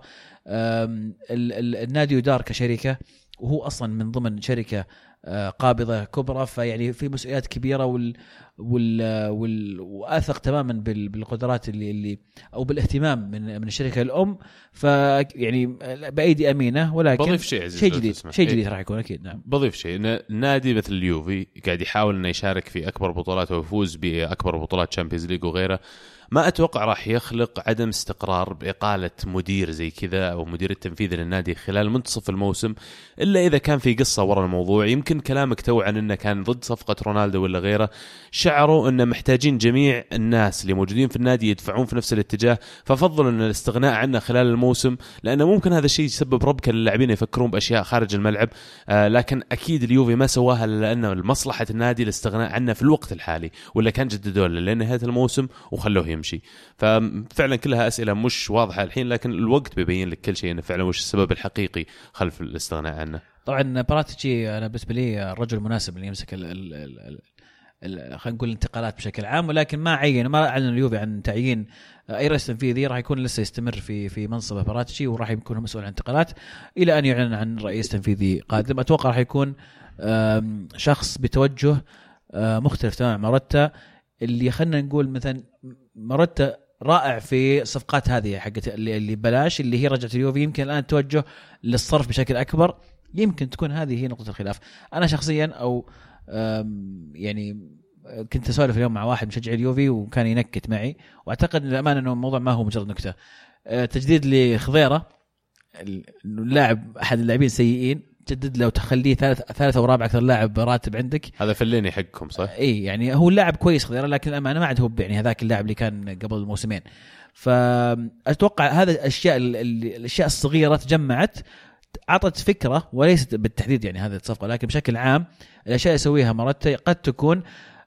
النادي يدار كشركه وهو اصلا من ضمن شركه قابضه كبرى، فيعني في مسؤوليات كبيره وال وال, وال... واثق تماما بال... بالقدرات اللي اللي او بالاهتمام من من الشركه الام. فيعني بايدي امينه، ولكن بضيف شيء شيء جديد شيء جديد راح يكون اكيد. نعم بضيف شيء ان نادي مثل اليوفي قاعد يحاول انه يشارك في اكبر بطولات ويفوز باكبر بطولات تشامبيونز ليج وغيره. ما أتوقع راح يخلق عدم استقرار بإقالة مدير زي كذا أو مدير التنفيذي للنادي خلال منتصف الموسم، إلا إذا كان في قصة وراء الموضوع. يمكن كلامك تو عن أنه كان ضد صفقة رونالدو ولا غيره، شعروا أنه محتاجين جميع الناس اللي موجودين في النادي يدفعون في نفس الاتجاه، ففضلوا أن الاستغناء عنه خلال الموسم، لأنه ممكن هذا الشيء يسبب ربكة للاعبين يفكرون بأشياء خارج الملعب. آه لكن أكيد اليوفي ما سواها لأنه مصلحة النادي الاستغناء عنه في الوقت الحالي، ولا كان جددوا له لنهاية الموسم وخلوه يمشي. ففعلا كلها أسئلة مش واضحة الحين، لكن الوقت بيبين لك كل شيء إنه فعلا وش السبب الحقيقي خلف الاستغناء عنه. طبعا باراتيتشي أنا بالنسبة لي الرجل المناسب اللي يمسك ال ال ال ال خلينا نقول الانتقالات بشكل عام، ولكن ما عين ما أعلن اليوفي عن تعيين أي رئيس تنفيذي. راح يكون لسه يستمر في في منصب باراتيتشي، وراح يكون مسؤول عن الانتقالات إلى أن يعلن عن رئيس تنفيذي قادم. أتوقع راح يكون شخص بتوجه مختلف تماما. مروتا اللي خلنا نقول مثلا مروتا رائع في الصفقات هذه حقت اللي بلاش اللي هي رجعت اليوفي، يمكن الآن توجه للصرف بشكل أكبر. يمكن تكون هذه هي نقطة الخلاف. أنا شخصيا أو يعني كنت أسولف اليوم مع واحد مشجع اليوفي وكان ينكت معي، وأعتقد للأمانة أنه الموضوع ما هو مجرد نكتة. تجديد لخضيرة اللاعب أحد اللاعبين سيئين، جدد لو تخليه ثالث ثالث او رابع اكثر لاعب راتب عندك، هذا فليني حقكم صح. اي يعني هو اللاعب كويس خضيره، لكن الامانه ما عاد هو يعني هذاك اللاعب اللي كان قبل الموسمين. فاتوقع هذا الاشياء الاشياء الصغيره تجمعت اعطت فكره، وليست بالتحديد يعني هذه الصفقه، لكن بشكل عام الاشياء يسويها مرات قد تكون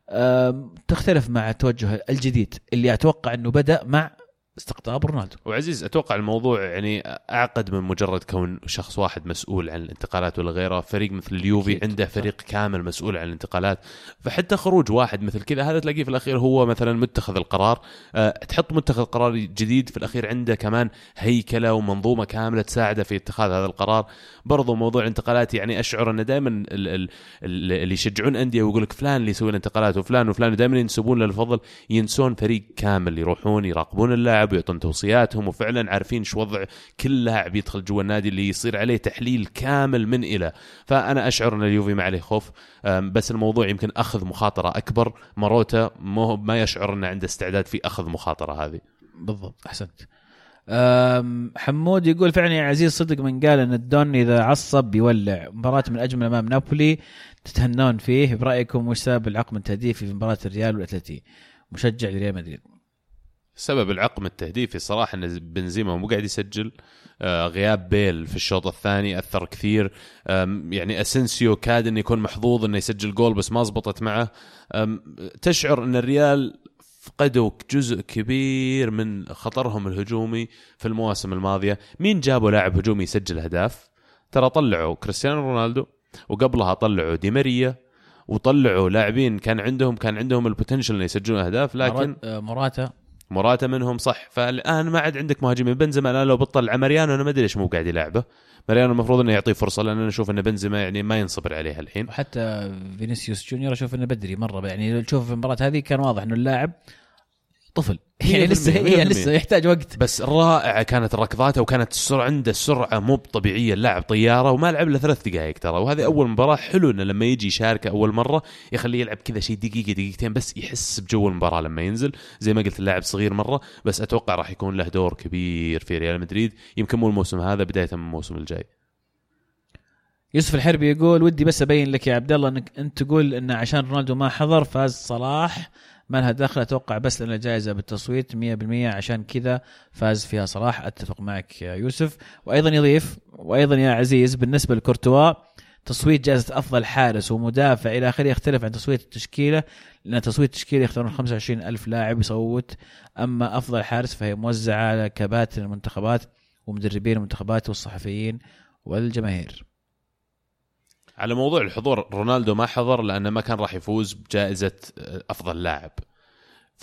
تختلف مع التوجه الجديد اللي اتوقع انه بدا مع استقطاب رونالدو. وعزيز أتوقع الموضوع يعني أعقد من مجرد كون شخص واحد مسؤول عن الانتقالات ولا غيره. فريق مثل اليوفي عنده فريق كامل مسؤول عن الانتقالات، فحتى خروج واحد مثل كذا هذا تلاقيه في الأخير هو مثلا متخذ القرار. أه تحط متخذ قرار جديد في الأخير عنده كمان هيكلة ومنظومة كاملة تساعده في اتخاذ هذا القرار. برضو موضوع الانتقالات يعني أشعر أن دائما اللي يشجعون أندية ويقولك فلان اللي يسوي الانتقالات وفلان وفلان دائما ينسبون للفضل، ينسون فريق كامل يروحون يراقبون اللاعب الملعب ويعطون توصياتهم وفعلا عارفين شو وضع كل لاعب يدخل جوا النادي اللي يصير عليه تحليل كامل من إلى. فأنا أشعر أن اليوفي ما عليه خوف، بس الموضوع يمكن أخذ مخاطرة أكبر. ماروتا ما يشعر أنه عنده استعداد في أخذ مخاطرة هذه. بالضبط، أحسنت. حمود يقول فعلا يا عزيز صدق من قال أن الدون إذا عصب يولع. مباراة من أجمل أمام نابولي تتهنون فيه. برأيكم وش سبب العقم التهديفي في مباراة الريال والأتلتي مشجع لريال مدريد؟ سبب العقم التهديفي صراحة أن بنزيما مو قاعد يسجل. غياب بيل في الشوط الثاني أثر كثير. يعني أسنسيو كاد أن يكون محظوظ أنه يسجل جول بس ما زبطت معه. تشعر أن الريال فقدوا جزء كبير من خطرهم الهجومي في المواسم الماضية. مين جابوا لاعب هجومي يسجل أهداف؟ ترى طلعوا كريستيانو رونالدو، وقبلها طلعوا دي ماريا، وطلعوا لاعبين كان عندهم كان عندهم البوتنشل يسجلون أهداف، لكن موراتا موراتا منهم صح. فالآن ما عاد عندك مهاجمين. بنزيما الآن لو بطلع ماريانو أنا ما أدري ليش مو قاعد يلعبه. ماريانو المفروض إنه يعطيه فرصة، لأن أنا أشوف إن بنزيما يعني ما ينصبر عليه الحين. وحتى فينيسيوس جونيور أشوف إنه بدري مرة، يعني تشوف في المباراة هذه كان واضح إنه اللاعب طفل يعني لسه هي لسه يحتاج وقت. بس رائعة كانت ركضاته، وكانت السرعة عنده سرعة مو طبيعية. اللاعب طيارة وما لعب له ثلاث دقائق ترى، وهذه أول مباراة. حلو إنه لما يجي يشارك أول مرة يخليه يلعب كذا شيء دقيقة دقيقتين بس يحس بجو المباراة لما ينزل. زي ما قلت اللاعب صغير مرة، بس أتوقع راح يكون له دور كبير في ريال مدريد، يمكن مو الموسم هذا، بداية من الموسم الجاي. يوسف الحربي يقول ودي بس أبين لك يا عبد الله أنك أنت تقول إن عشان رونالدو ما حضر فاز صلاح، ما لها دخل. أتوقع بس لأن الجائزة بالتصويت مية بالمية عشان كذا فاز فيها صلاح. أتفق معك يا يوسف. وأيضا يضيف وأيضا يا عزيز بالنسبة لكورتوا تصويت جائزة أفضل حارس ومدافع إلى آخره يختلف عن تصويت التشكيلة، لأن تصويت التشكيلة يختارون خمسة وعشرين ألف لاعب يصوت. أما أفضل حارس فهي موزعة على كباتن المنتخبات ومدربين المنتخبات والصحفيين والجماهير. على موضوع الحضور، رونالدو ما حضر لأنه ما كان راح يفوز بجائزة أفضل لاعب. ف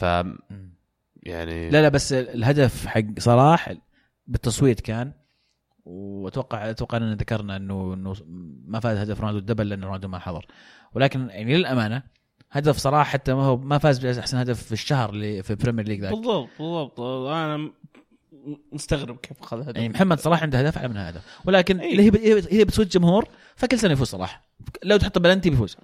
يعني لا لا بس الهدف حق صلاح بالتصويت كان، وأتوقع أتوقع أننا ذكرنا إنه إنه ما فاز هدف رونالدو الدبل لأن رونالدو ما حضر. ولكن يعني للأمانة هدف صلاح حتى ما هو ما فاز بجائزة أحسن هدف في الشهر اللي في البريمير ليج ذاك. بالضبط بالضبط. أنا مستغرب كيف أخذ هدف. يعني محمد صلاح عنده هدف أعلى من هذا، ولكن إيه؟ اللي هي هي بتصوت جمهور فكل سنة يفوز صلاح. لو تحط بلنتي بيفوز.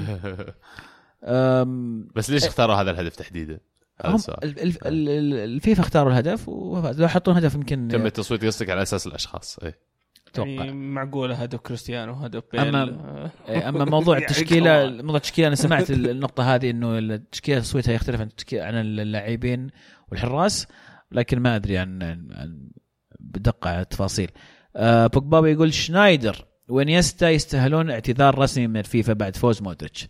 بس ليش اختاروا هذا الهدف تحديدا؟ هم الفيفا اختاروا الهدف وفاز. لو حطوا هدف يمكن تم التصويت يصدق على أساس الأشخاص. إيه يعني معقولة هدف كريستيانو هدف بيل. أما أما موضوع التشكيلة موضوع التشكيلة أنا سمعت النقطة هذه إنه التشكيلة تصويتها يختلف عن عن اللاعبين والحراس، لكن ما أدري عن, عن بدقة على التفاصيل. أه بوجبا يقول شنايدر وإنيستا يستاهلون اعتذار رسمي من الفيفا بعد فوز مودريتش.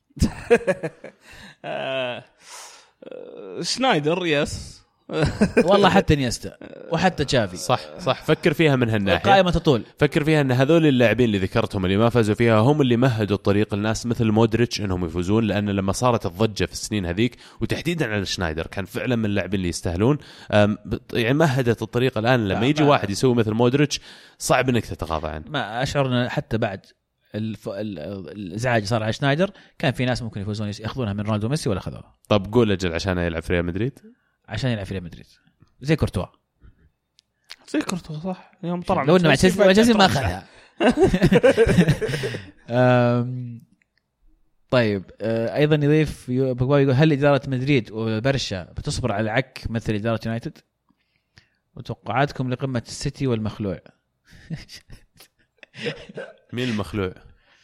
شنايدر يس والله حتى انيستا وحتى تشافي صح صح. فكر فيها من هالناحية، قائمة تطول. فكر فيها ان هذول اللاعبين اللي ذكرتهم اللي ما فازوا فيها هم اللي مهدوا الطريق للناس مثل مودريتش انهم يفوزون. لان لما صارت الضجة في السنين هذيك وتحديدا على شنايدر كان فعلا من اللاعبين اللي يستاهلون، يعني مهدت الطريق. الان لما يجي واحد يسوي مثل مودريتش صعب انك تتغاضى عنه. ما اشعر حتى بعد الف... الازعاج صار على شنايدر كان في ناس ممكن يفوزون ياخذونها من رونالدو ميسي ولا اخذوها. طب قول اجل عشان يلعب في ريال مدريد، عشان يلعب في ريال مدريد زي كورتوا. زي كورتوا صح. يوم طلع لو انه مع تشيلسي ما اخذها. طيب ايضا يضيف بوجبا يقول هل اداره مدريد وبرشا بتصبر على العك مثل اداره يونايتد؟ وتوقعاتكم لقمه السيتي والمخلوع؟ مين المخلوع؟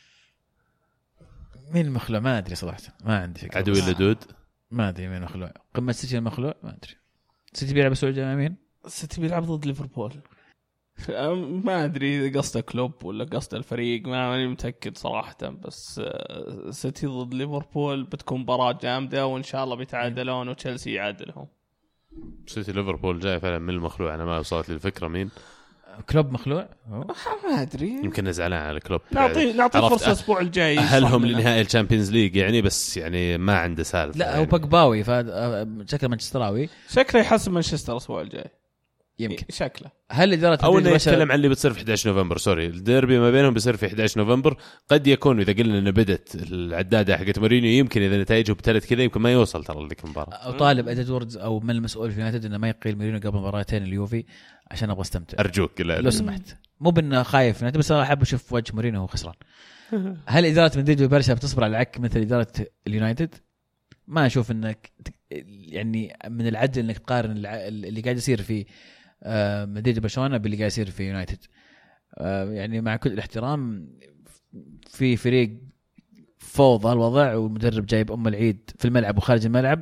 مين المخلوع ما ادري صراحه، ما عندي فكره. عدوي اللدود ما ادري مين المخلوع. قمه السيتي والمخلوع ما ادري. السيتي بيلعب السعوديه مع مين؟ السيتي بيلعب ضد ليفربول. ما ادري قصده كلوب ولا قصده الفريق، ما ماني متاكد صراحه. بس السيتي ضد ليفربول بتكون مباراه جامده وان شاء الله بيتعادلون وتشيلسي يعادلهم. سيتي ليفربول جاي فعلا من المخلوع. انا ما وصلت لي الفكره مين كلوب مخلوع. ما ادري، يمكن نزعلان على كلوب. نعطي نعطي فرصه الاسبوع الجاي. اهلهم لنهائي الشامبيونز ليج يعني، بس يعني ما عنده سالفه. لا يعني. هو بقباوي فشكله مانشستراوي، شكله يحسب مانشستر الاسبوع الجاي. يمكن شكله. هل إدارة او انه مدريد يتكلم عن اللي بتصير في إحدى عشر نوفمبر، سوري الديربي ما بينهم بيصير في إحدى عشر نوفمبر. قد يكون اذا قلنا انه بدت العداده حقت مورينيو يمكن اذا نتائجه ابتلت كذا يمكن ما يوصل ترى لذيك المباراه. او طالب ادوردز او من المسؤول في يونايتد انه ما يقيل مورينيو قبل مباراتين اليوفي عشان ابغى استمتع. ارجوك لا لو سمحت، مو بانه خايف يونايتد بس احب اشوف وجه مورينيو وهو خسران. هل اداره مدريد وبرشا بتصبر على العك مثل اداره اليونايتد؟ ما اشوف انك يعني من العدل انك تقارن اللي قاعد يصير في مدريد وبرشلونه باللي قاعد يصير في يونايتد. يعني مع كل الاحترام في فريق فوضى الوضع والمدرب جايب ام العيد في الملعب وخارج الملعب،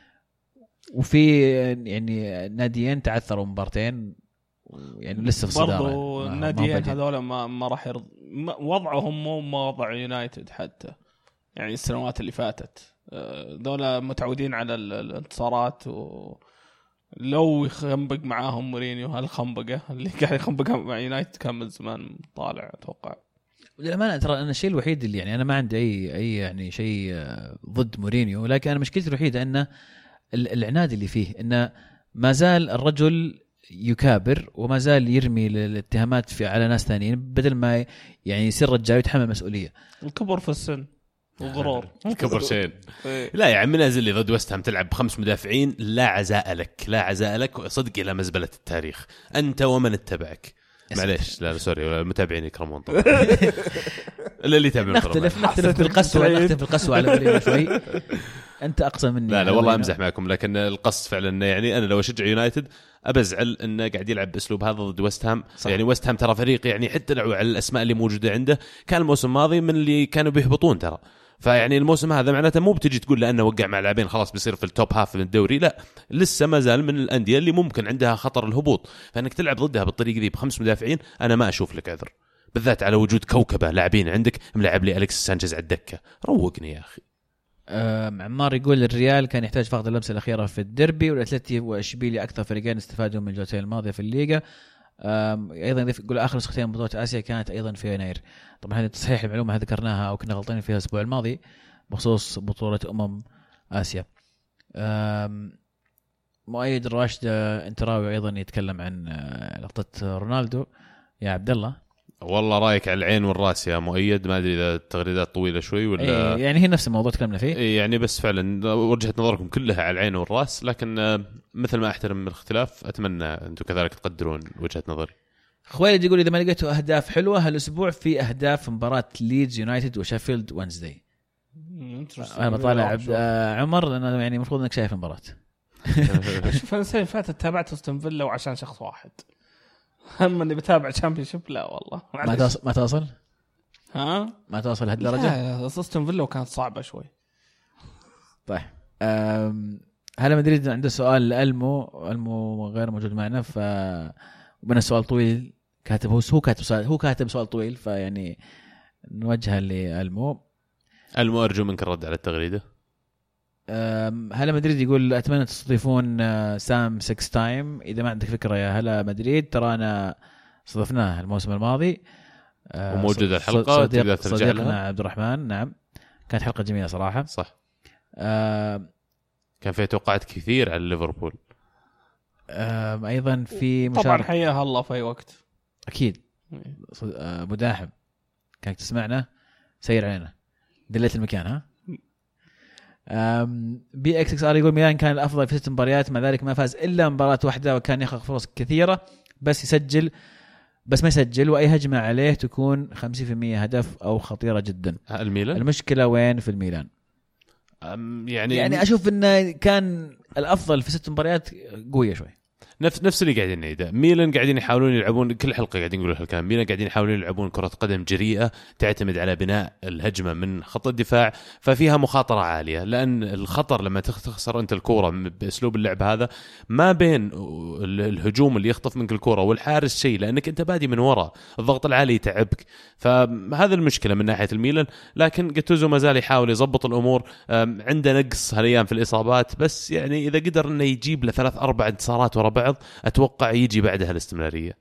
وفي يعني ناديين تعثروا مبارتين يعني لسه في الصداره. برضو الناديين هذول ما ما راح يرض... وضعهم مو وضع يونايتد حتى يعني السنوات اللي فاتت. ذولا متعودين على الانتصارات، ولو يخنبق معاهم مورينيو هالخنبقه اللي قاعد يخنبقها مع يونايتد كان من زمان طالع اتوقع. وللأمانة ترى أنا الشيء الوحيد اللي يعني أنا ما عندي أي أي يعني شيء ضد مورينيو، لكن أنا مشكلتي الوحيدة أنه العناد اللي فيه، أنه ما زال الرجل يكابر وما زال يرمي الاتهامات في على ناس ثانيين بدل ما يعني يصير رجال يتحمل مسؤولية. الكبر في السن وغرور. الكبر شين. لا يا عم نازل لي ضد وست هام تلعب بخمس مدافعين، لا عزاء لك لا عزاء لك صدق إلى مزبلة التاريخ أنت ومن اتبعك. معليش لا سوري المتابعين يكرمون طبعا. اللي اللي يتابعون نختلف نختلف بالقسوة نختلف بالقسوة على مورينيو شوي. أنت أقصى مني. لا لا والله أمزح معكم، لكن القص فعلا يعني أنا لو أشجع يونايتد أبزعل إنه قاعد يلعب بأسلوب هذا ضد وست هام. يعني وست هام ترى فريق يعني حتى لو على الأسماء اللي موجودة عنده كان الموسم الماضي من اللي كانوا بيهبطون ترى. فيعني الموسم هذا معناته مو بتجي تقول لأنه وقع مع لاعبين خلاص بيصير في التوب هاف من الدوري، لا لسه ما زال من الأندية اللي ممكن عندها خطر الهبوط. فإنك تلعب ضدها بالطريقة دي بخمس مدافعين أنا ما أشوف لك عذر، بالذات على وجود كوكبة لاعبين عندك ملعب لي أليكس سانشيز على الدكة. روقني يا أخي. عمار يقول الريال كان يحتاج فقط اللمسة الأخيرة في الديربي، والأتلتي وإشبيليا أكثر فريقين استفادوا من الجولتين الماضية في الليغا. أيضا يقول آخر نسختين من بطولة آسيا كانت أيضا في يناير. طبعا هذه تصحيح المعلومة هذه ذكرناها أو كنا غلطانين فيها الأسبوع الماضي بخصوص بطولة أمم آسيا. مؤيد الراشد انتراوي أيضا يتكلم عن لقطة رونالدو. يا عبد الله والله رايك على العين والراس يا مؤيد، ما أدري إذا التغريدات طويلة شوي ولا إيه يعني هي نفس الموضوع تكلمنا فيه. إيه يعني بس فعلا وجهة نظركم كلها على العين والراس، لكن مثل ما أحترم الاختلاف أتمنى أنتم كذلك تقدرون وجهة نظري. خوالد يقول إذا ما لقيتوا أهداف حلوة هالأسبوع في أهداف مباراة ليدز يونايتد وشيفيلد وينزداي. أنا بطالع عبد عمر لأنه يعني مفروض إنك شايف المباراة. شوف أنا السنة فاتت تابعت أستون فيلا وعشان شخص واحد، هم اني بتابع تشامبيونشيب لا والله ما توصل ما توصل ها ما توصل هالدرجه. أستون فيلا وكانت صعبه شوي. طيب هل مدريد عنده سؤال لألمو؟ ألمو غير موجود معنا، ف ومن السؤال طويل كاتب هو هو كاتب سؤال هو كاتب سؤال طويل فيعني نوجهه لألمو. ألمو أرجو منك الرد على التغريده. هلا مدريد يقول أتمنى تستضيفون سام سكس تايم. إذا ما عندك فكرة يا هلا مدريد ترى أنا استضفناه الموسم الماضي وموجودة الحلقة صديق صديقنا عبد الرحمن. نعم كانت حلقة جميلة صراحة. صح أه كان فيها توقعات كثير على ليفربول. أه أيضا في مشاركة طبعا حياها الله في أي وقت أكيد. مداحم كانت تسمعنا سير علينا دلت المكان. ها بي اكس اكس ار يقول ميلان كان الافضل في ست مباريات مع ذلك ما فاز الا مباراه واحده وكان يخلق فرص كثيره بس يسجل بس ما يسجل واي هجمه عليه تكون خمسين بالمئة هدف او خطيره جدا. الميلان المشكله وين في الميلان؟ يعني يعني اشوف انه كان الافضل في ست مباريات قويه شوي. نفس نفس اللي قاعدين نعيده. ميلان قاعدين يحاولون يلعبون كل حلقه قاعدين يقولوا هالكلام. ميلان قاعدين يحاولون يلعبون كره قدم جريئه تعتمد على بناء الهجمه من خط الدفاع، ففيها مخاطره عاليه لان الخطر لما تخسر انت الكوره باسلوب اللعب هذا ما بين الهجوم اللي يخطف منك الكوره والحارس شيء، لانك انت بادي من وراء الضغط العالي يتعبك. فهذا المشكله من ناحيه الميلان، لكن جاتوزو ما زال يحاول يضبط الامور. عنده نقص هالايام في الاصابات، بس يعني اذا قدر انه يجيب له ثلاث اربع انتصارات ورا بعض أتوقع يجي بعدها الاستمرارية.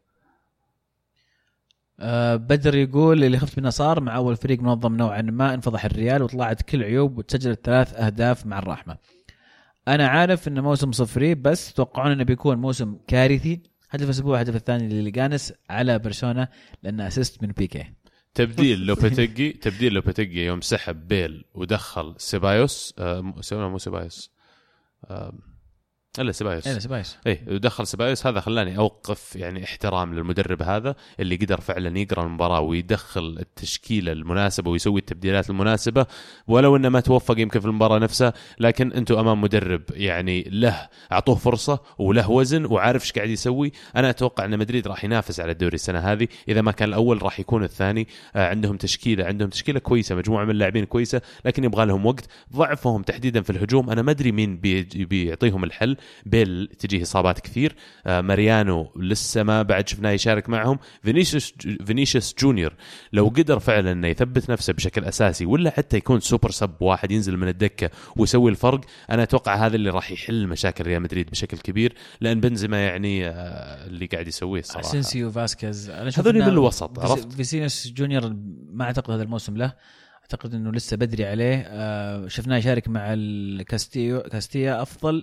أه بدر يقول اللي خفت منه صار مع أول فريق منظم نوعا ما انفضح الريال وطلعت كل عيوب وتسجلت ثلاث أهداف مع الرحمة. أنا عارف إنه موسم صفري بس توقعون إنه بيكون موسم كارثي هدف الاسبوع هدف الثاني لليغانس على برشلونه لانه اسيست من بيكي. تبديل لوبيتيجي تبديل لوبيتيجي يوم سحب بيل ودخل سيبايوس آه مو سيبايوس آه الا سيبايوس الا سيبايوس اي ودخل سيبايوس. هذا خلاني اوقف يعني احترام للمدرب هذا اللي قدر فعلا يقرا المباراه ويدخل التشكيله المناسبه ويسوي التبديلات المناسبه، ولو انه ما توفق يمكن في المباراه نفسها، لكن انتم امام مدرب يعني له اعطوه فرصه وله وزن وعارف ايش قاعد يسوي. انا اتوقع ان مدريد راح ينافس على الدوري السنه هذه، اذا ما كان الاول راح يكون الثاني. عندهم تشكيله عندهم تشكيله كويسه، مجموعه من اللاعبين كويسه، لكن يبغى لهم وقت. ضعفهم تحديدا في الهجوم انا ما ادري مين بي بيعطيهم الحل. بيل تجيه إصابات كثير، آه ماريانو لسه ما بعد شفناه يشارك معهم. فينيسيوس فينيسيوس جونيور لو قدر فعلا انه يثبت نفسه بشكل اساسي ولا حتى يكون سوبر سب واحد ينزل من الدكه ويسوي الفرق، انا اتوقع هذا اللي راح يحل مشاكل ريال مدريد بشكل كبير، لان بنزيما يعني آه اللي قاعد يسويه الصراحه. اسينسيو فاسكيز هذول من الوسط عرفت. فينيسيوس جونيور ما اعتقد هذا الموسم له، اعتقد انه لسه بدري عليه. آه شفناه يشارك مع الكاستيو كاستيا افضل.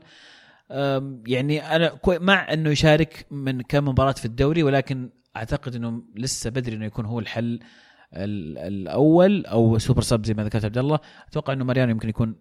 يعني أنا مع أنه يشارك من كم مباراة في الدوري، ولكن أعتقد أنه لسه بدري أنه يكون هو الحل الأول أو سوبر سب زي ما ذكرت عبد الله. أتوقع أنه ماريانو يمكن يكون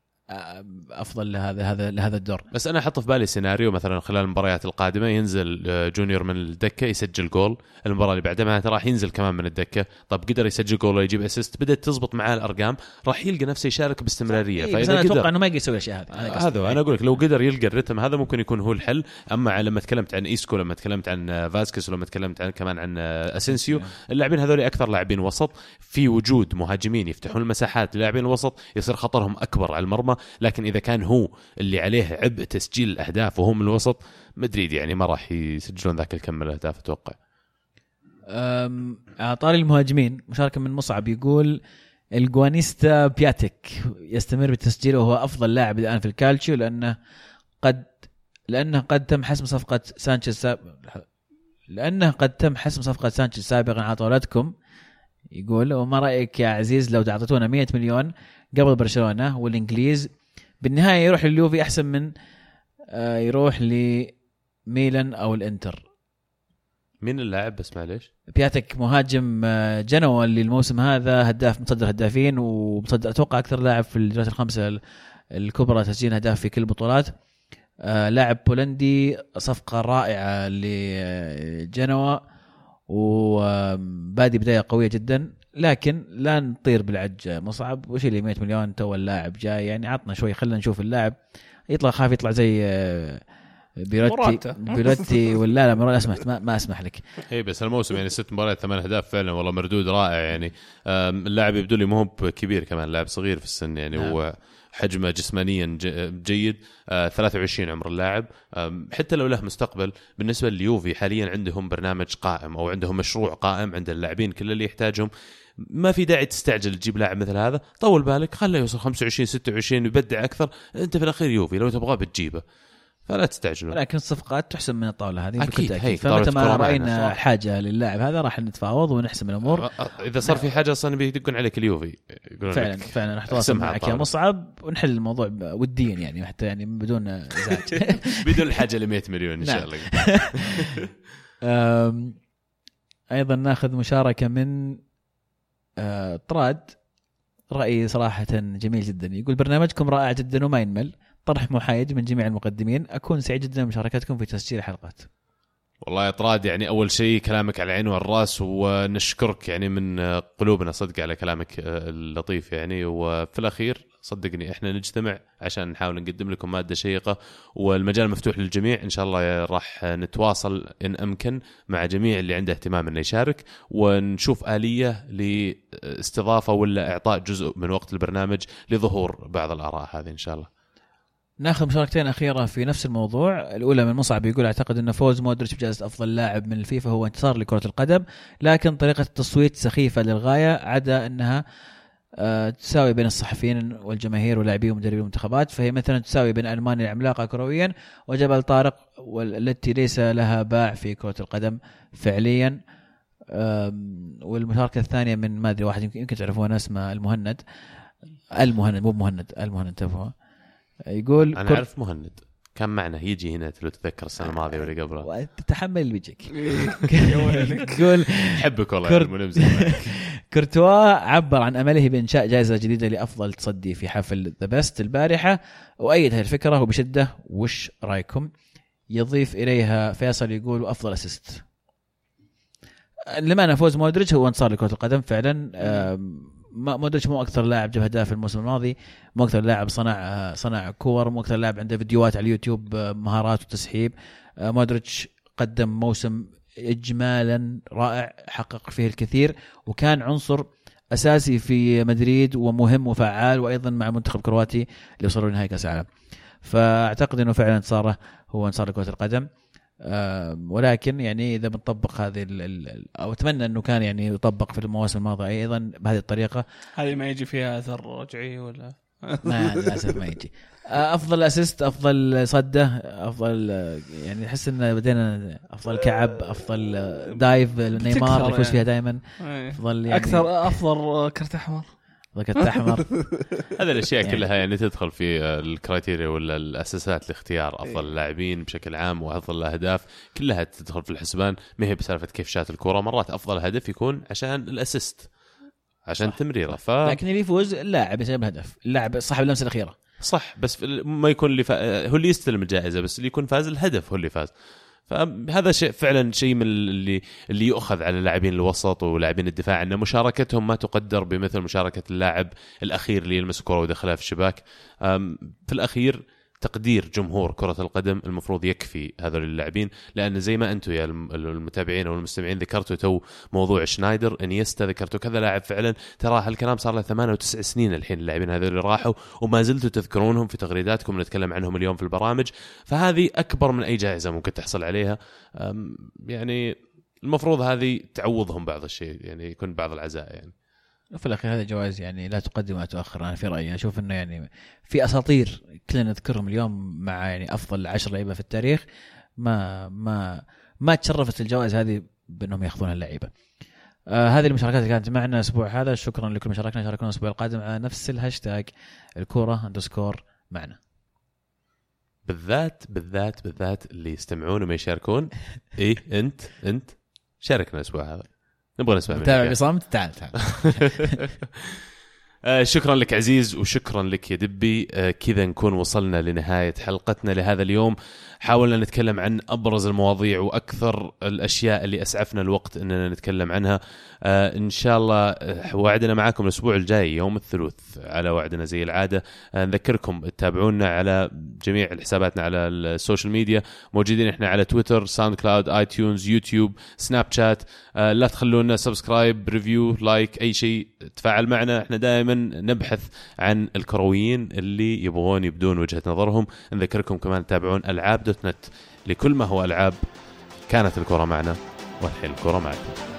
افضل لهذا هذا لهذا الدور. بس انا احط في بالي سيناريو مثلا خلال المباريات القادمه ينزل جونيور من الدكه يسجل جول، المباراه اللي بعدها معناته راح ينزل كمان من الدكه، طب قدر يسجل جول ويجيب اسيست، بدات تزبط معاه الارقام، راح يلقى نفسه يشارك باستمراريه. فاذا انا اتوقع انه ما يقدر يسوي الاشياء هذه. هذا انا اقول لك لو قدر يلقى الرتم هذا ممكن يكون هو الحل. اما لما تكلمت عن ايسكو، لما تكلمت عن فاسكيز، ولما تكلمت عن كمان عن اسينسيو، اللاعبين هذول اكثر لاعبين وسط في وجود مهاجمين يفتحون المساحات للاعبين الوسط يصير خطرهم اكبر على المرمى. لكن اذا كان هو اللي عليه عبء تسجيل الأهداف وهم من الوسط، مدريد يعني ما راح يسجلون ذاك الكم من الأهداف أتوقع. طاري المهاجمين مشاركة من مصعب يقول الجوانيستا بياتيك يستمر بتسجيله وهو أفضل لاعب الآن في الكالتشيو لأنه قد لأنه قد تم حسم صفقة سانشيز ساب... لأنه قد تم حسم صفقة سانشيز سابقا على طاولتكم. يقول وما رأيك يا عزيز لو تعطيتونا مية مليون قبل برشلونة والإنجليز بالنهاية يروح لليوفي أحسن من يروح لميلان أو الإنتر؟ مين اللاعب بس معليش؟ بياتك مهاجم جنوا اللي الموسم هذا هداف متصدر هدافين ومتصدر أتوقع أكثر لاعب في الدوريات الخمسة الكبرى تسجيل هداف في كل البطولات. لاعب بولندي صفقة رائعة لجنوا وبادي بداية قوية جدا، لكن لا نطير بالعج مصعب. وش اللي مية مليون تو اللاعب جاي يعني؟ عطنا شوي خلينا نشوف اللاعب يطلع، خاف يطلع زي بيروتي بيروتي ولا لا ما اسمح ما, ما اسمح لك. اي بس الموسم يعني ست مباريات ثمان اهداف فعلا والله مردود رائع يعني. اللاعب يبدو لي مو كبير كمان، لاعب صغير في السن يعني نعم. هو حجمه جسمانيا جيد، ثلاثة وعشرين عمر اللاعب. حتى لو له مستقبل بالنسبة لليوفي حاليا عندهم برنامج قائم أو عندهم مشروع قائم عند اللاعبين كل اللي يحتاجهم. ما في داعي تستعجل تجيب لاعب مثل هذا، طول بالك خليه يوصل خمسة وعشرين ستة وعشرين ويبدع أكثر. أنت في الأخير يوفي لو تبغاه بتجيبه، فلا تستعجلوا. لكن الصفقات تحسن من الطاولة هذه أكيد. أكيد. فمتى ما رأينا حاجة للاعب هذا راح نتفاوض ونحسم الأمور. إذا صار في حاجة أصلا بيدقون عليك اليوفي فعلا فعلا راح تواصل معك يا مصعب ونحل الموضوع وديا يعني حتى يعني بدون إزعاج بدون الحاجة لمية مليون إن شاء الله. أيضا ناخذ مشاركة من طراد، رأي صراحة جميل جدا. يقول برنامجكم رائع جدا وما ينمل، طرح محايد من جميع المقدمين، أكون سعيد جدا بمشاركتكم في تسجيل حلقات. والله يا طراد يعني أول شيء كلامك على العين والرأس ونشكرك يعني من قلوبنا صدق على كلامك اللطيف يعني. وفي الأخير صدقني إحنا نجتمع عشان نحاول نقدم لكم مادة شيقة والمجال مفتوح للجميع إن شاء الله. راح نتواصل إن أمكن مع جميع اللي عنده اهتمام إنه يشارك ونشوف آلية لاستضافة ولا إعطاء جزء من وقت البرنامج لظهور بعض الآراء هذه إن شاء الله. ناخذ مشاركتين أخيرة في نفس الموضوع. الأولى من مصعب يقول أعتقد أن فوز مودريتش بجائزة أفضل لاعب من الفيفا هو انتصار لكرة القدم، لكن طريقة التصويت سخيفة للغاية عدا أنها تساوي بين الصحفيين والجماهير ولاعبين ومدربين المنتخبات، فهي مثلا تساوي بين ألمانيا العملاقة كرويا وجبل طارق والتي ليس لها باع في كرة القدم فعليا. والمشاركة الثانية من ما أدري واحد يمكن تعرفونه اسمه المهند المهند مو مهند المهند تفهم. يقول أنا أعرف مهند كان معنا يجي هنا لو تتذكر السنه الماضيه ولا قبلها وانت تتحمل اللي بيجيك قول حبك والله المنمزح. كورتوا عبر عن امله بانشاء جائزه جديده لافضل تصدي في حفل ذا بيست البارحه وايد هذه الفكره وبشده. وش رايكم؟ يضيف اليها فيصل يقول افضل اسيست. لما نفوز مودريتش هو انتصار لكرة القدم فعلا. مودريتش مو اكثر لاعب جاب اهداف الموسم الماضي، مو اكثر لاعب صنع صنع كور، مو اكثر لاعب عنده فيديوهات على اليوتيوب مهارات وتسحيب. مودريتش قدم موسم اجمالا رائع، حقق فيه الكثير وكان عنصر اساسي في مدريد ومهم وفعال، وايضا مع المنتخب الكرواتي اللي وصلوا لنهائي كاس العالم. فاعتقد انه فعلا انتصاره هو انتصار لكرة القدم. أه ولكن يعني اذا بنطبق هذه ال ال او اتمنى انه كان يعني يطبق في المواسم الماضيه ايضا بهذه الطريقه. هذه ما يجي فيها اثر رجعي ولا ما للاسف ما يجي. افضل اسيست، افضل صده، افضل يعني احس ان بدينا افضل كعب، افضل دايف نيمار يفوز فيها دائما، افضل يعني اكثر افضل كرت احمر كرت احمر. هذه الاشياء يعني كلها يعني تدخل في الكرايتيريا ولا الاساسات لاختيار افضل اللاعبين بشكل عام وافضل الاهداف، كلها تدخل في الحسبان. ما هي بسالفه كيف شات الكره، مرات افضل هدف يكون عشان الاسيست عشان صح. تمريره ف... لكن اللي يفوز اللاعب يسبب الهدف، اللاعب صاحب اللمسه الاخيره صح، بس ما يكون اللي فا... هو اللي يستلم الجائزه، بس اللي يكون فاز الهدف هو اللي فاز. فهذا شيء فعلا شيء من اللي اللي يؤخذ على لاعبين الوسط ولاعبين الدفاع، ان مشاركتهم ما تقدر بمثل مشاركه اللاعب الاخير اللي يلمس الكره ودخلها في الشباك. في الاخير تقدير جمهور كرة القدم المفروض يكفي هذول اللاعبين، لأن زي ما أنتم يا المتابعين أو المستمعين ذكرتوا تو موضوع شنايدر، إنيستا، ذكرتوا كذا لاعب فعلا ترى هالكلام صار له ثمانية وتسع سنين الحين اللاعبين هذول اللي راحوا وما زلتوا تذكرونهم في تغريداتكم، نتكلم عنهم اليوم في البرامج. فهذه أكبر من أي جائزة ممكن تحصل عليها. يعني المفروض هذه تعوضهم بعض الشيء، يعني يكون بعض العزاء. يعني في الأخير هذا جوائز يعني لا تقدم ولا تؤخر. أنا في رأيي أشوف إنه يعني في أساطير كلنا نذكرهم اليوم مع يعني أفضل عشر لعيبة في التاريخ ما ما ما تشرفت الجوائز هذه بأنهم يأخذون اللعيبة. آه هذه المشاركات اللي كانت معنا الأسبوع هذا. شكرا لكل مشاركنا. شاركونا الأسبوع القادم على نفس الهاشتاج الكورة أندرسكور معنا. بالذات بالذات بالذات اللي يستمعون وما يشاركون. إيه أنت أنت شاركنا الأسبوع هذا، نبغى نسمع منك. تابع بصمت. تعال تعال. آه شكرا لك عزيز وشكرا لك يا دبي. آه كذا نكون وصلنا لنهاية حلقتنا لهذا اليوم. حاولنا نتكلم عن أبرز المواضيع وأكثر الأشياء اللي أسعفنا الوقت أننا نتكلم عنها. آه إن شاء الله آه وعدنا معكم الأسبوع الجاي يوم الثلاث على وعدنا زي العادة. آه نذكركم تتابعونا على جميع حساباتنا على السوشيال ميديا، موجودين إحنا على تويتر، ساوند كلاود، آي تيونز، يوتيوب، سناب شات. آه لا تخلونا سبسكرايب، ريفيو، لايك، أي شيء تفاعل معنا. إحنا دائما نبحث عن الكرويين اللي يبغون يبدون وجهة نظرهم. نذكركم كمان تتابعون ألعاب دوت نت لكل ما هو ألعاب. كانت الكرة معنا والحين الكرة معكم.